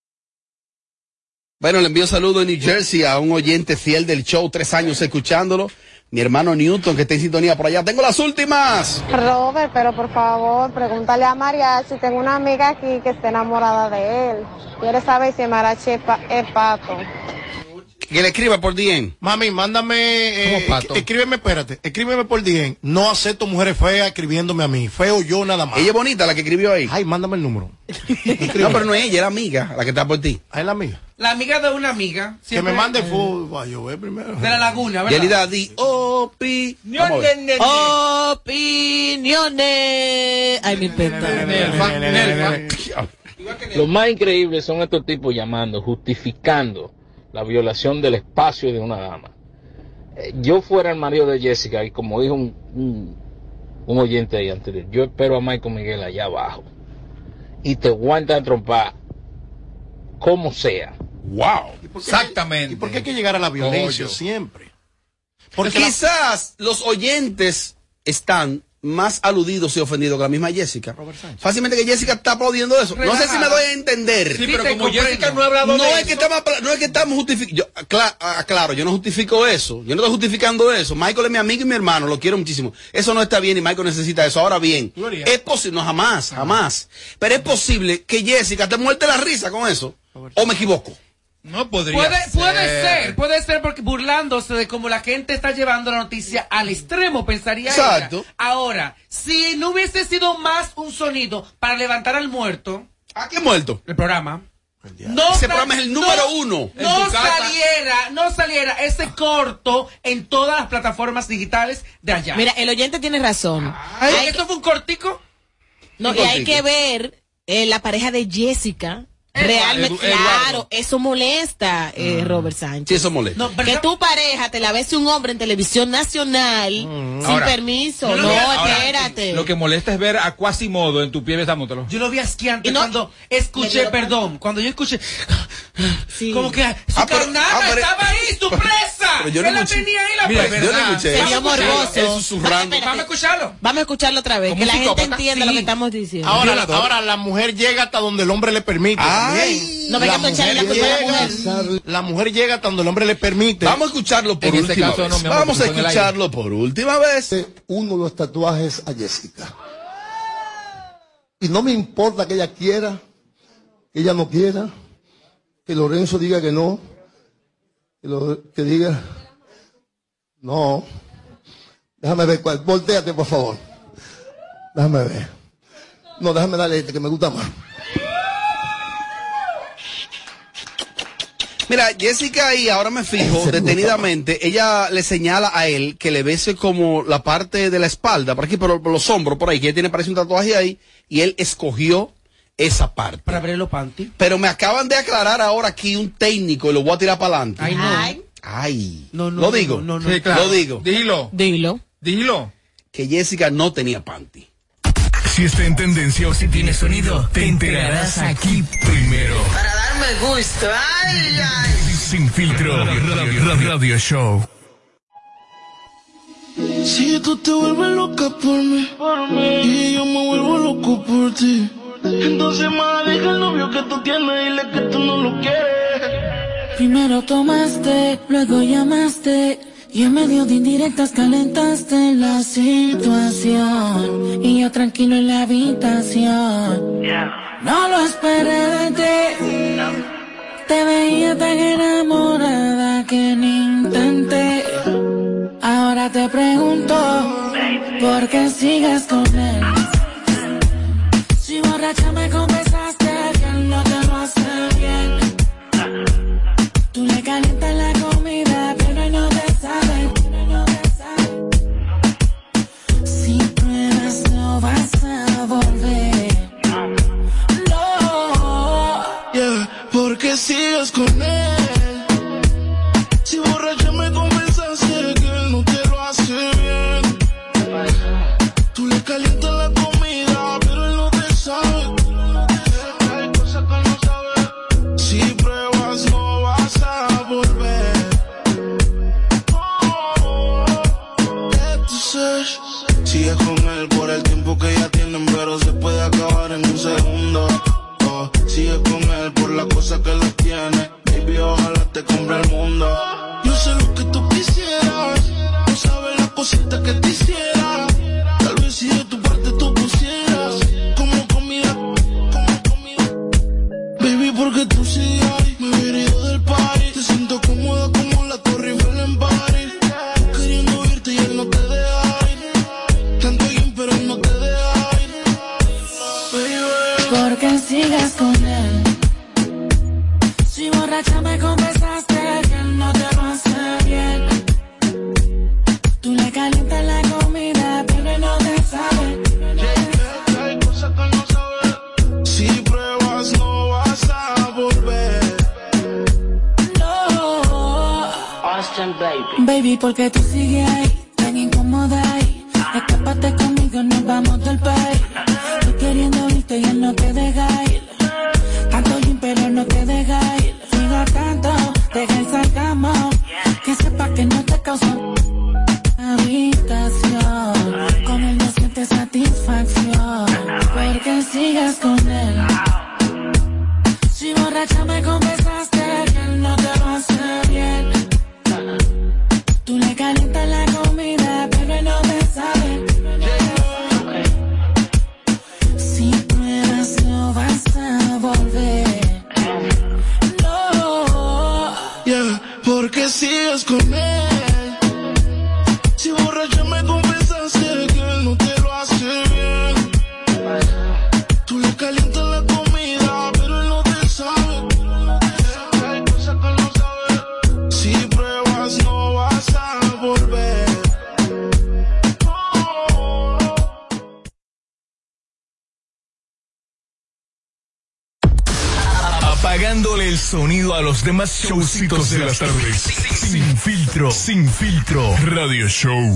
Bueno, le envío saludos en New Jersey a un oyente fiel del show, tres años escuchándolo. Mi hermano Newton, que está en sintonía por allá. Tengo las últimas. Robert, pero por favor, pregúntale a Mariachi. Tengo una amiga aquí que está enamorada de él. Quiere saber si Mariachi es, pa- es pato. Que le escriba por D M. Mami, mándame, eh, ¿Cómo pato? escríbeme, espérate, escríbeme por D M. No acepto mujeres feas escribiéndome a mí. Feo yo nada más. Ella es bonita, la que escribió ahí. Ay, mándame el número. No, pero no es ella, es la amiga, la que está por ti. Ahí la amiga. La amiga de una amiga. Que siempre- me mande fútbol. Va, yo voy primero. De la laguna, ¿verdad? Yelida di opi. Vamos a ver. Opiniones. Ay, mi peta. Lo más increíble son estos tipos llamando, justificando la violación del espacio de una dama. Eh, yo fuera el marido de Jessica y como dijo un, un, un oyente ahí anterior, yo espero a Michael Miguel allá abajo y te aguanta de trompar como sea. Wow. Exactamente. ¿Y por qué hay que llegar a la violencia Coño. siempre? Porque quizás los oyentes están más aludidos y ofendidos que la misma Jessica. Fácilmente que Jessica está aplaudiendo eso. No sé si me doy a entender. Sí, pero como Jessica no ha hablado No de es eso. que estamos, apla- no es que estamos justificando. Claro, yo no justifico eso. Yo no estoy justificando eso. Michael es mi amigo y mi hermano, lo quiero muchísimo. Eso no está bien y Michael necesita eso. Ahora bien, Gloria. es posible, no jamás, jamás. Pero es posible que Jessica te muerte la risa con eso. ¿O me equivoco? No podría Puede, ser. puede ser, puede ser porque burlándose de cómo la gente está llevando la noticia al extremo, pensaría Exacto. ella. Ahora, si no hubiese sido más un sonido para levantar al muerto, ¿A qué muerto? el programa, no Ese sal- programa es el número no- uno. En No tu casa. saliera, no saliera ese corto en todas las plataformas digitales de allá. Mira, el oyente tiene razón. Ay, Hay- ¿esto fue un cortico? No, Un y hay cortico. que ver eh, la pareja de Jessica. Realmente, Edu- Eduardo. claro, eso molesta, eh, Robert Sánchez. Sí, eso molesta. No, Que tu pareja te la bese un hombre en televisión nacional sin Ahora, permiso. yo lo No, vi- ahora, espérate. Lo que molesta es ver a Quasimodo en tu pie besándotelo. Yo lo vi asqueante Y no- cuando Le escuché, dio- perdón, cuando yo escuché, Sí. como que su Ah, pero- carnada ah, pero- estaba ahí, su presa. pero yo no Él la escuché. tenía ahí la Mira, presa. yo no escuché. Se vio Vamos a escucharlo. morboso. Él susurrando. Espérate, Vamos a escucharlo. Vamos a escucharlo otra vez, Como que la un gente psicópata. entienda Sí. lo que estamos diciendo. Ahora, Violador. ahora la mujer llega hasta donde el hombre le permite. Ay. también. No venga la tú a echarle la mujer culpa a la llega, mujer. la mujer llega hasta donde el hombre le permite. Vamos a escucharlo por En ese última caso vez. no, mi amor, Vamos a porque fue en el escucharlo por última vez. Uno de los tatuajes a Jessica. Y no me importa que ella quiera, que ella no quiera, que Lorenzo diga que no, que, lo- que diga, no. Déjame ver cuál, volteate por favor. Déjame ver. No, déjame darle este que me gusta más. Mira, Jessica, y ahora me fijo detenidamente, ella le señala a él que le bese como la parte de la espalda, por aquí, por, por los hombros, por ahí, que ella tiene, parece un tatuaje ahí, y él escogió esa parte. Para abrir los panty. Pero me acaban de aclarar ahora aquí un técnico y lo voy a tirar para adelante. Ay, no. Ay. Ay. No, no, lo digo. No, no, no. Sí, claro. Lo digo. Dilo. Dilo. Dilo. Que Jessica no tenía panty. Si está en tendencia o si tiene sonido, te enterarás aquí primero. Para darme gusto. Ay, ay. Sin filtro, radio, radio, radio show. Si tú te vuelves loca por mí, por mí, y yo me vuelvo loco por ti, entonces más deja el novio que tú tienes, dile que tú no lo quieres. Primero tomaste, luego llamaste, y en medio de indirectas calentaste la situación, y yo tranquilo en la habitación. No lo esperé de ti, te veía tan enamorada que ni intenté. Ahora te pregunto, ¿por qué sigues con él? Si borracha me confesaste que él no te lo hace bien. Tú le calientas la comida, pero él no te sabe. Si pruebas no vas a volver. No. Yeah, ¿por qué sigues con él? Si borracha me confesaste que él no te lo hace bien. Tú le calientas la comida, pero él no te sabe. Hay cosas que no sabe. Si pruebas no vas a volver. Oh, entonces, sigues con él por el tiempo que ya tienen, pero se puede acabar en un segundo. Oh, sigues con él por la cosa que le tiene. Baby, ojalá te compre el mundo. Yo sé lo que tú quisieras, no sabes la cosita que te hiciera. Tal vez si de tu parte tú pusieras como comida, como comida. Baby, porque tú sigues ahí, me hubiera ido del party. Te siento cómoda como la Torre Eiffel en París. Tú queriendo irte y él no te deja ir. Tanto bien, pero él no te deja ir. Baby, ¿por qué sigues con él? Si borracha me confesaste que él no te lo hace bien. Tú le calientas la comida, pero él no te sabe. hay cosas que no sabes. Si pruebas no vas a volver. No. Austin, baby. Baby, porque tú sigues ahí, tan incómoda ahí. Escápate conmigo, nos vamos del país. Tú queriendo irte y él no te deja ir. Tanto gym, pero no te deja ir. Sigo tanto, deja el sarcasmo. Que sepa que no te causa habitación. Con él no sientes satisfacción. Porque sigues con él. Si borracha me confesaste que él no te lo hace bien. Tú le calientas la comida, pero él no te sabe. Si pruebas no vas a volver. No. Yeah, porque sigues con él. Si borracha me confesaste que él no te lo hace bien. Tú le calientas la comida, pero él no te sabe. Hay cosas que no sabe. Si pruebas no vas a volver. Apagándole el sonido a los demás showcitos de las tardes. Sin filtro, sin filtro, radio show.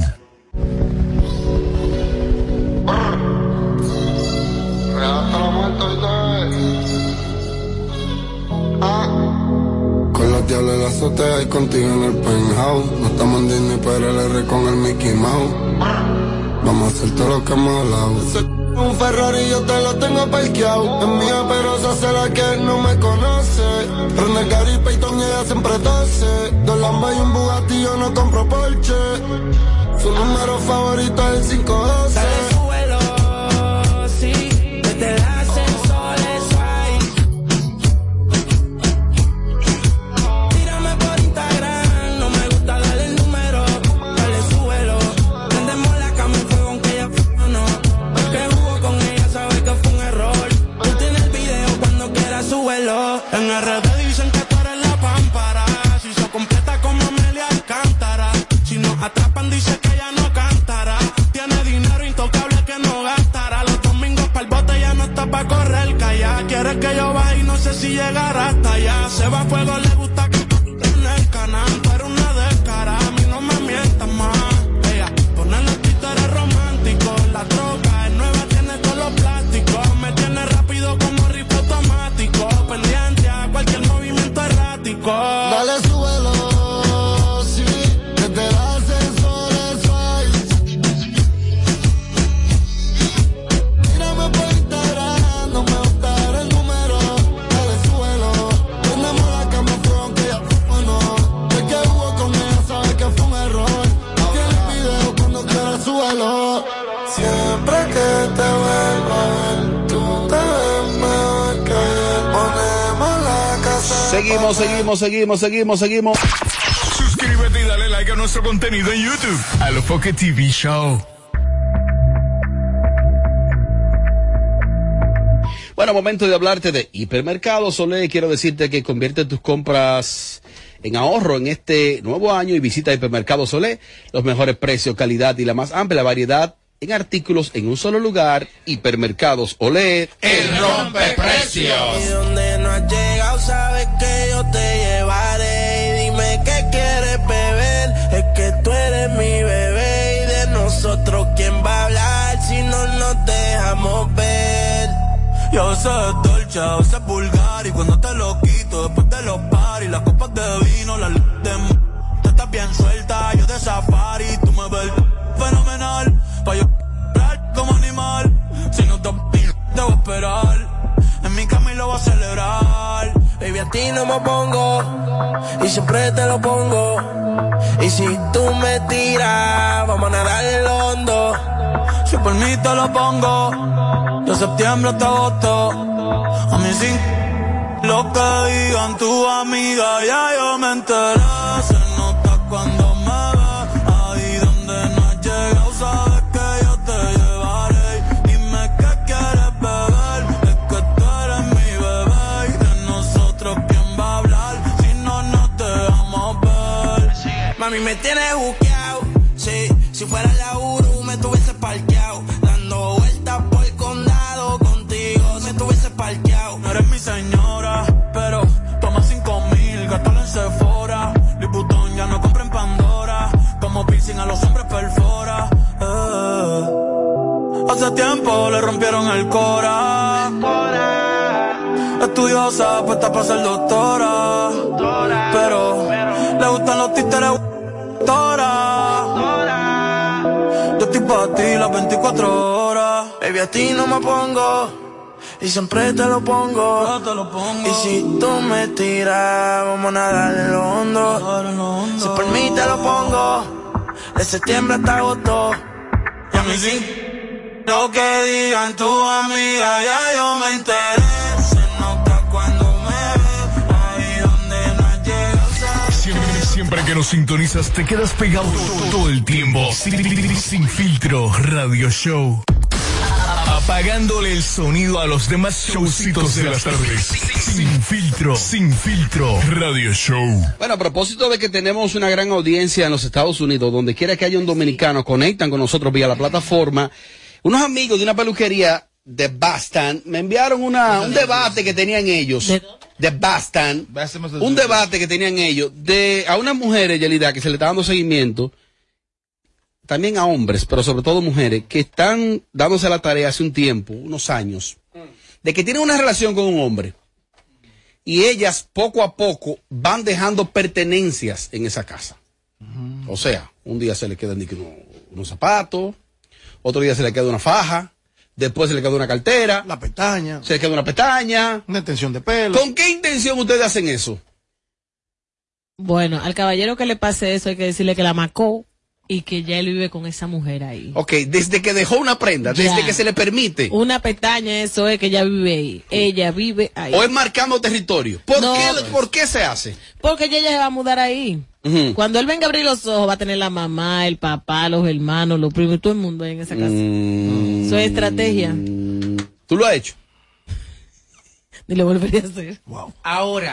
Con los diablos en la azotea y contigo en el penthouse. No estamos en Disney, pero el R con el Mickey Mouse. Vamos a hacer todo lo que hemos hablado. Un Ferrari yo te lo tengo parqueado. Es mía pero se hace la que no me conoce. Prende el Gary Payton y ella siempre tose. Dos Lambas y un Bugatti yo no compro Porsche. Su número favorito es el cinco doce. Sale su vuelo, sí, desde el ascensor es ahí. Tírame por Instagram, no me gusta darle el número. Dale su vuelo, prendemos la cama en fuego aunque ella f*** no. El que jugó con ella sabe que fue un error. Tú tienes el video cuando quieras súbelo. En R D dicen que tú eres la pampa. llegar hasta allá. Se va a fuego, le gusta que en el canal. Pero una descara, a mí no me mientas más. Ella pone los títeres románticos. La droga es nueva, tiene todos los plásticos. Me tiene rápido como rifle automático. Pendiente a cualquier movimiento errático. Dale, súbelo, sí, desde el ascensor eso hay. Mírame por Instagram, no me gusta el número. Dale, súbelo, prendemos la cama fuego aunque ya fuimos. De que hubo con ella, sabe que fue un error. Tiene el video cuando quieras, súbelo. Siempre que te vuelva a ver, tú te ves mejor que ayer. Ponemos la casa. Seguimos, seguimos, seguimos, seguimos, seguimos. Suscríbete y dale like a nuestro contenido en YouTube. Alofoque T V Show. Bueno, momento de hablarte de Hipermercados Olé. Quiero decirte que convierte tus compras en ahorro en este nuevo año y visita Hipermercados Olé. Los mejores precios, calidad y la más amplia variedad en artículos en un solo lugar. Hipermercados Olé. El rompeprecios. Y donde no has llegado, sabes que yo te llevaré. Y dime qué quieres beber, es que tú eres mi bebé. Y de nosotros, ¿quién va a hablar si no nos dejamos ver? Y a veces es dolce, a veces es vulgar. Y cuando te lo quito, después de los paris, las copas de vino, las luces de m- tú estás bien suelta, yo de safari. Tú me ves fenomenal, pa' yo como animal. Si no te debo esperar, en mi cama y lo voy a celebrar. Baby, a ti no me pongo, y siempre te lo pongo. Y si tú me tiras, vamos a nadar el hondo. Si por mí te lo pongo, de septiembre hasta agosto. A mí sin lo que digan tu amiga, ya yo me enteré. Se nota cuando me ve, ahí donde no has llegado, sabes que yo te llevaré. Dime qué quieres beber, es que tú eres mi bebé. Y de nosotros, ¿quién va a hablar si no nos dejamos ver? Mami, me tienes buqueado, sí. Si fuera la Uru, me tuviese parqueado. Dando vueltas por el condado contigo, me tuviese parqueado. No eres mi señora, pero toma cinco mil, gástalo en Sephora. Louis Vuitton ya no compra en Pandora. Como piercing a los hombres perfora. Eh. Hace tiempo le rompieron el cora. Estudiosa, puesta para ser doctora. Pero le gustan los títeres. Yo estoy para ti las veinticuatro horas. Baby, a ti no me pongo, y siempre te lo pongo. Te lo pongo. Y si tú me tiras, vamos a nadar en lo hondo. Si por mí te lo pongo, de septiembre hasta agosto. Y a mí sí, lo que digan tu amiga, ya yo me enteré. Se nota cuando me ves, ahí donde no has llegado. Siempre, siempre que nos sintonizas te quedas pegado todo el tiempo. Sin, sin filtro radio show. Apagándole el sonido a los demás showcitos de las tardes. Sin filtro, sin filtro radio show. Bueno, a propósito de que tenemos una gran audiencia en los Estados Unidos, donde quiera que haya un dominicano, conectan con nosotros vía la plataforma. Unos amigos de una peluquería de Boston me enviaron una, un debate que tenían ellos. De Boston. Un debate que tenían ellos de a unas mujeres, Yelida, que se le está dando seguimiento. También a hombres, pero sobre todo mujeres, que están dándose la tarea hace un tiempo, unos años, de que tienen una relación con un hombre. Y ellas, poco a poco, van dejando pertenencias en esa casa. Uh-huh. O sea, un día se le quedan unos, unos zapatos, otro día se le queda una faja, después se le queda una cartera. La pestaña. Se le queda una pestaña. Una extensión de pelo. ¿Con qué intención ustedes hacen eso? Bueno, al caballero que le pase eso hay que decirle que la macó. Y que ya él vive con esa mujer ahí. Ok, desde que dejó una prenda, ya. Desde que se le permite. Una pestaña, eso es que ella vive ahí. Ella vive ahí. O es marcando territorio. ¿Por, no, qué, ¿por qué se hace? Porque ella, ella se va a mudar ahí. Uh-huh. Cuando él venga a abrir los ojos, va a tener la mamá, el papá, los hermanos, los primos, todo el mundo ahí en esa casa. Mm, eso es estrategia. ¿Tú lo has hecho? Ni lo volvería a hacer. Wow. Ahora,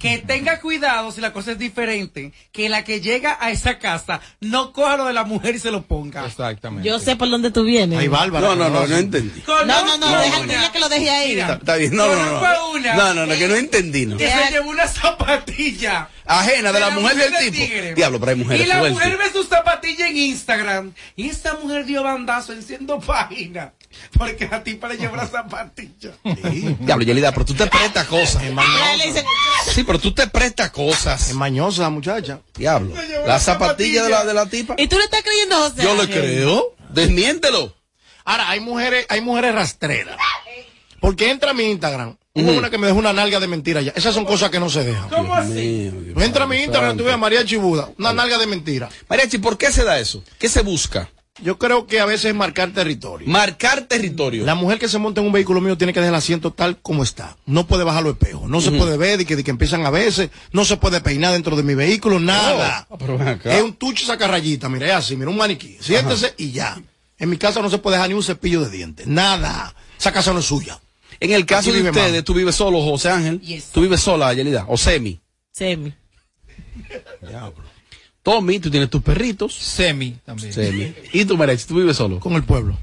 que tenga cuidado si la cosa es diferente, que la que llega a esa casa no coja lo de la mujer y se lo ponga. Exactamente. Yo sé por dónde tú vienes. Ay, Bárbara. No, no, no, no entendí. No, no, no, deja dile que lo deje ahí. Está, está bien, no, no, no. Conozco una No, no, no, que no entendí, no. que se llevó una zapatilla Ajena de la mujer del del tipo. tigre. Diablo, pero hay mujeres Y la fuertes. mujer ve su zapatilla en Instagram. Y esa mujer dio bandazo en ciento páginas. Porque a ti para llevar la zapatilla. Sí. Diablo, Yelida, pero tú te prestas cosas. Sí, pero tú te prestas cosas. Es mañosa la muchacha. Diablo. La zapatilla de la, de la tipa. ¿Y tú le estás creyendo, José? Yo le creo. Desmiéntelo. Ahora, hay mujeres, hay mujeres rastreras. Porque entra a mi Instagram. Hubo una que me dejó una nalga de mentira ya. Esas son cosas que no se dejan. ¿Cómo así? Pues entra a mi Instagram, tú ves a Mariachi Buda, una nalga de mentira. Mariachi, ¿por qué se da eso? ¿Qué se busca? Yo creo que a veces es marcar territorio. Marcar territorio. La mujer que se monta en un vehículo mío tiene que dejar el asiento tal como está. No puede bajar los espejos. No se Ujú. puede ver de que, de que empiezan a veces. No se puede peinar dentro de mi vehículo. Nada. Oh, pero ven acá. Es un tuche sacarrayita. Mira, es así. Mira, un maniquí. Siéntese y ya. En mi casa no se puede dejar ni un cepillo de dientes. Nada. Esa casa no es suya. En el caso Aquí de vive ustedes, mami. tú vives solo, José Ángel. Yes. Tú vives sola, Yelida. O Semi. Semi. Tommy, tú tienes tus perritos. Semi también. Semi. Y tú, Mariachi, tú vives solo. Con el pueblo.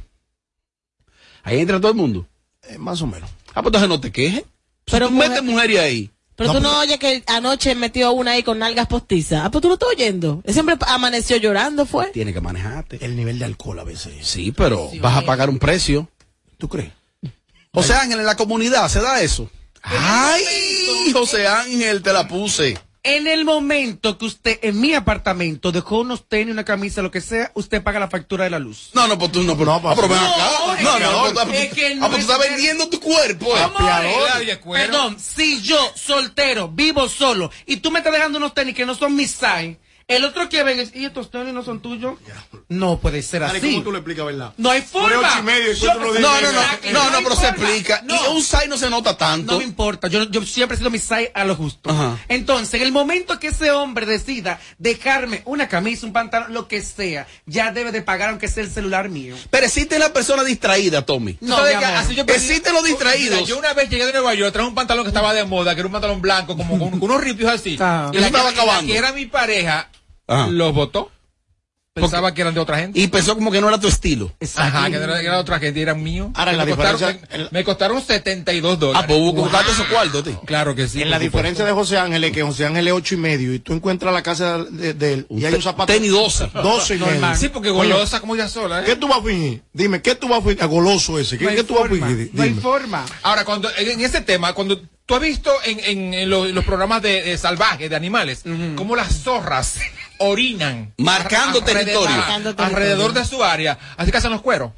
Ahí entra todo el mundo. Eh, más o menos. Ah, pues entonces no te quejes. Si Pero tú mujer- metes mujeres ahí. Pero No, tú no pero- oyes que anoche metió una ahí con nalgas postizas. Ah, pues tú no estás oyendo. Él siempre amaneció llorando, fue. Tienes que manejarte. El nivel de alcohol a veces. Sí, pero vas a pagar un precio. ¿Tú crees? José Ángel, en la comunidad se da eso. Ay, José Ángel, te la puse. En el momento que usted en mi apartamento dejó unos tenis, una camisa, lo que sea, usted paga la factura de la luz. No, no, pues tú no, pero, No, ah, pero ven no, acá. es No, que no, no, no, no, es que no ah, pues tú es- estás vendiendo tu cuerpo. eh. ¿Cómo Claro, es? de cuero. Perdón, si yo, soltero, vivo solo, y tú me estás dejando unos tenis que no son mis size, el otro que ven es, ¿y estos tenis no son tuyos? No puede ser Dale, así. ¿cómo tú le explicas, verdad? No hay Por forma. ocho y medio y Yo- tú lo dices. No, no, no, Que no, no, hay pero se forma. explica. No. Y un size no se nota tanto. No me importa, yo, yo siempre he sido mi size a lo justo. Ajá. Entonces, en el momento que ese hombre decida dejarme una camisa, un pantalón, lo que sea, ya debe de pagar aunque sea el celular mío. Pero existe la persona distraída, Tommy. No, ¿Sabes mi qué? amor. Así yo perdí- Existen los distraídos. Mira, yo una vez llegué de Nueva York, traje un pantalón que estaba de moda, que era un pantalón blanco, como con, con unos ripios así. Ah. Y Eso la estaba que, la acabando. que era mi pareja, Ajá. los votó. Pensaba que eran de otra gente. Y pensó como que no era tu estilo. Ajá, que era, que era de otra gente, eran míos. Ahora, en la me, costaron, diferencia- me, me costaron setenta y dos dólares. Ah, pues hubo que buscarte esos cuartos, tío. Claro que sí. En la por supuesto. diferencia de José Ángel es que José Ángel es ocho y medio y tú encuentras la casa de, de él y hay un zapato. Tenis doce. Doce y medio. Sí, porque Coño, golosa como ella sola. ¿eh? ¿qué tú vas a fingir? Dime, ¿qué tú vas a fingir? A goloso ese. ¿Qué, No hay qué tú vas a forma, fingir? no hay Dime. forma. Ahora, cuando en, en ese tema, cuando tú has visto en, en, en los, los programas de, de salvajes, de animales, cómo las zorras orinan. Marcando alrededor- territorio. Marcando territorio. Alrededor de su área. Así que hacen los cueros.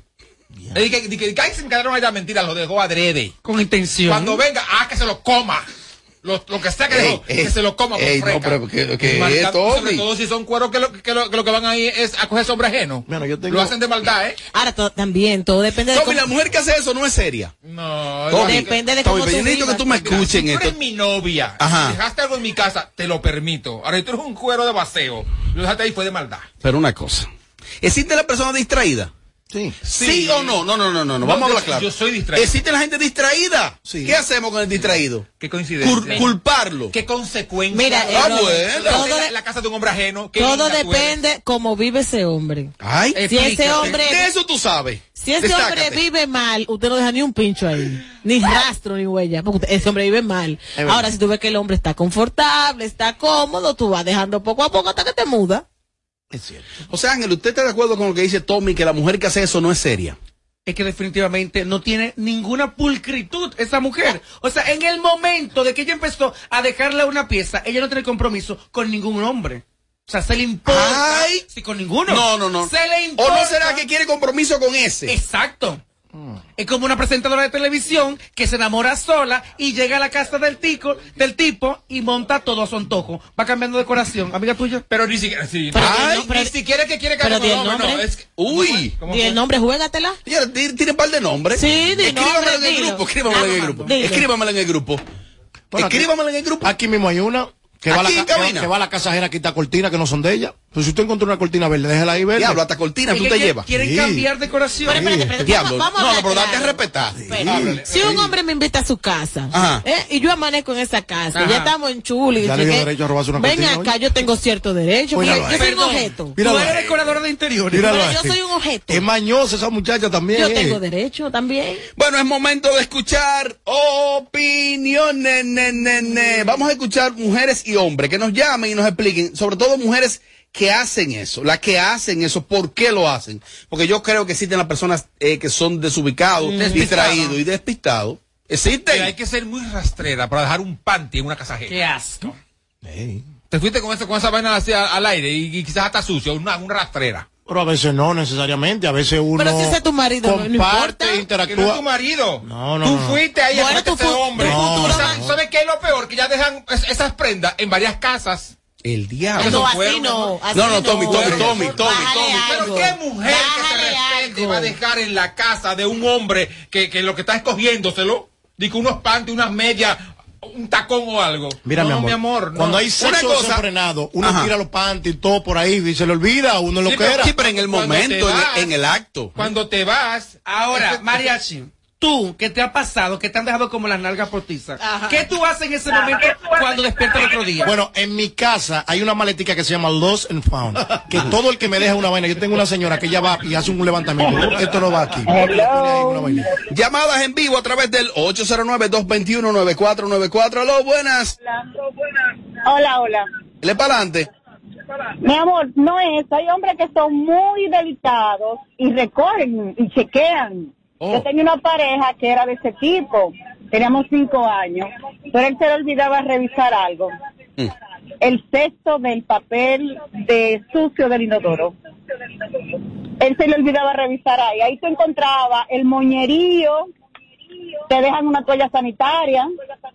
Y que, y que, que ay, se quedaron allá, mentira, lo dejó adrede. Con intención. Cuando venga, ah, que se lo coma. Lo, lo que sea que Ey, dejó, ey, que se lo coma por ey, no, freca. pero que- que Marcando, es, Tommy. sobre todo si son cueros que lo que, lo, que lo que van ahí es a coger sobre ajeno. Bueno, yo tengo- Lo hacen de maldad, ¿eh? Ahora to- también, todo depende de Tommy, cómo- la mujer que hace eso no es seria. No, Tommy, Depende de Tommy, cómo pero yo tú necesito que vivas. tú me Mira, escuches en si tú esto. eres mi novia, Ajá. dejaste algo en mi casa, te lo permito. Ahora, si tú eres un cuero de baseo, lo dejaste ahí fue de maldad. Pero una cosa. ¿Existe la persona distraída? Sí. ¿Sí, Sí. o no? No, no, no, no, no. No, Vamos a yo- hablar claro. yo soy distraído. ¿Existe la gente distraída? Sí. ¿Qué hacemos con el distraído? Qué coincidencia. Cul- culparlo. Qué consecuencia. Mira, Ah, eh, no, bueno. todo, la, de- la casa de un hombre ajeno. qué todo linda tú eres. depende cómo vive ese hombre. Ay, Si ese Explícate. hombre, de eso tú sabes. si ese Destácate. hombre vive mal, usted no deja ni un pincho ahí, ni rastro ni huella, porque usted- ese hombre vive mal. verdad. Ahora, si tú ves que el hombre está confortable, está cómodo, tú vas dejando poco a poco hasta que te muda. Es cierto. O sea, Ángel, ¿usted está de acuerdo con lo que dice Tommy, que la mujer que hace eso no es seria? Es que definitivamente no tiene ninguna pulcritud esa mujer. O sea, en el momento de que ella empezó a dejarle una pieza, ella no tiene compromiso con ningún hombre. O sea, se le importa. Ay. Sí, con ninguno. No, no, no. Se le ¿O importa. no será que quiere compromiso con ese? Exacto. Es como una presentadora de televisión que se enamora sola y llega a la casa del tico, del tipo y monta todo a su antojo. Va cambiando de decoración. Amiga tuya. Pero ni siquiera. Sí, Pero Ay, di el nombre- ni siquiera que quiere que pero hagamos di el nombre, no, nombre. es que- Uy. ¿Cómo Y fue? el nombre, juégatela. Mira, tiene tiene un par de nombres. Sí, di Escríbamelo nombre, en el dilo. grupo, escríbamelo en el Ah, grupo. dilo. Escríbamelo en el grupo. Bueno, aquí- Escríbamelo en el grupo. Aquí mismo hay una que va, a la, Aquí en ca- que, cabina. que va a la casa ajena a quitar cortinas que no son de ella. Pues si usted encontró una cortina verde, déjala ahí verde. Diablo, hasta cortina tú te llevas. ¿Quieren Sí. cambiar decoración? Pero espérate, espérate, Diablo. vamos, vamos a No, no, hablar pero date a claro. respetar. Espérate. Si un hombre me invita a su casa, Ajá. ¿eh? y yo amanezco en esa casa, Ajá. ya estamos en chuli, Ya le dio derecho a robarse una ven cortina, acá, oye. yo tengo cierto derecho, porque Míralo yo ahí. soy un Perdón. objeto. Míralo Tú eres ahí. decoradora de interiores. Míralo Pero ahí. yo soy un objeto. Es mañosa esa muchacha también. Yo eh. tengo derecho también. Bueno, es momento de escuchar opiniones. Ne, ne, ne. Vamos a escuchar mujeres y hombres que nos llamen y nos expliquen, sobre todo mujeres que hacen eso, las que hacen eso, ¿por qué lo hacen? Porque yo creo que existen las personas eh, que son desubicados, Despistado. distraídos y despistados. Existen. Pero hay que ser muy rastrera para dejar un panty en una casa ajena. Qué asco. Te fuiste con, eso, con esa vaina así al, al aire y, y quizás hasta sucio, una, una rastrera. Pero a veces no necesariamente, a veces uno Pero si ese es tu marido, no- no comparte, importa. Que no interactúa. es tu marido. No, no, Tú no. fuiste ahí Bueno, a tu ese fu- hombre. tu futuro ¿Sabes, marido. ¿Sabes qué es lo peor? Que ya dejan es- esas prendas en varias casas. El diablo. Eso No, fue así un- no. así No, no, Tommy, Tommy, Tommy, Tommy, Tommy, Bájale Tommy. algo. Pero qué mujer que Bájale se respete algo. va a dejar en la casa de un hombre que, que lo que está escogiéndoselo, dice unos panty, unas medias, un tacón o algo. Mira, no, mi amor, no. cuando hay Una sexo cosa- desenfrenado, uno Ajá. tira los panties y todo por ahí y se le olvida, uno lo Sí, que pero- era. Sí, pero en el Cuando momento, te en el, vas- en el acto. Cuando te vas, Ahora, ese- Mariachi, tú, ¿qué te ha pasado? Que te han dejado como las nalgas postizas. Ajá. ¿Qué tú haces en ese momento cuando despiertas el otro día? Bueno, en mi casa hay una maletica que se llama Lost and Found, que todo el que me deja una vaina, yo tengo una señora que ella va y hace un levantamiento, esto no va aquí. Pone ahí una vainita. Llamadas en vivo a través del ocho cero nueve, dos dos uno, nueve cuatro nueve cuatro. Aló, buenas. Hola, hola. Le para adelante. Mi amor, no es. Hay hombres que son muy delicados y recogen y chequean. Oh. Yo tenía una pareja que era de ese tipo. Teníamos cinco años. Pero él se le olvidaba revisar algo. Mm. El cesto del papel de sucio del inodoro. Él se le olvidaba revisar ahí. Ahí tú encontrabas el moñerío. Te dejan una toalla sanitaria.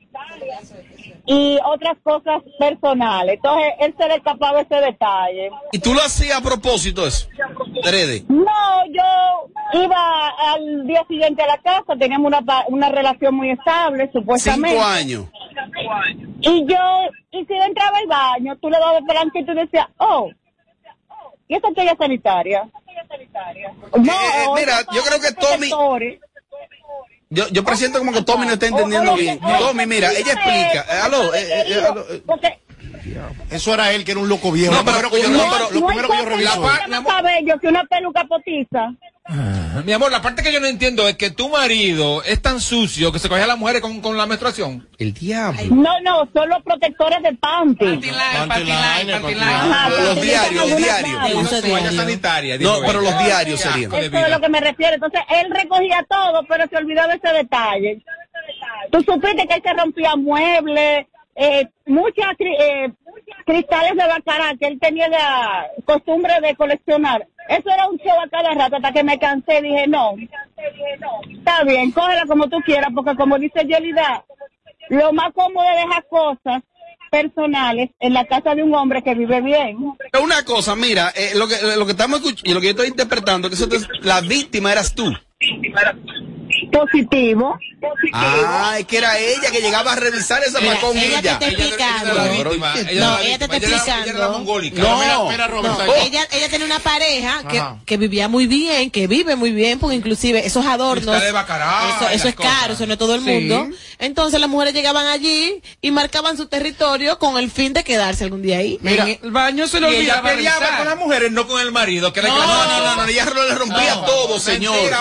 Y otras cosas personales. Entonces, él se le escapaba ese detalle. ¿Y tú lo hacías a propósito eso? Trede. No, yo iba al día siguiente a la casa, teníamos una, pa- una relación muy estable, supuestamente. Cinco años. Y yo, y si yo entraba al baño, tú le dabas blanco y tú decías, oh, ¿y esa toalla sanitaria? No, Eh, mira, yo creo que Tommy- protectores. Yo, yo presiento como que Tommy no está entendiendo bien. Tommy, mira, ella explica. Eh, aló, eh, eh, eh, aló, eh. Porque Eso era él que era un loco viejo. No, Lo pero- primero que yo, no, lo pero- lo no primero que yo importa reviso. que La es- tenga más cabello que una peluca potiza. Mi amor, la parte que yo no entiendo es que tu marido es tan sucio que se coge a las mujeres con, con la menstruación. El diablo. No, no, son los protectores de panty. Panty line, panty line, panty line. Ajá, Los porque diarios, utilizan los algunas diarios. mallas. Uso Una toalla diario. sanitaria. No, dijo pero ella. los diarios Qué serían. asco de Eso es vida. lo que me refiero. Entonces, él recogía todo, pero se olvidaba ese detalle. Tú supiste que él se rompía muebles, eh, muchas cri- eh, cristales de baccarat que él tenía la costumbre de coleccionar. Eso era un show a cada rato hasta que me cansé. Dije, no, está bien, cógela como tú quieras, porque como dice Yelida, lo más cómodo es dejar cosas personales en la casa de un hombre que vive bien. Una cosa, mira, eh, lo que lo que estamos escuchando y lo que yo estoy interpretando, que eso te- la víctima eras tú. Positivo. Ah, es que era ella que llegaba a revisar esa Mira, con ella ella. te está explicando. Ella era la víctima, ella era No, la ella te está víctima, ella era- ella era la explicando. mongólica. No, Mira, mira, No, Robert, ella, ella tiene una pareja que, Ajá. que vivía muy bien, que vive muy bien, porque inclusive esos adornos, Cristales de baccarat eso, y eso las es caro, cosas. eso no es todo el Sí. mundo. Entonces las mujeres llegaban allí y marcaban su territorio con el fin de quedarse algún día ahí. En el baño se le Y ella olvidaba peleaba revisar. con las mujeres, no con el marido. Que era No, que la- no, no, no, ella le rompía No, todo, señor. mentira.